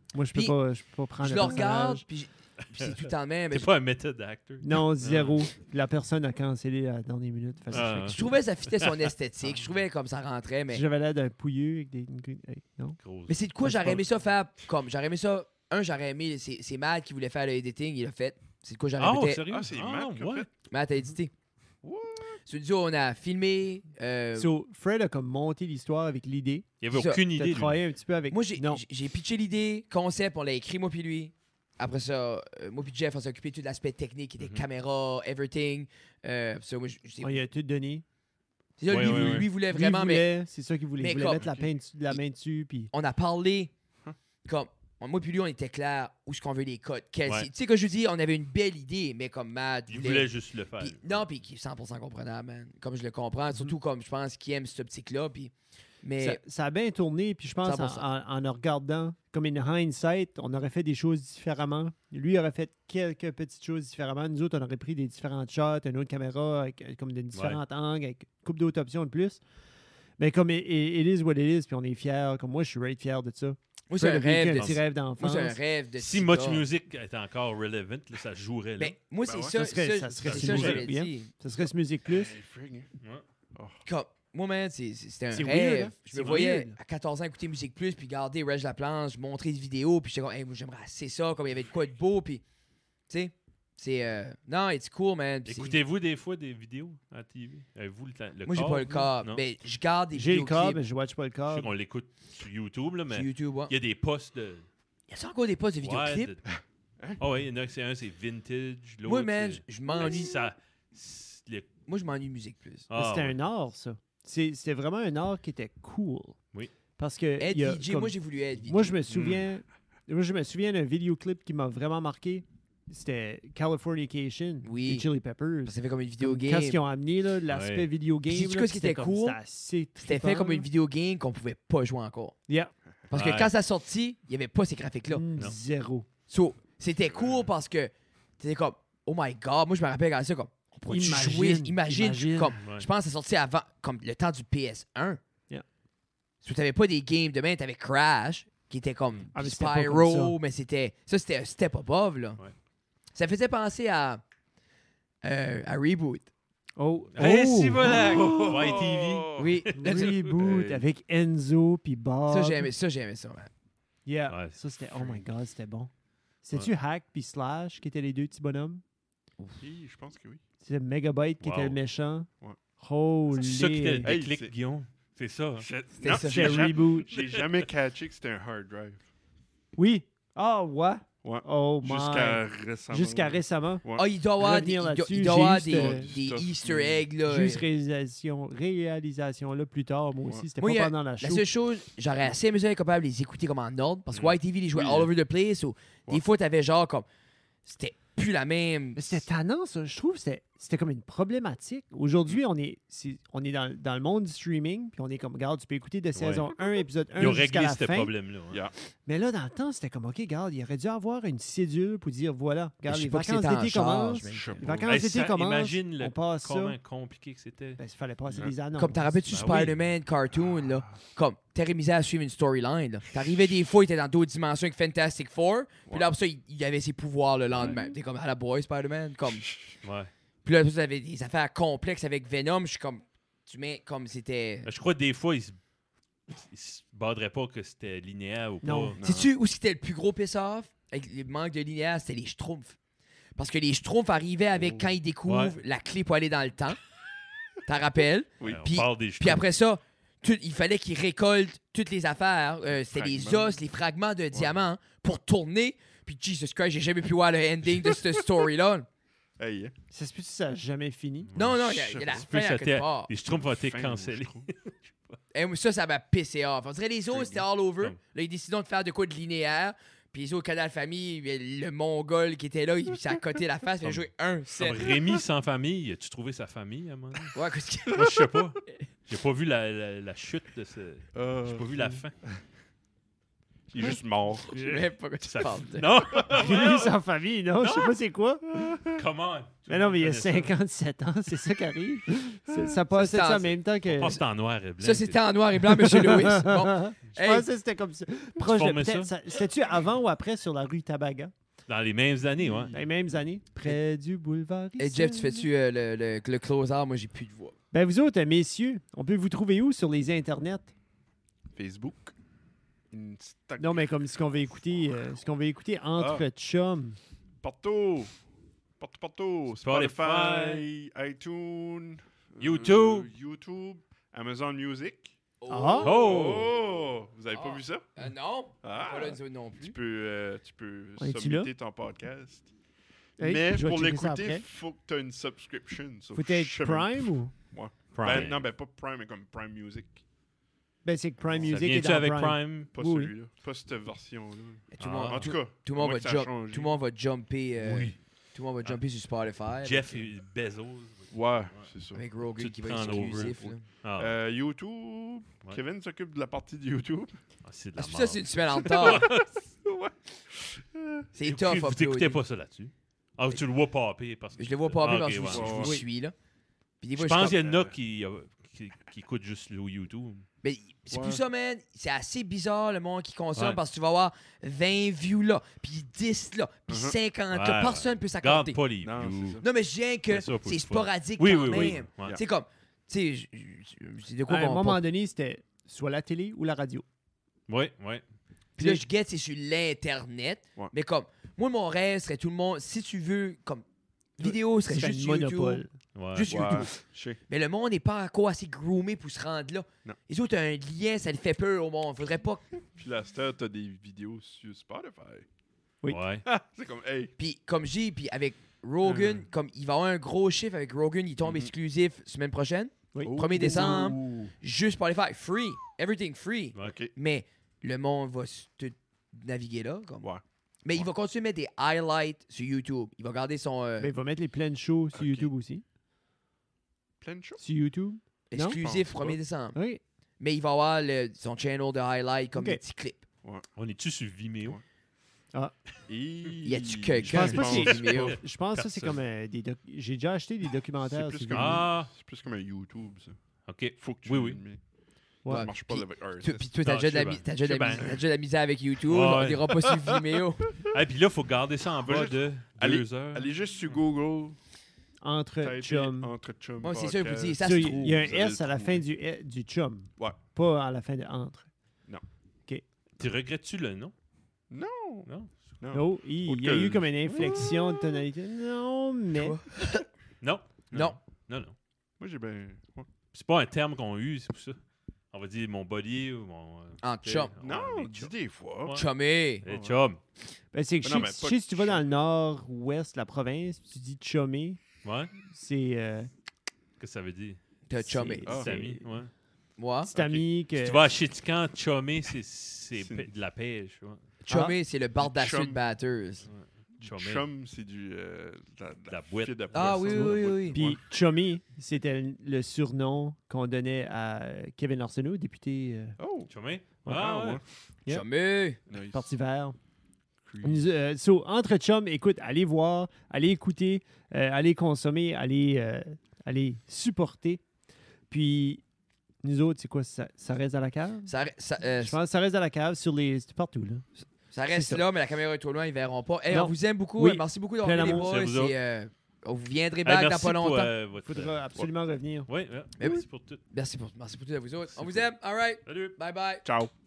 Moi, je peux Puis, pas, je peux pas prendre Je le le regarde, personnage. puis j'ai- puis c'est tout le temps le même. T'es Je, pas un method actor. Non, zéro. La personne a cancellé à la dernière minute. Fait que Ah. fait que je trouvais que ça fitait son esthétique. Je trouvais comme ça rentrait, mais... Si j'avais l'air d'un pouilleux avec des... avec- Non? Grosse. Mais c'est de quoi Ouais, c'est j'aurais pas- aimé ça faire comme. J'aurais aimé ça. Un, j'aurais aimé. C'est c'est Matt qui voulait faire le editing, il l'a fait. C'est de quoi j'aurais Ah, aimé. sérieux? Ah, c'est Matt qui a ouais. fait. Matt a édité. What? Sur le duo, on a filmé. euh, So, Fred a comme monté l'histoire avec l'idée. Il avait Ça, aucune Tu idée. as lui. travaillé un petit peu avec... moi, j'ai Non. j'ai- j'ai pitché l'idée, concept, on l'a écrit, moi puis lui. Après ça, euh, moi puis Jeff, on s'est occupé de tout l'aspect technique, qui était Mhm. caméra, everything. Euh, après ça, moi, je- c'est On lui a tout donné. c'est ça, Ouais, lui, ouais, lui, ouais. lui voulait Lui, vraiment, il mais voulait- C'est ça qu'il voulait. mais Il voulait comme- mettre la, main dessus, la main dessus, puis... on a parlé. Huh? Comme. Moi puis lui, on était clair où est-ce qu'on veut les codes. quel- Ouais. Tu sais, quand je dis, on avait une belle idée, mais comme Matt Il voulait juste le faire. Puis- non, puis qui est cent pour cent comprenable, man. Comme je le comprends. Surtout comme je pense qu'il aime cette optique-là. Puis... Mais Ça, ça a bien tourné, puis je pense cent en, pour cent. en, en le regardant, comme in hindsight, on aurait fait des choses différemment. Lui aurait fait quelques petites choses différemment. Nous autres, on aurait pris des différentes shots, une autre caméra, avec, euh, comme de différents angles, avec une couple d'autres options de plus. Mais comme it, it is what it is, puis on est fiers. Comme moi, je suis right fier de ça. moi, c'est un Fred a vécu rêve un de petit rêve Moi, d'enfance. c'est un rêve de Si petit Much gars. Music était encore relevant, là, ça jouerait là. Ben, moi, Ben c'est ouais. ça. Ça serait- ça, ça serait c'est sur ça que Music, j'avais bien. dit. Ça serait ce Musique Plus. Hey, frig, hein. Ouais. Comme, moi, man, c'est- c'est- c'était un C'est rêve. weird, hein? Je C'est me voyais weird. à quatorze ans écouter Musique Plus, puis garder Reg Laplanche, montrer des vidéos, puis j'étais comme, hey, moi, j'aimerais assez ça, comme il y avait de quoi de beau, puis, tu sais, c'est. euh, Non, it's cool, man. puis c'est- Écoutez-vous des fois des vidéos à la T V? Avez-vous le, ta- le Moi, j'ai câble, pas le vous? cas. Non. Mais je garde des J'ai le vidéoclips câble, mais je watch pas le Je sais câble. qu'on l'écoute sur YouTube, là, mais sur YouTube. ouais. il y a des posts de. Y a-t-il encore des posts de Ouais, vidéoclips? de- Ah oui, il y en a, c'est un, c'est vintage. L'autre, Moi, man, c'est- je je Ouais, m'ennuie. ça- c'est le- Moi, je m'ennuie musique plus. Mais Ah, C'était ouais. un art, ça. C'est- C'était vraiment un art qui était cool. Oui. Parce que. Ed il y a V J, comme- moi, j'ai voulu être V J. Moi, je me souviens. Moi, je me souviens d'un vidéoclip qui m'a vraiment marqué. C'était Californication Oui. des Chili Peppers. Ça fait comme une vidéo Comme game. Quand ils ont amené là, l'aspect Ouais. vidéo game, Puis sais-tu là, qu'est-ce qui c'était était comme- cool? c'était assez C'était fait trippant, comme une là. vidéo game qu'on pouvait pas jouer encore. Yeah. Parce Ouais. que quand ça sortit, il y avait pas ces graphiques-là. Mm, Non. zéro. So, c'était cool parce que c'était comme, oh my god, moi je me rappelle quand ça, comme, on pourrait Imagine, jouer, imagine, imagine. comme, Ouais. je pense que ça sortit avant, comme le temps du P S un. Yeah. So, t'avais pas des games de même, t'avais Crash, qui était comme Ah, mais puis c'était pas comme Spyro, mais c'était, ça c'était un step above, là. Ouais. Ça faisait penser à, euh, à Reboot. Oh, Hey, oh! si voilà! Oh! Y T V. Oui, Reboot Hey. avec Enzo puis Bob. ça j'aimais ça, j'aimais ça, man. Yeah. Ouais. Ça, c'était... Oh my God, c'était bon. C'était-tu Hack puis Slash qui étaient les deux petits bonhommes? Oui, je pense que oui. C'était Megabyte qui Wow. était le méchant. Ouais. Holy... C'est ça qui était le Hey, déclic, c'est- Guillaume. C'est ça. hein? J'ai- C'était non, ça. j'ai C'était jamais- Reboot. J'ai jamais catché que c'était un hard drive. Oui. Ah, ouais? Ouais. Oh my. Jusqu'à récemment. Jusqu'à récemment. Ouais. Ah, il doit y avoir des, il Revenir doit, là-dessus, il doit y avoir j'ai des, eu ce- des stuff. Easter eggs, là. Juste réalisation, réalisation là plus tard, moi Ouais. aussi. C'était Moi, pas il y a- pendant la La show. seule chose, j'aurais assez aimé être capable de les écouter comme en ordre, parce que Mm. Y T V les jouait Oui. all over the place, ou des Ouais. fois, t'avais genre comme. C'était plus la même. Mais c'était tannant, ça. Je trouve que c'était, c'était comme une problématique. Aujourd'hui, on est, c'est- on est dans, dans le monde du streaming, puis on est comme, regarde, tu peux écouter de saison un, épisode un Ils ont jusqu'à réglé la ce fin. problème-là. ouais. Yeah. Mais là, dans le temps, c'était comme, OK, regarde, il aurait dû avoir une cédule pour dire, voilà, Je regarde, sais les pas que vacances c'était en d'été charge, commencent. mais- Je sais Les pas. vacances Hey, d'été ça- commencent. Imagine le- on passe comment ça. compliqué que c'était. Ben, il fallait passer Ouais. des annonces. Comme t'en rappelles-tu Ben Spider-Man cartoon, là? Comme, t'aurais misé à suivre une storyline, là. T'arrivais des fois, il était dans d'autres dimensions avec Fantastic Four, puis Ouais. là, après ça, il, il avait ses pouvoirs le lendemain. T'es comme, à la boy, Spider-Man. Comme, Ouais. puis là, tu avais des affaires complexes avec Venom, je suis comme, tu mets comme c'était. Je crois que des fois, ils se, ils se baderaient pas que c'était linéaire ou Non. pas. Sais-tu où c'était le plus gros piss-off? Avec le manque de linéaire, c'était les Schtroumpfs. Parce que les Schtroumpfs arrivaient avec, Oh. quand ils découvrent Ouais. la clé pour aller dans le temps. T'en rappelles? Oui. Ouais, on Puis- parle des Puis Schtroumpfs. après ça, tout- il fallait qu'ils récoltent toutes les affaires. Euh, c'était les Fragments. os, les fragments de diamants pour tourner. Puis Jesus Christ, j'ai jamais pu voir le ending de cette story-là. Hey, hein. Ça se peut que ça n'a jamais fini. Non, non, il y a, il y a la Ça se peut fin que à ça quelque t'ait- part. Les Schtroumpfs ont été Fin, cancellés. je trouve. Et moi, ça, ça m'a pissé off. On dirait les autres, c'était all over. Comme- Là, ils décident de faire de quoi de linéaire. Puis les autres Canal Famille, le Mongol qui était là, il s'est accoté la face, il a Comme- joué un Comme set. Rémi sans famille, as-tu trouvé sa famille à un moment donné? Ouais, qu'est-ce que- Moi, je sais pas. J'ai pas vu la, la- la chute de ce. Euh, J'ai pas vu la fin. Il est juste mort. Je sais même pas quoi tu Ça- parles. Non! Lui, sa famille, non, je sais pas c'est quoi. Comment? Mais non, mais il y a Connais ça. cinquante-sept ans, c'est ça qui arrive. C'est- Ça passe c'est ça, en- en même temps que. Je pense que c'était en noir et blanc. Ça, c'était en noir et blanc, M. Lewis. Bon. Je Hey. pensais que c'était comme ça. Proche de formais peut-être. ça? ça- C'était-tu avant ou après sur la rue Tabaga? Dans les mêmes années, ouais. Dans les mêmes années? Près du boulevard. Hey, Jeff, tu fais-tu euh, le, le, le closer? Moi, j'ai plus de voix. Ben, vous autres, messieurs, on peut vous trouver où sur les internets? Facebook. Instagram. Non, mais comme ce qu'on va écouter, euh, ce qu'on va écouter entre Ah. chums. Partout. Partout, partout. Spotify. Spotify, iTunes. euh, YouTube. YouTube. Amazon Music. Ah. Oh! Oh! Vous avez pas Ah. vu ça? Euh, non, Ah! pas là nous autres non Tu plus. peux, euh, tu peux On est-tu submiter ton podcast. Hey, Mais je vais pour checker ça l'écouter, après. il faut que tu aies une subscription. so Faut je être sais même Prime ou? pas. Prime. Ben, non, ben pas Prime, mais comme Prime Music. Ben, c'est que Prime Ça Music est vient-tu dans avec Prime. Prime? Pas Oui, oui. celui-là. Pas cette version-là. Et Tout le Ah. monde, En tout tout, cas, tout le à monde moins va que ça a jump- changé. tout le monde va jumper. euh, Oui. Tout le monde va jumper sur Spotify. Jeff là, et Bezos. Ouais, c'est ça. avec Rogan Tu qui te va être prends exclusif. over. là. Ah, Euh, YouTube. Ouais. Kevin s'occupe de la partie de YouTube. ah, c'est de Ah, la c'est pour ça que c'est merde. une semaine en retard. ouais. C'est Vous- tough. Vous uploader. écoutez pas ça là-dessus? Ah, tu le vois popper parce que... Je le vois pas Ah, parce ok, que je, ouais. je vous ouais. suis là. Puis des Je fois, pense suis qu'il y en a comme- qui, euh, qui, qui écoutent juste le YouTube. Mais c'est Ouais. plus ça, man. C'est assez bizarre le monde qui consomme Ouais. parce que tu vas avoir vingt views là, puis dix là, puis Mhm. cinquante Ouais, là. ouais. Personne peut Garde s'accorder. pas les Non, views. c'est ça. Non, mais je viens que C'est ça, pour c'est le fun. sporadique Oui, quand oui, oui. même. Ouais. Tu sais, comme. Tu sais, je- je- c'est de À quoi un qu'on moment parle. donné, c'était soit la télé ou la radio. Oui, oui. Puis là, je guette, c'est sur l'Internet. Ouais. Mais comme, moi, mon rêve serait tout le monde, si tu veux, comme, vidéo serait C'est juste un YouTube. monopole. Ouais. Juste Ouais, YouTube. je sais. Mais le monde n'est pas encore assez groomé pour se rendre là. Non. Les autres, un lien, ça le fait peur au monde. Faudrait pas. Puis là, tu t'as des vidéos sur Spotify. Oui. Ouais. C'est comme, hey. Puis comme j'ai, puis avec Rogan, Hmm. comme il va avoir un gros chiffre avec Rogan, il tombe Mhm. exclusif semaine prochaine. Oui. Oh. premier décembre. Ouh. Juste pour les faire. Free. Everything free. Ouais. OK. Mais le monde va s- tout naviguer là. Comme. Ouais. Mais il Ouais. va continuer à mettre des highlights sur YouTube. Il va garder son euh, Ben, il va mettre les pleines shows sur Ok. YouTube aussi. Plein de choses. Sur YouTube. exclusif Je pense premier pas. décembre. Oui. Mais il va avoir le- son channel de highlights comme Ok. des petits clips. On est-tu sur Vimeo? Ouais. Y a-tu Je quelqu'un Je pense pas sur que Vimeo? c'est. Je pense que ça, c'est Personne. comme euh, des. doc- J'ai déjà acheté des documentaires. C'est plus sur comme- Vimeo. Ah, C'est plus comme un YouTube, ça. OK. Faut que tu Oui, oui. le mets. Ouais. Ça marche pas Puis- avec Earth. Toi- Puis toi, t'as Non, déjà, de la je sais mi- bien. t'as déjà, de Je la sais mis- bien. t'as déjà de la misère avec YouTube. Ouais, On ouais. ira pas sur Vimeo. Et puis là, il faut garder ça en Va bas juste- de Allez- deux heures. Allez juste sur Google. Entre Typez chum. Entre chum. Moi, c'est ça, je vous dis, ça Ça, se Il trouve. y a un vous allez S le à la trouver. fin du, eh, du chum. Ouais. Pas à la fin de entre. Tu regrettes-tu le nom? Non. Non? Non. Oh, il, Autre il y a que- eu comme une inflexion de tonalité. Non, mais. Quoi? Non? Non. Non, non. Moi, j'ai bien. ouais. C'est pas un terme qu'on a eu, c'est pour ça. On va dire mon body ou mon... euh, En tu sais, chum. ouais, Non, les dis chums. des fois. Ouais. Chumé. Les chums. Ben, c'est que Mais non, je mais sais- pas je sais, si tu vas chum. dans le nord-ouest de la province, puis tu dis chumé, Ouais? c'est euh, Qu'est-ce que ça veut dire? T'as chumé. Ah. C'est ami, ouais. Moi, petit ami que. Si tu vas à Chétican, chumé, c'est c'est C'est- pe- de la pêche. Ouais. chumé, c'est le bar Du d'achat de chum. batters. Du Chumé. chum, c'est du. euh, de la, de La boîte. fille de Ah oui, poisson. oui, oui, oui. Puis chumé, c'était le- le surnom qu'on donnait à Kevin Arsenault, député euh, Oh. Chumé? Ouais. Ah, ouais. Yep. Chumé. Nice. Parti vert. Creed. Nous, euh, so, entre chum, écoute, allez voir, allez écouter, euh, allez consommer, allez, euh, allez supporter. Puis, nous autres, c'est quoi? Ça, ça reste à la cave? Ça, re- ça, euh, Je pense que ça reste à la cave sur les. C'est partout, là. ça reste c'est ça. là, mais la caméra est trop loin, ils verront pas. Hey, Non. on vous aime beaucoup. Oui. euh, Merci beaucoup d'avoir Plein fait les d'amour. boys. C'est vous et, euh, on vous viendrez Hey, back dans merci pas pour longtemps. euh, votre... Faudra absolument revenir. Oui, ouais. Mais oui. merci pour tout. Merci pour, merci pour tout à vous autres. C'est On vous cool. aime. All right. Salut! Bye bye. Ciao.